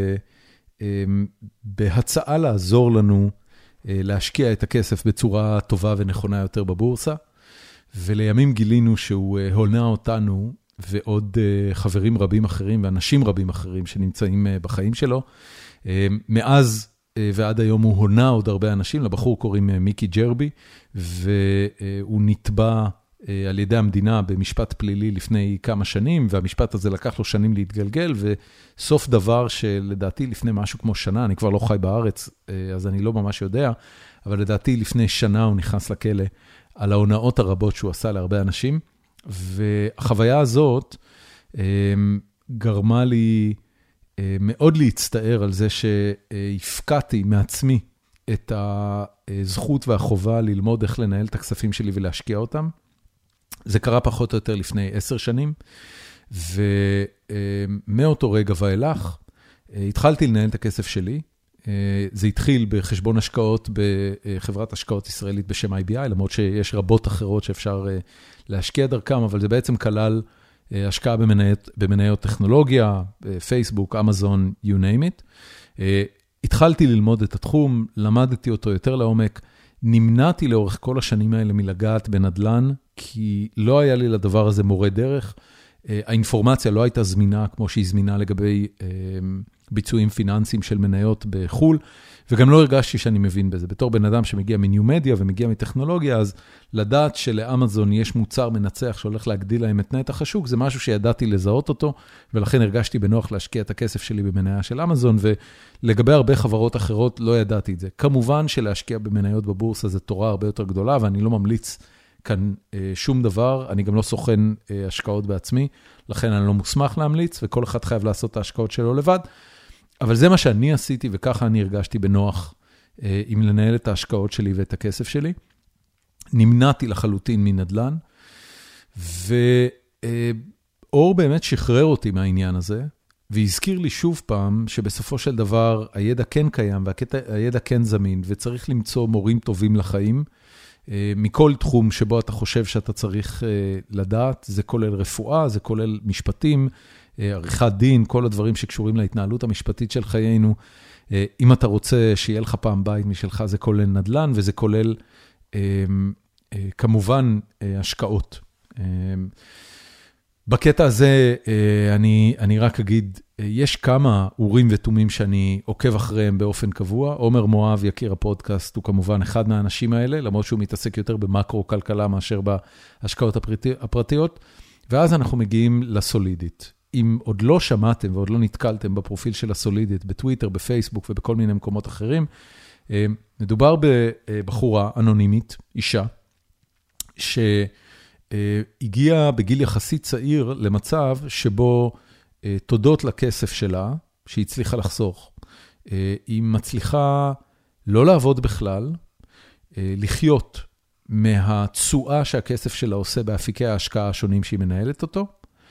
בהצעה לעזור לנו להשקיע את הכסף בצורה טובה ונכונה יותר בבורסה, ולימים גילינו שהוא הונה אותנו, ועוד חברים רבים אחרים ואנשים רבים אחרים שנמצאים בחיים שלו. מאז ועד היום הוא הונה עוד הרבה אנשים, לבחור קוראים מיקי ג'רבי, והוא נתבע על ידי המדינה במשפט פלילי לפני כמה שנים, והמשפט הזה לקח לו שנים להתגלגל, וסוף דבר שלדעתי לפני משהו כמו שנה, אני כבר לא חי בארץ, אז אני לא ממש יודע, אבל לדעתי לפני שנה הוא נכנס לכלא על ההונאות הרבות שהוא עשה להרבה אנשים, והחוויה הזאת גרמה לי מאוד להצטער על זה שהפקעתי מעצמי את הזכות והחובה ללמוד איך לנהל את הכספים שלי ולהשקיע אותם. זה קרה פחות או יותר לפני עשר שנים, ומאותו רגע ואילך התחלתי לנהל את הכסף שלי. זה התחיל בחשבון השקעות בחברת השקעות ישראלית בשם איי בי איי, למרות שיש רבות אחרות שאפשר להשקיע דרכם, אבל זה בעצם כלל השקעה במניות, במניות טכנולוגיה, פייסבוק, אמזון, you name it. התחלתי ללמוד את התחום, למדתי אותו יותר לעומק, נמנעתי לאורך כל השנים האלה מלגעת בנדלן, כי לא היה לי לדבר הזה מורה דרך. האינפורמציה לא הייתה זמינה כמו שהיא זמינה לגבי ביצועים פיננסיים של מניות בחול, וגם לא הרגשתי שאני מבין בזה. בתור בן אדם שמגיע מניו-מדיה ומגיע מטכנולוגיה, אז לדעת שלאמזון יש מוצר מנצח שהולך להגדיל להם את נתח השוק, זה משהו שידעתי לזהות אותו, ולכן הרגשתי בנוח להשקיע את הכסף שלי במניה של אמזון, ולגבי הרבה חברות אחרות לא ידעתי את זה. כמובן שלהשקיע במניות בבורסה זה תורה הרבה יותר גדולה, ואני לא ממליץ כאן שום דבר, אני גם לא סוכן השקעות בעצמי, לכן אני לא מוסמך להמליץ, וכל אחד חייב לעשות את ההשקעות שלו לבד, אבל זה מה שאני עשיתי, וככה אני הרגשתי בנוח עם לנהל את ההשקעות שלי ואת הכסף שלי. נמנעתי לחלוטין מנדלן, ואור באמת שחרר אותי מהעניין הזה, והזכיר לי שוב פעם שבסופו של דבר הידע כן קיים, והידע כן זמין, וצריך למצוא מורים טובים לחיים, מכל תחום שבו אתה חושב שאתה צריך לדעת, זה כולל רפואה, זה כולל משפטים, עריכת דין, כל הדברים שקשורים להתנהלות המשפטית של חיינו. אם אתה רוצה שיהיה לך פעם בית משלך, זה כולל נדל"ן, וזה כולל כמובן השקעות. בקטע הזה אני, אני רק אגיד, יש כמה אורים ותומים שאני עוקב אחריהם באופן קבוע. עומר מואב, יקיר הפודקאסט, הוא כמובן אחד מהאנשים האלה, למרות שהוא מתעסק יותר במקרו-כלכלה מאשר בהשקעות הפרטיות. ואז אנחנו מגיעים לסולידית. אם עוד לא שמעתם ועוד לא נתקלתם בפרופיל של הסולידית, בטוויטר, בפייסבוק ובכל מיני מקומות אחרים, מדובר בבחורה אנונימית, אישה, שהגיעה בגיל יחסית צעיר למצב שבו תודות לכסף שלה, שהיא הצליחה לחסוך, היא מצליחה לא לעבוד בכלל, לחיות מהתשואה שהכסף שלה עושה באפיקי ההשקעה השונים שהיא מנהלת אותו,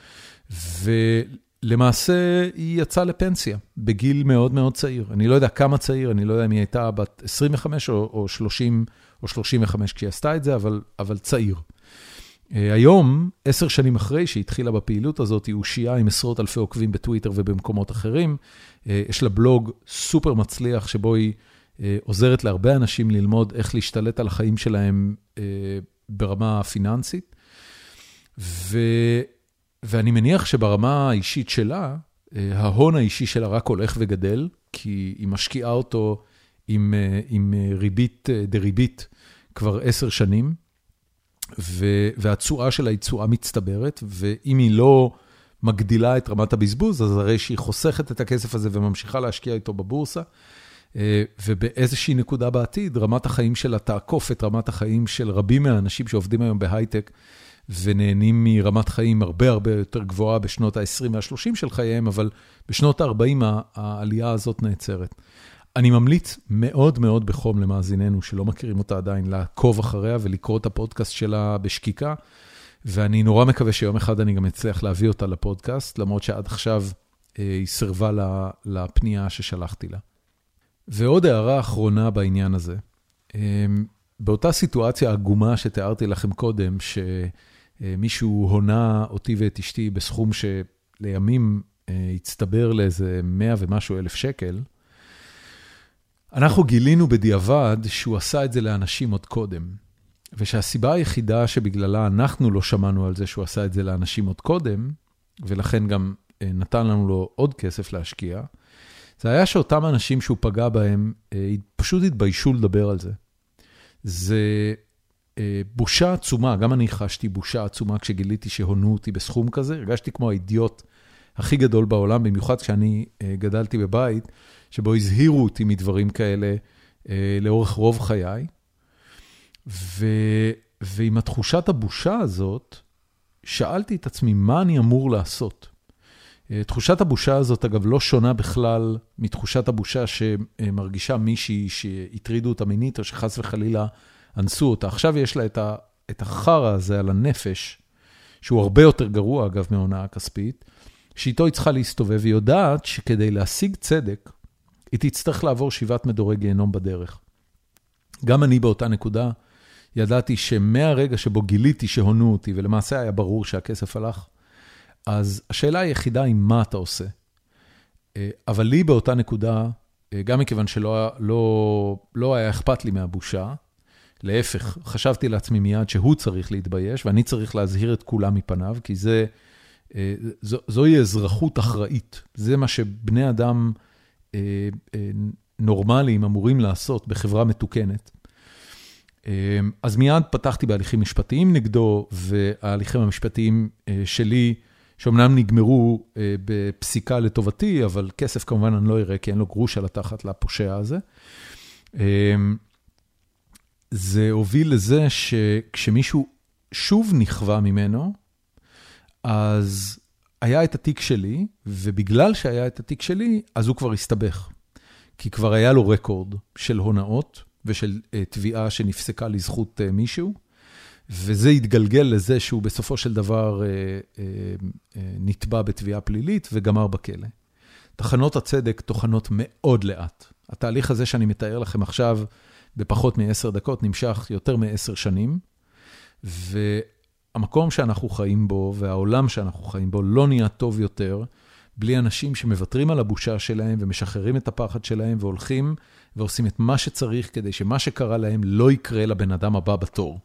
ולמעשה היא יצאה לפנסיה בגיל מאוד מאוד צעיר. אני לא יודע כמה צעיר, אני לא יודע אם היא הייתה בת עשרים וחמש או שלושים או שלושים וחמש כשהיא עשתה את זה, אבל, אבל צעיר. היום, עשר שנים אחרי שהיא התחילה בפעילות הזאת, היא אושייה עם עשרות אלפי עוקבים בטוויטר ובמקומות אחרים. יש לה בלוג סופר מצליח שבו היא עוזרת להרבה אנשים ללמוד איך להשתלט על החיים שלהם ברמה פיננסית. ו... ואני מניח שברמה האישית שלה, ההון האישי שלה רק הולך וגדל, כי היא משקיעה אותו עם, עם ריבית דריבית כבר עשר שנים, והתשואה שלה היא תשואה מצטברת, ואם היא לא מגדילה את רמת הבזבוז, אז הרי שהיא חוסכת את הכסף הזה וממשיכה להשקיע איתו בבורסה, ובאיזושהי נקודה בעתיד, רמת החיים שלה תעקוף את רמת החיים של רבים מהאנשים שעובדים היום בהייטק, ונהנים מרמת חיים הרבה הרבה יותר גבוהה בשנות ה-עשרים וה-שלושים של חייהם, אבל בשנות ה-ארבעים העלייה הזאת נעצרת. אני ממליץ מאוד מאוד בחום למאזיננו, שלא מכירים אותה עדיין, לעקוב אחריה ולקרוא את הפודקאסט שלה בשקיקה, ואני נורא מקווה שיום אחד אני גם אצליח להביא אותה לפודקאסט, למרות שעד עכשיו היא סרבה לפנייה ששלחתי לה. ועוד הערה אחרונה בעניין הזה, באותה סיטואציה עגומה שתיארתי לכם קודם, שמישהו הונה אותי ואת אשתי בסכום שלימים הצטבר לאיזה מאה ומשהו אלף שקל, אנחנו גילינו בדיעבד שהוא עשה את זה לאנשים עוד קודם, ושהסיבה היחידה שבגללה אנחנו לא שמענו על זה שהוא עשה את זה לאנשים עוד קודם, ולכן גם נתן לנו לו עוד כסף להשקיע, זה היה שאותם אנשים שהוא פגע בהם פשוט התביישו לדבר על זה. זה בושה עצומה, גם אני חשתי בושה עצומה כשגיליתי שהונו אותי בסכום כזה, הרגשתי כמו האידיוט הכי גדול בעולם, במיוחד כשאני גדלתי בבית, שבו הזהירו אותי מדברים כאלה לאורך רוב חיי. ו... ועם התחושת הבושה הזאת, שאלתי את עצמי, מה אני אמור לעשות? תחושת הבושה הזאת, אגב, לא שונה בכלל מתחושת הבושה שמרגישה מישהי שהטרידו אותה מינית, או שחס וחלילה אנסו אותה. עכשיו יש לה את, ה... את החרא הזה על הנפש, שהוא הרבה יותר גרוע, אגב, מהונאה כספית, שאיתו היא צריכה להסתובב, והיא יודעת שכדי להשיג צדק, היא תצטרך לעבור שבעת מדורי גיהנום בדרך. גם אני באותה נקודה, ידעתי שמהרגע שבו גיליתי שהונו אותי, ולמעשה היה ברור שהכסף הלך, אז השאלה היחידה היא מה אתה עושה. אבל לי באותה נקודה, גם מכיוון שלא לא, לא היה אכפת לי מהבושה, להפך, חשבתי לעצמי מיד שהוא צריך להתבייש, ואני צריך להזהיר את כולם מפניו, כי זה, זו, זוהי אזרחות אחראית. זה מה שבני אדם נורמליים אמורים לעשות בחברה מתוקנת. אז מיד פתחתי בהליכים משפטיים נגדו, וההליכים המשפטיים שלי, שאומנם נגמרו בפסיקה לטובתי, אבל כסף כמובן אני לא אראה, כי אין לו גרוש על התחת לפושע הזה. זה הוביל לזה שכשמישהו שוב נכווה ממנו, אז היה את התיק שלי, ובגלל שהיה את התיק שלי, אז הוא כבר הסתבך. כי כבר היה לו רקורד של הונאות, ושל תביעה שנפסקה לזכות מישהו, וזה התגלגל לזה שהוא בסופו של דבר נתבע בתביעה פלילית וגמר בכלא. תחנות הצדק תוכנות מאוד לאט. התהליך הזה שאני מתאר לכם עכשיו, בפחות מעשר דקות, נמשך יותר מעשר שנים, והמקום שאנחנו חיים בו, והעולם שאנחנו חיים בו, לא נהיה טוב יותר, בלי אנשים שמוותרים על הבושה שלהם, ומשחררים את הפחד שלהם, והולכים ועושים את מה שצריך, כדי שמה שקרה להם לא יקרה לבן אדם הבא בתור.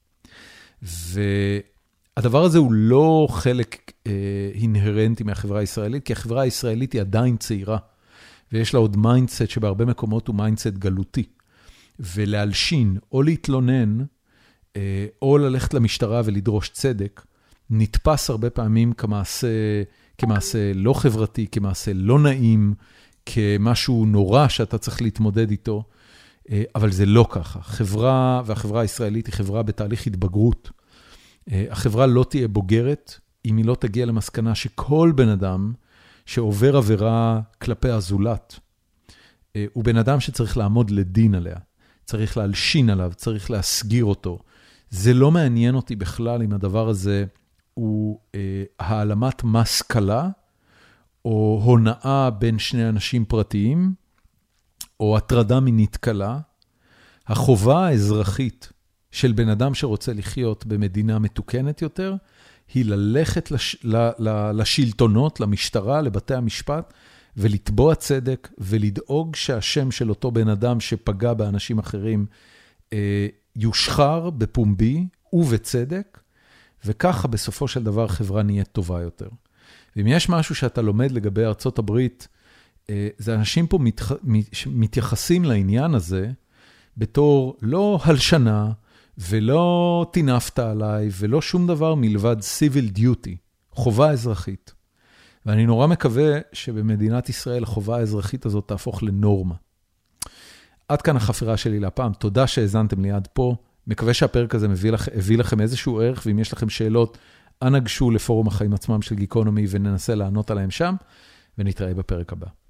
והדבר הזה הוא לא חלק אה, אינהרנטי מהחברה הישראלית, כי החברה הישראלית היא עדיין צעירה, ויש לה עוד מיינדסט שבהרבה מקומות הוא מיינדסט גלותי. ולהלשין או להתלונן, אה, או ללכת למשטרה ולדרוש צדק, נתפס הרבה פעמים כמעשה, כמעשה לא חברתי, כמעשה לא נעים, כמשהו נורא שאתה צריך להתמודד איתו, אבל זה לא ככה. חברה, והחברה הישראלית היא חברה בתהליך התבגרות. החברה לא תהיה בוגרת, אם היא לא תגיע למסקנה שכל בן אדם שעובר עבירה כלפי הזולת, הוא בן אדם שצריך לעמוד לדין עליה, צריך להלשין עליו, צריך להסגיר אותו. זה לא מעניין אותי בכלל אם הדבר הזה הוא העלמת מס קלה, או הונאה בין שני אנשים פרטיים, או הטרדה מינית קלה. החובה האזרחית של בן אדם שרוצה לחיות במדינה מתוקנת יותר, היא ללכת לש... לשלטונות, למשטרה, לבתי המשפט, ולתבוע צדק, ולדאוג שהשם של אותו בן אדם שפגע באנשים אחרים, יושחר בפומבי ובצדק, וככה בסופו של דבר חברה נהיה טובה יותר. ואם יש משהו שאתה לומד לגבי ארצות הברית, זה אנשים פה מתח... מתייחסים לעניין הזה, בתור לא הלשנה, ולא תינפת עליי, ולא שום דבר מלבד civil duty, חובה אזרחית. ואני נורא מקווה שבמדינת ישראל החובה האזרחית הזאת תהפוך לנורמה. עד כאן החפירה שלי להפעם, תודה שהאזנתם לי עד פה, מקווה שהפרק הזה מביא, לכ... הביא לכם איזשהו ערך, ואם יש לכם שאלות, אנא גשו לפורום החיים עצמם של גיקונומי, וננסה לענות עליהם שם, ונתראה בפרק הבא.